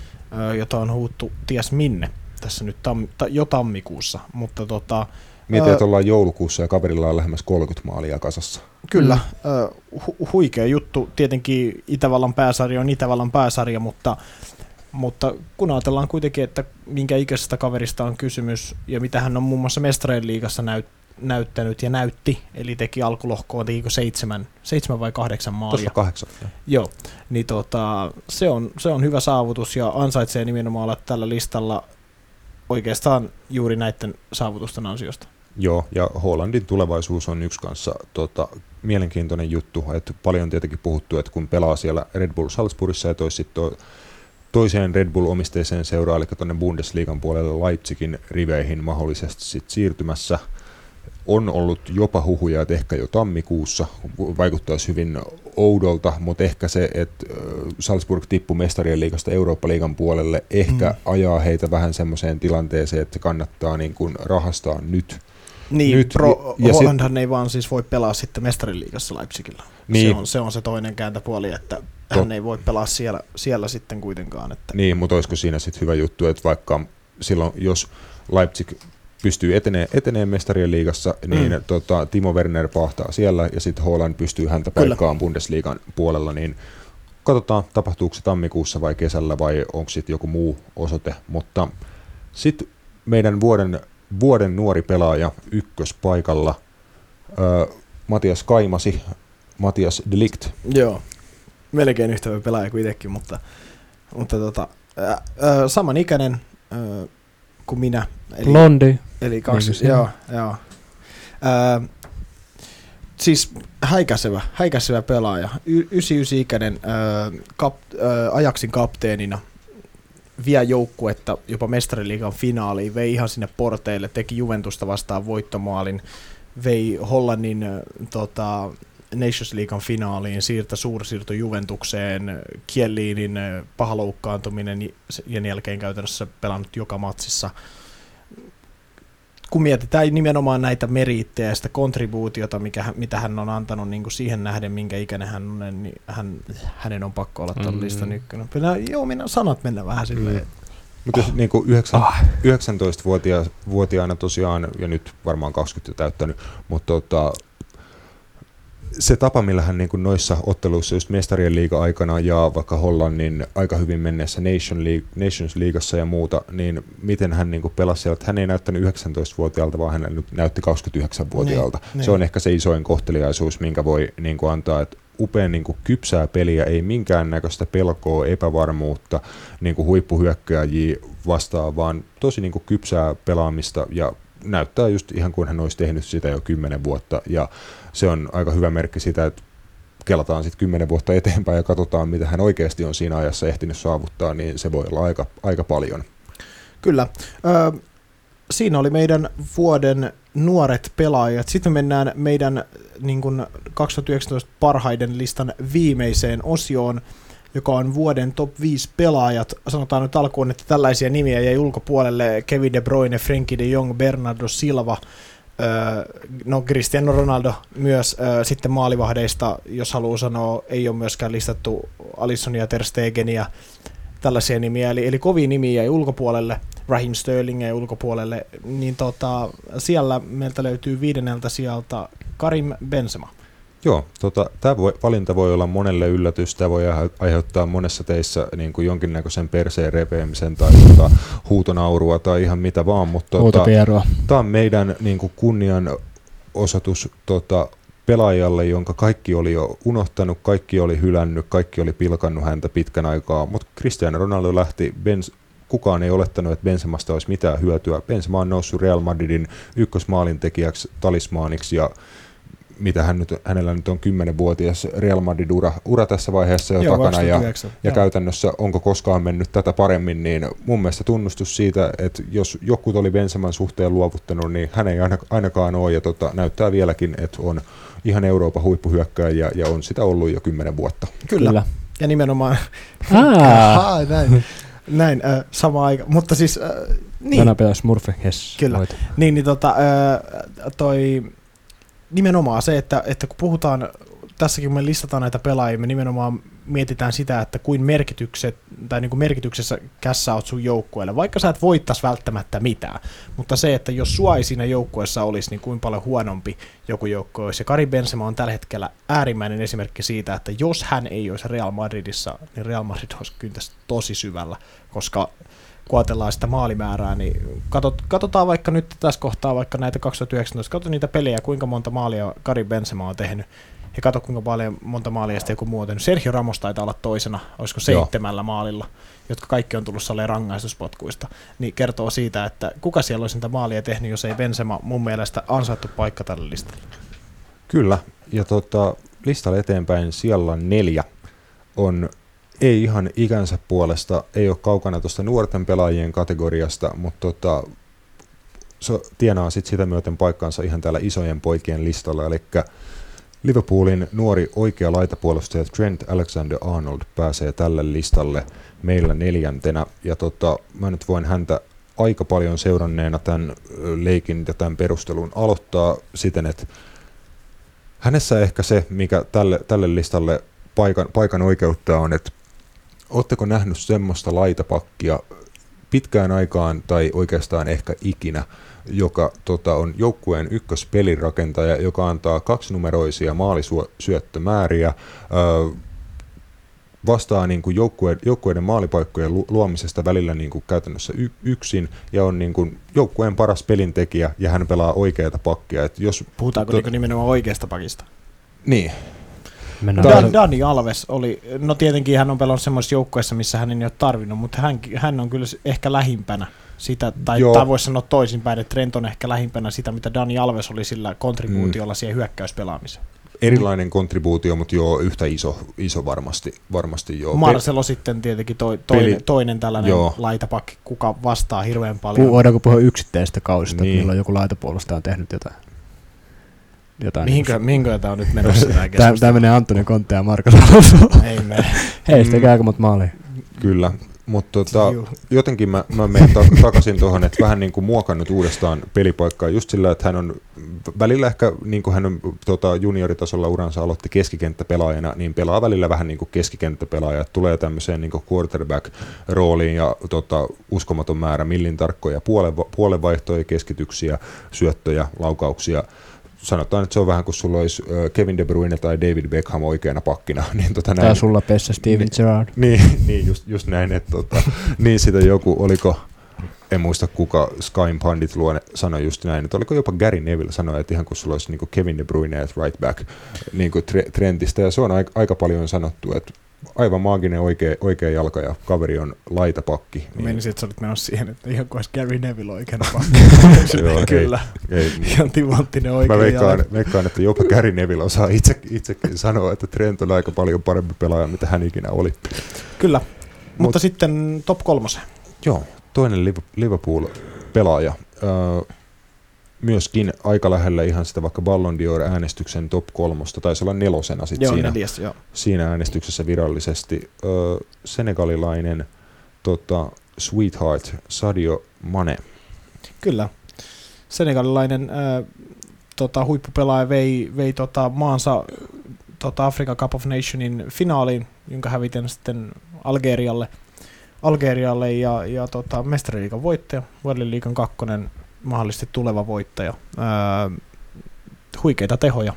jota on huuttu ties minne tässä nyt tam, ta, jo tammikuussa, mutta tota... Mietin, että ollaan joulukuussa ja kaverilla on lähemmäs kolmekymmentä maalia kasassa. Kyllä, mm. hu- huikea juttu. Tietenkin Itävallan pääsarja on Itävallan pääsarja, mutta, mutta kun ajatellaan kuitenkin, että minkä ikäisestä kaverista on kysymys ja mitä hän on muun muassa Mestarien liigassa näyt, näyttänyt ja näytti, eli teki alkulohkoon, tekikö seitsemän, seitsemän vai kahdeksan maalia. Tuossa kahdeksan. Jo. Joo, niin tota, se, on, se on hyvä saavutus ja ansaitsee nimenomaan olla tällä listalla oikeastaan juuri näiden saavutusten ansiosta. Joo, ja Haalandin tulevaisuus on yksi kanssa tota, mielenkiintoinen juttu, että paljon tietenkin puhuttu, että kun pelaa siellä Red Bull Salzburgissa ja toisi sitten to, toiseen Red Bull-omisteiseen seuraan, eli tuonne Bundesliigan puolelle Leipzigin riveihin mahdollisesti sit siirtymässä, on ollut jopa huhuja, että ehkä jo tammikuussa vaikuttaisi hyvin oudolta, mutta ehkä se, että Salzburg tippui Mestarien liigasta Eurooppa-liigan puolelle, ehkä mm. ajaa heitä vähän semmoiseen tilanteeseen, että kannattaa niin kuin rahastaa nyt. Niin, nyt, Pro, ja Hollandhan sit, ei vaan siis voi pelaa sitten Mestarin liigassa Leipzigillä. Niin. Se, on, se on se toinen kääntöpuoli, että to. hän ei voi pelaa siellä, siellä sitten kuitenkaan. Että. Niin, mutta olisiko siinä sitten hyvä juttu, että vaikka silloin, jos Leipzig pystyy etenee, etenee Mestarien liigassa, niin mm. tota, Timo Werner pahtaa siellä, ja sitten Haaland pystyy häntä paikkaan Bundesliigan puolella, niin katsotaan, tapahtuuko se tammikuussa vai kesällä, vai onko sitten joku muu osoite. Mutta sitten meidän vuoden, vuoden nuori pelaaja ykköspaikalla, äh, Matias Kaimasi, Matias de Ligt. Joo, melkein yhtä hyvä pelaaja kuin itsekin, mutta, mutta tota, äh, äh, samanikäinen äh, kuin minä. Eli, Blondi. Eli kaksi, joo, joo. Äh, siis häikäisevä, häikäisevä pelaaja, y- yhdeksänkymmentäyhdeksän-ikäinen äh, kap, äh, Ajaxin kapteenina, vie joukkuetta jopa Mestariliigan finaaliin, vei ihan sinne porteille, teki Juventusta vastaan voittomaalin, vei Hollannin äh, tota, Nations Leaguean finaaliin, siirtä suursiirto Juventukseen, Kielliinin äh, paha loukkaantuminen ja jälkeen käytännössä pelannut joka matsissa. Kun mietitään nimenomaan näitä meriittejä ja sitä kontribuutiota, mikä, mitä hän on antanut niin kuin siihen nähden, minkä ikäinen hän on, niin hän, hänen on pakko olla tuon mm. listan ykkönen. Joo, minä sanat mennä vähän silleen. Mm. Mutta niin kuin yhdeksäntoistavuotiaana tosiaan, ja nyt varmaan kaksikymmentä täyttänyt, mutta tota, se tapa, millä hän niin kuin noissa otteluissa just Mestarien liiga aikana ja vaikka Hollannin aika hyvin menneessä Nation League, Nations Leagueassa ja muuta, niin miten hän niin kuin pelasi siellä, että hän ei näyttänyt yhdeksäntoistavuotiaalta, vaan hän näytti kaksikymmentäyhdeksänvuotiaalta. Niin, se on niin. ehkä se isoin kohteliaisuus, minkä voi niin kuin antaa, että upean niin kuin kypsää peliä, ei minkäännäköistä pelkoa, epävarmuutta, niin kuin huippuhyökkääjiä vastaan, vaan tosi niin kuin kypsää pelaamista ja näyttää just ihan kuin hän olisi tehnyt sitä jo kymmenen vuotta, ja se on aika hyvä merkki sitä, että kelataan sitten kymmenen vuotta eteenpäin ja katsotaan, mitä hän oikeasti on siinä ajassa ehtinyt saavuttaa, niin se voi olla aika, aika paljon. Kyllä. Ö, siinä oli meidän vuoden nuoret pelaajat. Sitten me mennään meidän niin kuin kaksituhattayhdeksäntoista parhaiden listan viimeiseen osioon, joka on vuoden top viisi pelaajat. Sanotaan nyt alkuun, että tällaisia nimiä jäi ulkopuolelle: Kevin De Bruyne, Frenkie de Jong, Bernardo Silva, no Cristiano Ronaldo myös. Sitten maalivahdeista, jos haluaa sanoa, ei ole myöskään listattu Alissonia, Ter Stegenia, tällaisia nimiä, eli, eli kovia nimiä jäi ulkopuolelle, Raheem Sterling jäi ulkopuolelle, niin tota, siellä meiltä löytyy viidenneltä sijalta Karim Benzema. Joo, tota, tämä voi, valinta voi olla monelle yllätys, tämä voi aiheuttaa monessa teissä niin kuin jonkinnäköisen perseen repeämisen tai tota, huutonaurua tai ihan mitä vaan, mutta tota, tämä on meidän niin kuin kunnian osoitus tota, pelaajalle, jonka kaikki oli jo unohtanut, kaikki oli hylännyt, kaikki oli pilkannut häntä pitkän aikaa, mutta Cristiano Ronaldo lähti, Benz, kukaan ei olettanut, että Benzemasta olisi mitään hyötyä. Benzema on noussut Real Madridin ykkösmaalintekijäksi, talismaaniksi ja mitä hän nyt, hänellä nyt on kymmenvuotias Real Madrid-ura ura tässä vaiheessa jo Joo, takana ja, ja käytännössä onko koskaan mennyt tätä paremmin, niin mun mielestä tunnustus siitä, että jos joku oli Benzeman suhteen luovuttanut, niin hän ei ainakaan ole ja tota, näyttää vieläkin, että on ihan Euroopan huippuhyökkääjä ja on sitä ollut jo kymmenen vuotta. Kyllä, Kyllä. ja nimenomaan ah. näin, näin äh, sama aika, mutta siis äh, niin. Tänä päivänä Smurfe, yes. Kyllä, Voit. niin, niin tota, äh, toi nimenomaan se, että, että kun puhutaan, tässäkin kun me listataan näitä pelaajia, me nimenomaan mietitään sitä, että kuin merkitykset, tai niin kuin merkityksessä kässä oot sun joukkueelle, vaikka sä et voittais välttämättä mitään, mutta se, että jos sua ei siinä joukkueessa olisi, niin kuin paljon huonompi joku joukkue olisi. Ja Karim Benzema on tällä hetkellä äärimmäinen esimerkki siitä, että jos hän ei olisi Real Madridissa, niin Real Madrid olisi kyntässä tosi syvällä, koska kun ajatellaan sitä maalimäärää, niin katot, katsotaan vaikka nyt tässä kohtaa vaikka näitä kaksituhattayhdeksäntoista, katso niitä pelejä, kuinka monta maalia Karim Benzema on tehnyt, ja katso kuinka paljon monta maalia sitten joku muu on tehnyt. Sergio Ramos taitaa olla toisena, olisiko seitsemällä Joo. maalilla, jotka kaikki on tullut salleen rangaistuspotkuista, niin kertoo siitä, että kuka siellä olisi niitä maalia tehnyt, jos ei Benzema mun mielestä ansaittu paikka tälle listalle. Kyllä, ja tota, listalle eteenpäin siellä neljä on ei ihan ikänsä puolesta, ei ole kaukana tuosta nuorten pelaajien kategoriasta, mutta tota, se tienaa sit sitä myöten paikkaansa ihan täällä isojen poikien listalla, eli Liverpoolin nuori oikea laitapuolustaja Trent Alexander-Arnold pääsee tälle listalle meillä neljäntenä, ja tota, mä nyt voin häntä aika paljon seuranneena tämän leikin ja tämän perustelun aloittaa siten, että hänessä ehkä se, mikä tälle, tälle listalle paikan, paikan oikeuttaa on, että ootteko nähnyt semmoista laitapakkia pitkään aikaan tai oikeastaan ehkä ikinä, joka tota, on joukkueen ykköspelirakentaja, joka antaa kaksinumeroisia maalisyöttömääriä, öö, vastaa niin kuin joukkue, joukkueiden maalipaikkojen luomisesta välillä niin kuin käytännössä y- yksin ja on niin kuin joukkueen paras pelintekijä ja hän pelaa oikeata pakkia. Et jos, Puhutaanko to- nimenomaan oikeasta pakista? Niin. Dan, Dani Alves oli, no tietenkin hän on pelannut semmoisessa joukkueessa, missä hän ei ole tarvinnut, mutta hän, hän on kyllä ehkä lähimpänä sitä, tai, tai voisi sanoa toisinpäin, että Trent on ehkä lähimpänä sitä, mitä Dani Alves oli sillä kontribuutiolla mm. siihen hyökkäyspelaamiseen. Erilainen kontribuutio, mutta joo, yhtä iso, iso varmasti, varmasti joo. Marcelo Pe- sitten tietenkin toi, toinen, toinen tällainen joo. laitapakki, kuka vastaa hirveän paljon. Voidaanko puhua yksittäisestä kausista, niin. että milloin joku laitapuolustaja on tehnyt jotain? jotain mihinkö, niin. mihinkö tämä on nyt menossa? Tämä, tämä menee Antoni Konte ja Marko Saloso. Ei mene. Hei, sitä aika monta maalia. Kyllä. Mutta tota, jotenkin mä, mä menen ta- takaisin tuohon, että vähän niin kuin muokannut uudestaan pelipaikkaa just sillä, että hän on välillä ehkä, niin kuin hän on tota, junioritasolla uransa aloitti keskikenttäpelaajana, niin pelaa välillä vähän niin kuin keskikenttäpelaaja, että tulee tämmöiseen niin kuin quarterback-rooliin ja tota, uskomaton määrä millin tarkkoja puolenvaihtoja, keskityksiä, syöttöjä, laukauksia. Sanotaan, että se on vähän kuin sulla olisi Kevin De Bruyne tai David Beckham oikeana pakkina. Niin tota tai näin, sulla pessä Steven niin, Gerrard. Niin, niin just, just näin, että tota, niin sitä joku, oliko, en muista kuka Skyn Pandit luone sanoi just näin, että oliko jopa Gary Neville sanoi, että ihan kuin sulla olisi niin kuin Kevin De Bruyne ja right back niin kuin tre, Trentistä, ja se on aika, aika paljon sanottu, että aivan maaginen oikea, oikea jalka ja kaveri on laitapakki. Niin. Menisin, että sä olit menossa siihen, että ihan kuin olisi Gary Neville oikeana pakki. Kyllä, ei, ei, ihan timanttinen oikea jalka. Mä veikkaan, jalka. veikkaan, että jopa Gary Neville osaa itse, itsekin sanoa, että Trent on aika paljon parempi pelaaja, mitä hän ikinä oli. Kyllä, Mut, mutta sitten top kolmosen. Joo, toinen Liverpool-pelaaja. Öö, myöskin aika lähellä ihan sitä vaikka Ballon d'Or-äänestyksen top kolmosta, taisi olla nelosena sit joo, siinä, neljäs, joo. siinä äänestyksessä virallisesti. Öö, senegalilainen tota, sweetheart Sadio Mane. Kyllä, senegalilainen äh, tota, huippupelaaja vei, vei tota, maansa tota, Africa Cup of Nationin finaaliin, jonka häviten sitten Algerialle, Algerialle ja, ja tota, mestariliigan voittaja, Vuodenliigan kakkonen, mahdollisesti tuleva voittaja. Öö, huikeita tehoja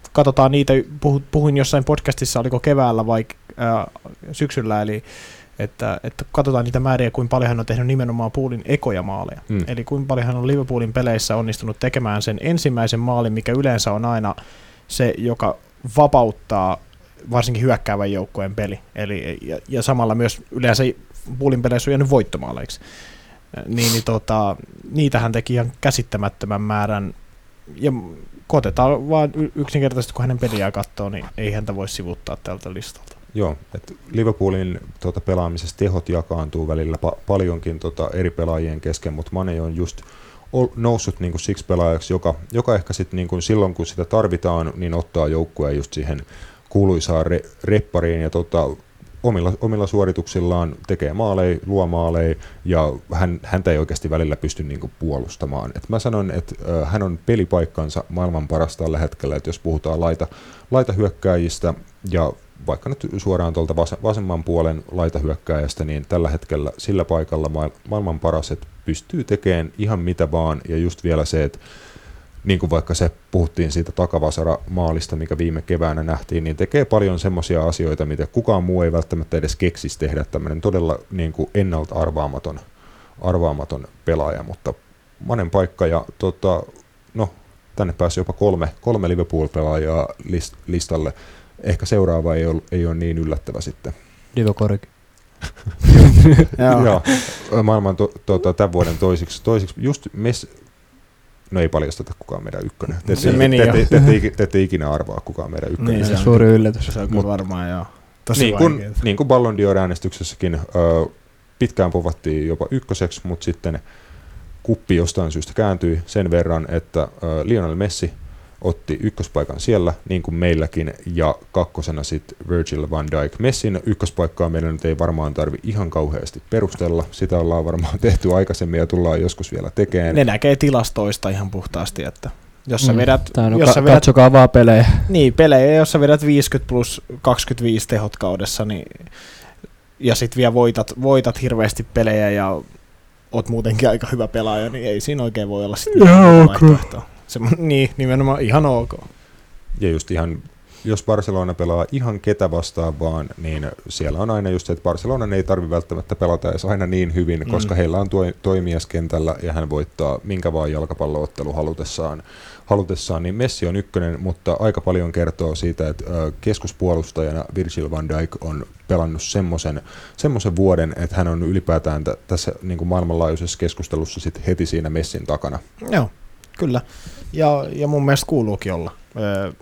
katsotaan niitä, puhuin jossain podcastissa, oliko keväällä vai ää, syksyllä, eli että, että katsotaan niitä määriä, kuinka paljon hän on tehnyt nimenomaan Poolin ekoja maaleja. Mm. Eli kuinka paljon hän on Liverpoolin peleissä onnistunut tekemään sen ensimmäisen maalin, mikä yleensä on aina se, joka vapauttaa varsinkin hyökkäävän joukkueen peli. Eli, ja, ja samalla myös yleensä Poolin peleissä on jäänyt voittomaaleiksi. Niin, niin tota, niitähän teki ihan käsittämättömän määrän. Ja kun otetaan vaan yksinkertaisesti, kun hänen peliään katsoo, niin ei häntä voi sivuttaa tältä listalta. Joo, että Liverpoolin tota, pelaamisessa tehot jakaantuu välillä pa- paljonkin tota, eri pelaajien kesken, mutta Mane on just ol, noussut niin kuin siksi pelaajaksi, joka, joka ehkä sit, niin kuin silloin, kun sitä tarvitaan, niin ottaa joukkueen just siihen kuuluisaan re- reppariin ja tota, omilla, omilla suorituksillaan tekee maaleja, luo maaleja ja hän, häntä ei oikeasti välillä pysty niin kuin puolustamaan. Et mä sanon, että äh, hän on pelipaikkansa maailman parasta tällä hetkellä, että jos puhutaan laita, laitahyökkääjistä ja vaikka nyt suoraan tuolta vasemman puolen laitahyökkääjästä, niin tällä hetkellä sillä paikalla maailman paras, että pystyy tekemään ihan mitä vaan, ja just vielä se, että niin kuin vaikka se puhuttiin siitä takavasara-maalista, mikä viime keväänä nähtiin, niin tekee paljon semmoisia asioita, mitä kukaan muu ei välttämättä edes keksisi tehdä, tämmöinen todella niin kuin ennalta arvaamaton, arvaamaton pelaaja, mutta Manen paikka, ja tota, no, tänne pääsi jopa kolme, kolme Liverpool-pelaajaa list, listalle. Ehkä seuraava ei ole, ei ole niin yllättävä sitten. Divokorik. Joo. Maailman to, to, tämän vuoden toisiksi. toisiksi just mes, no ei paljasteta kukaan meidän ykkönen. Te ette, te, te, te, te, te ette ikinä arvaa kukaan meidän ykkönen. Niin, se on suuri yllätys. Se on kyllä varmaan joo. Tosi niin kuin, niin kuin Ballon d'Or-äänestyksessäkin ö, pitkään povattiin jopa ykköseksi, mutta sitten kuppi jostain syystä kääntyi sen verran, että ö, Lionel Messi otti ykköspaikan siellä, niin kuin meilläkin, ja kakkosena sitten Virgil van Dijk. Messin ykköspaikkaa meillä nyt ei varmaan tarvi ihan kauheasti perustella. Sitä ollaan varmaan tehty aikaisemmin ja tullaan joskus vielä tekemään. Ne näkee tilastoista ihan puhtaasti, että jos sä mm. vedät... No, jos ka- sä vedät katsokaa vaan pelejä. Niin, pelejä, jos sä vedät viisikymmentä plus kaksikymmentäviisi tehot kaudessa, niin, ja sit vielä voitat, voitat hirveästi pelejä ja oot muutenkin aika hyvä pelaaja, niin ei siinä oikein voi olla sitten vaihtoehtoa. Se, niin, nimenomaan ihan ok. Ja just ihan, jos Barcelona pelaa ihan ketä vastaan vaan, niin siellä on aina just se, että Barcelonan ei tarvitse välttämättä pelata edes aina niin hyvin, mm. koska heillä on tuo, toimijas kentällä ja hän voittaa minkä vaan jalkapalloottelu halutessaan. halutessaan. Niin Messi on ykkönen, mutta aika paljon kertoo siitä, että keskuspuolustajana Virgil van Dijk on pelannut semmoisen, semmoisen vuoden, että hän on ylipäätään t- tässä niin kuin maailmanlaajuisessa keskustelussa sit heti siinä Messin takana. Joo. Kyllä, ja, ja mun mielestä kuuluukin olla. Öö,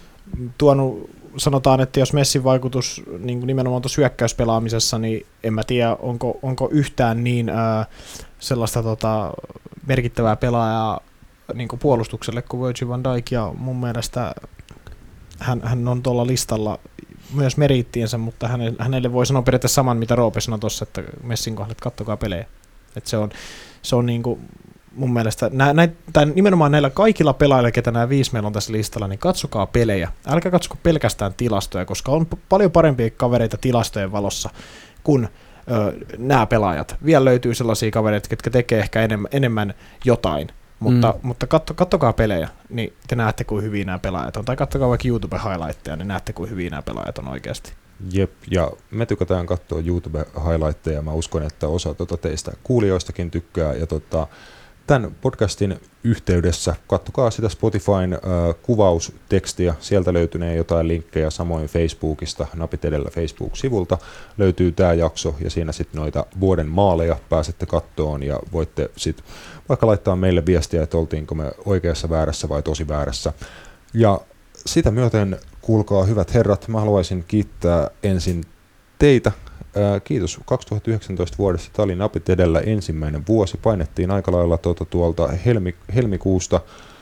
tuonut, sanotaan, että jos Messin vaikutus niin kuin nimenomaan tuossa hyökkäyspelaamisessa, niin en mä tiedä, onko, onko yhtään niin öö, sellaista tota, merkittävää pelaajaa niin kuin puolustukselle kuin Virgil van Dijk, ja mun mielestä hän, hän on tuolla listalla myös meriittiensä, mutta hänelle, hänelle voi sanoa periaatteessa saman, mitä Roope sanoi tuossa, että Messin kohdat kattokaa pelejä. Että se on, se on niin kuin mun mielestä, nä, nä, nimenomaan näillä kaikilla pelaajilla, ketä nämä viisi meillä on tässä listalla, niin katsokaa pelejä. Älkää katsoko pelkästään tilastoja, koska on p- paljon parempia kavereita tilastojen valossa kuin ö, nämä pelaajat. Vielä löytyy sellaisia kavereita, jotka tekee ehkä enemmän, enemmän jotain, mutta, mm. mutta katso, katsokaa pelejä, niin te näette, kuin hyviä nämä pelaajat on. Tai katsokaa vaikka YouTube-highlightteja, niin näette, kuin hyviä nämä pelaajat on oikeasti. Jep, ja me tykätään katsoa YouTube-highlightteja. Mä uskon, että osa tuota teistä kuulijoistakin tykkää, ja tota, tämän podcastin yhteydessä katsokaa sitä Spotifyn äh, kuvaustekstiä, sieltä löytynee jotain linkkejä, samoin Facebookista, napit edellä Facebook-sivulta löytyy tämä jakso, ja siinä sitten noita vuoden maaleja pääsette kattoon, ja voitte sitten vaikka laittaa meille viestiä, että oltiinko me oikeassa väärässä vai tosi väärässä. Ja sitä myöten, kuulkaa hyvät herrat, mä haluaisin kiittää ensin teitä. Kiitos kaksituhattayhdeksäntoista vuodessa. Tämä oli napit edellä ensimmäinen vuosi. Painettiin aika lailla tuota, tuolta helmi, helmikuusta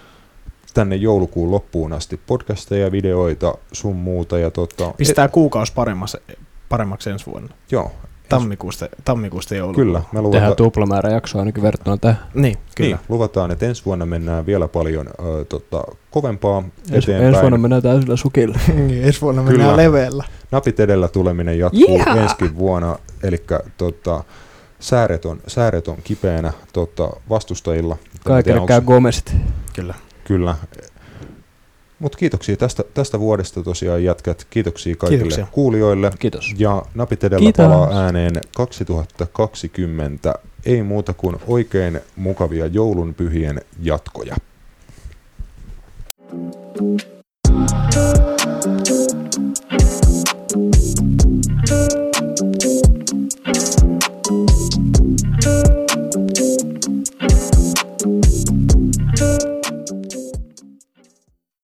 tänne joulukuun loppuun asti podcasteja, videoita, sun muuta. Ja, tuota, Pistää et, kuukausi paremmaksi, paremmaksi ensi vuonna. Joo. Tammikuusta, tammikuusta joulukuun. Kyllä. Me luvataan, tehdään tuplamäärä jaksoa ainakin verrattuna tähän. Niin, kyllä. Niin, luvataan, että ensi vuonna mennään vielä paljon äh, tota, kovempaa es, eteenpäin. Ensi vuonna mennään täysillä sukilla. Niin, ensi vuonna mennään kyllä. Leveellä. Napit edellä tuleminen jatkuu yeah! ensi vuonna, eli tota, sääret, on, sääret on kipeänä tota, vastustajilla. Kaikille käy Gomezit. Kyllä. Kyllä. Mutta kiitoksia tästä, tästä vuodesta tosiaan jätkät. Kiitoksia kaikille Kiitoksia. kuulijoille. Kiitos. Ja Napit edellä Kiitos. palaa ääneen kaksituhattakaksikymmentä. Ei muuta kuin oikein mukavia joulunpyhien jatkoja. Thank you.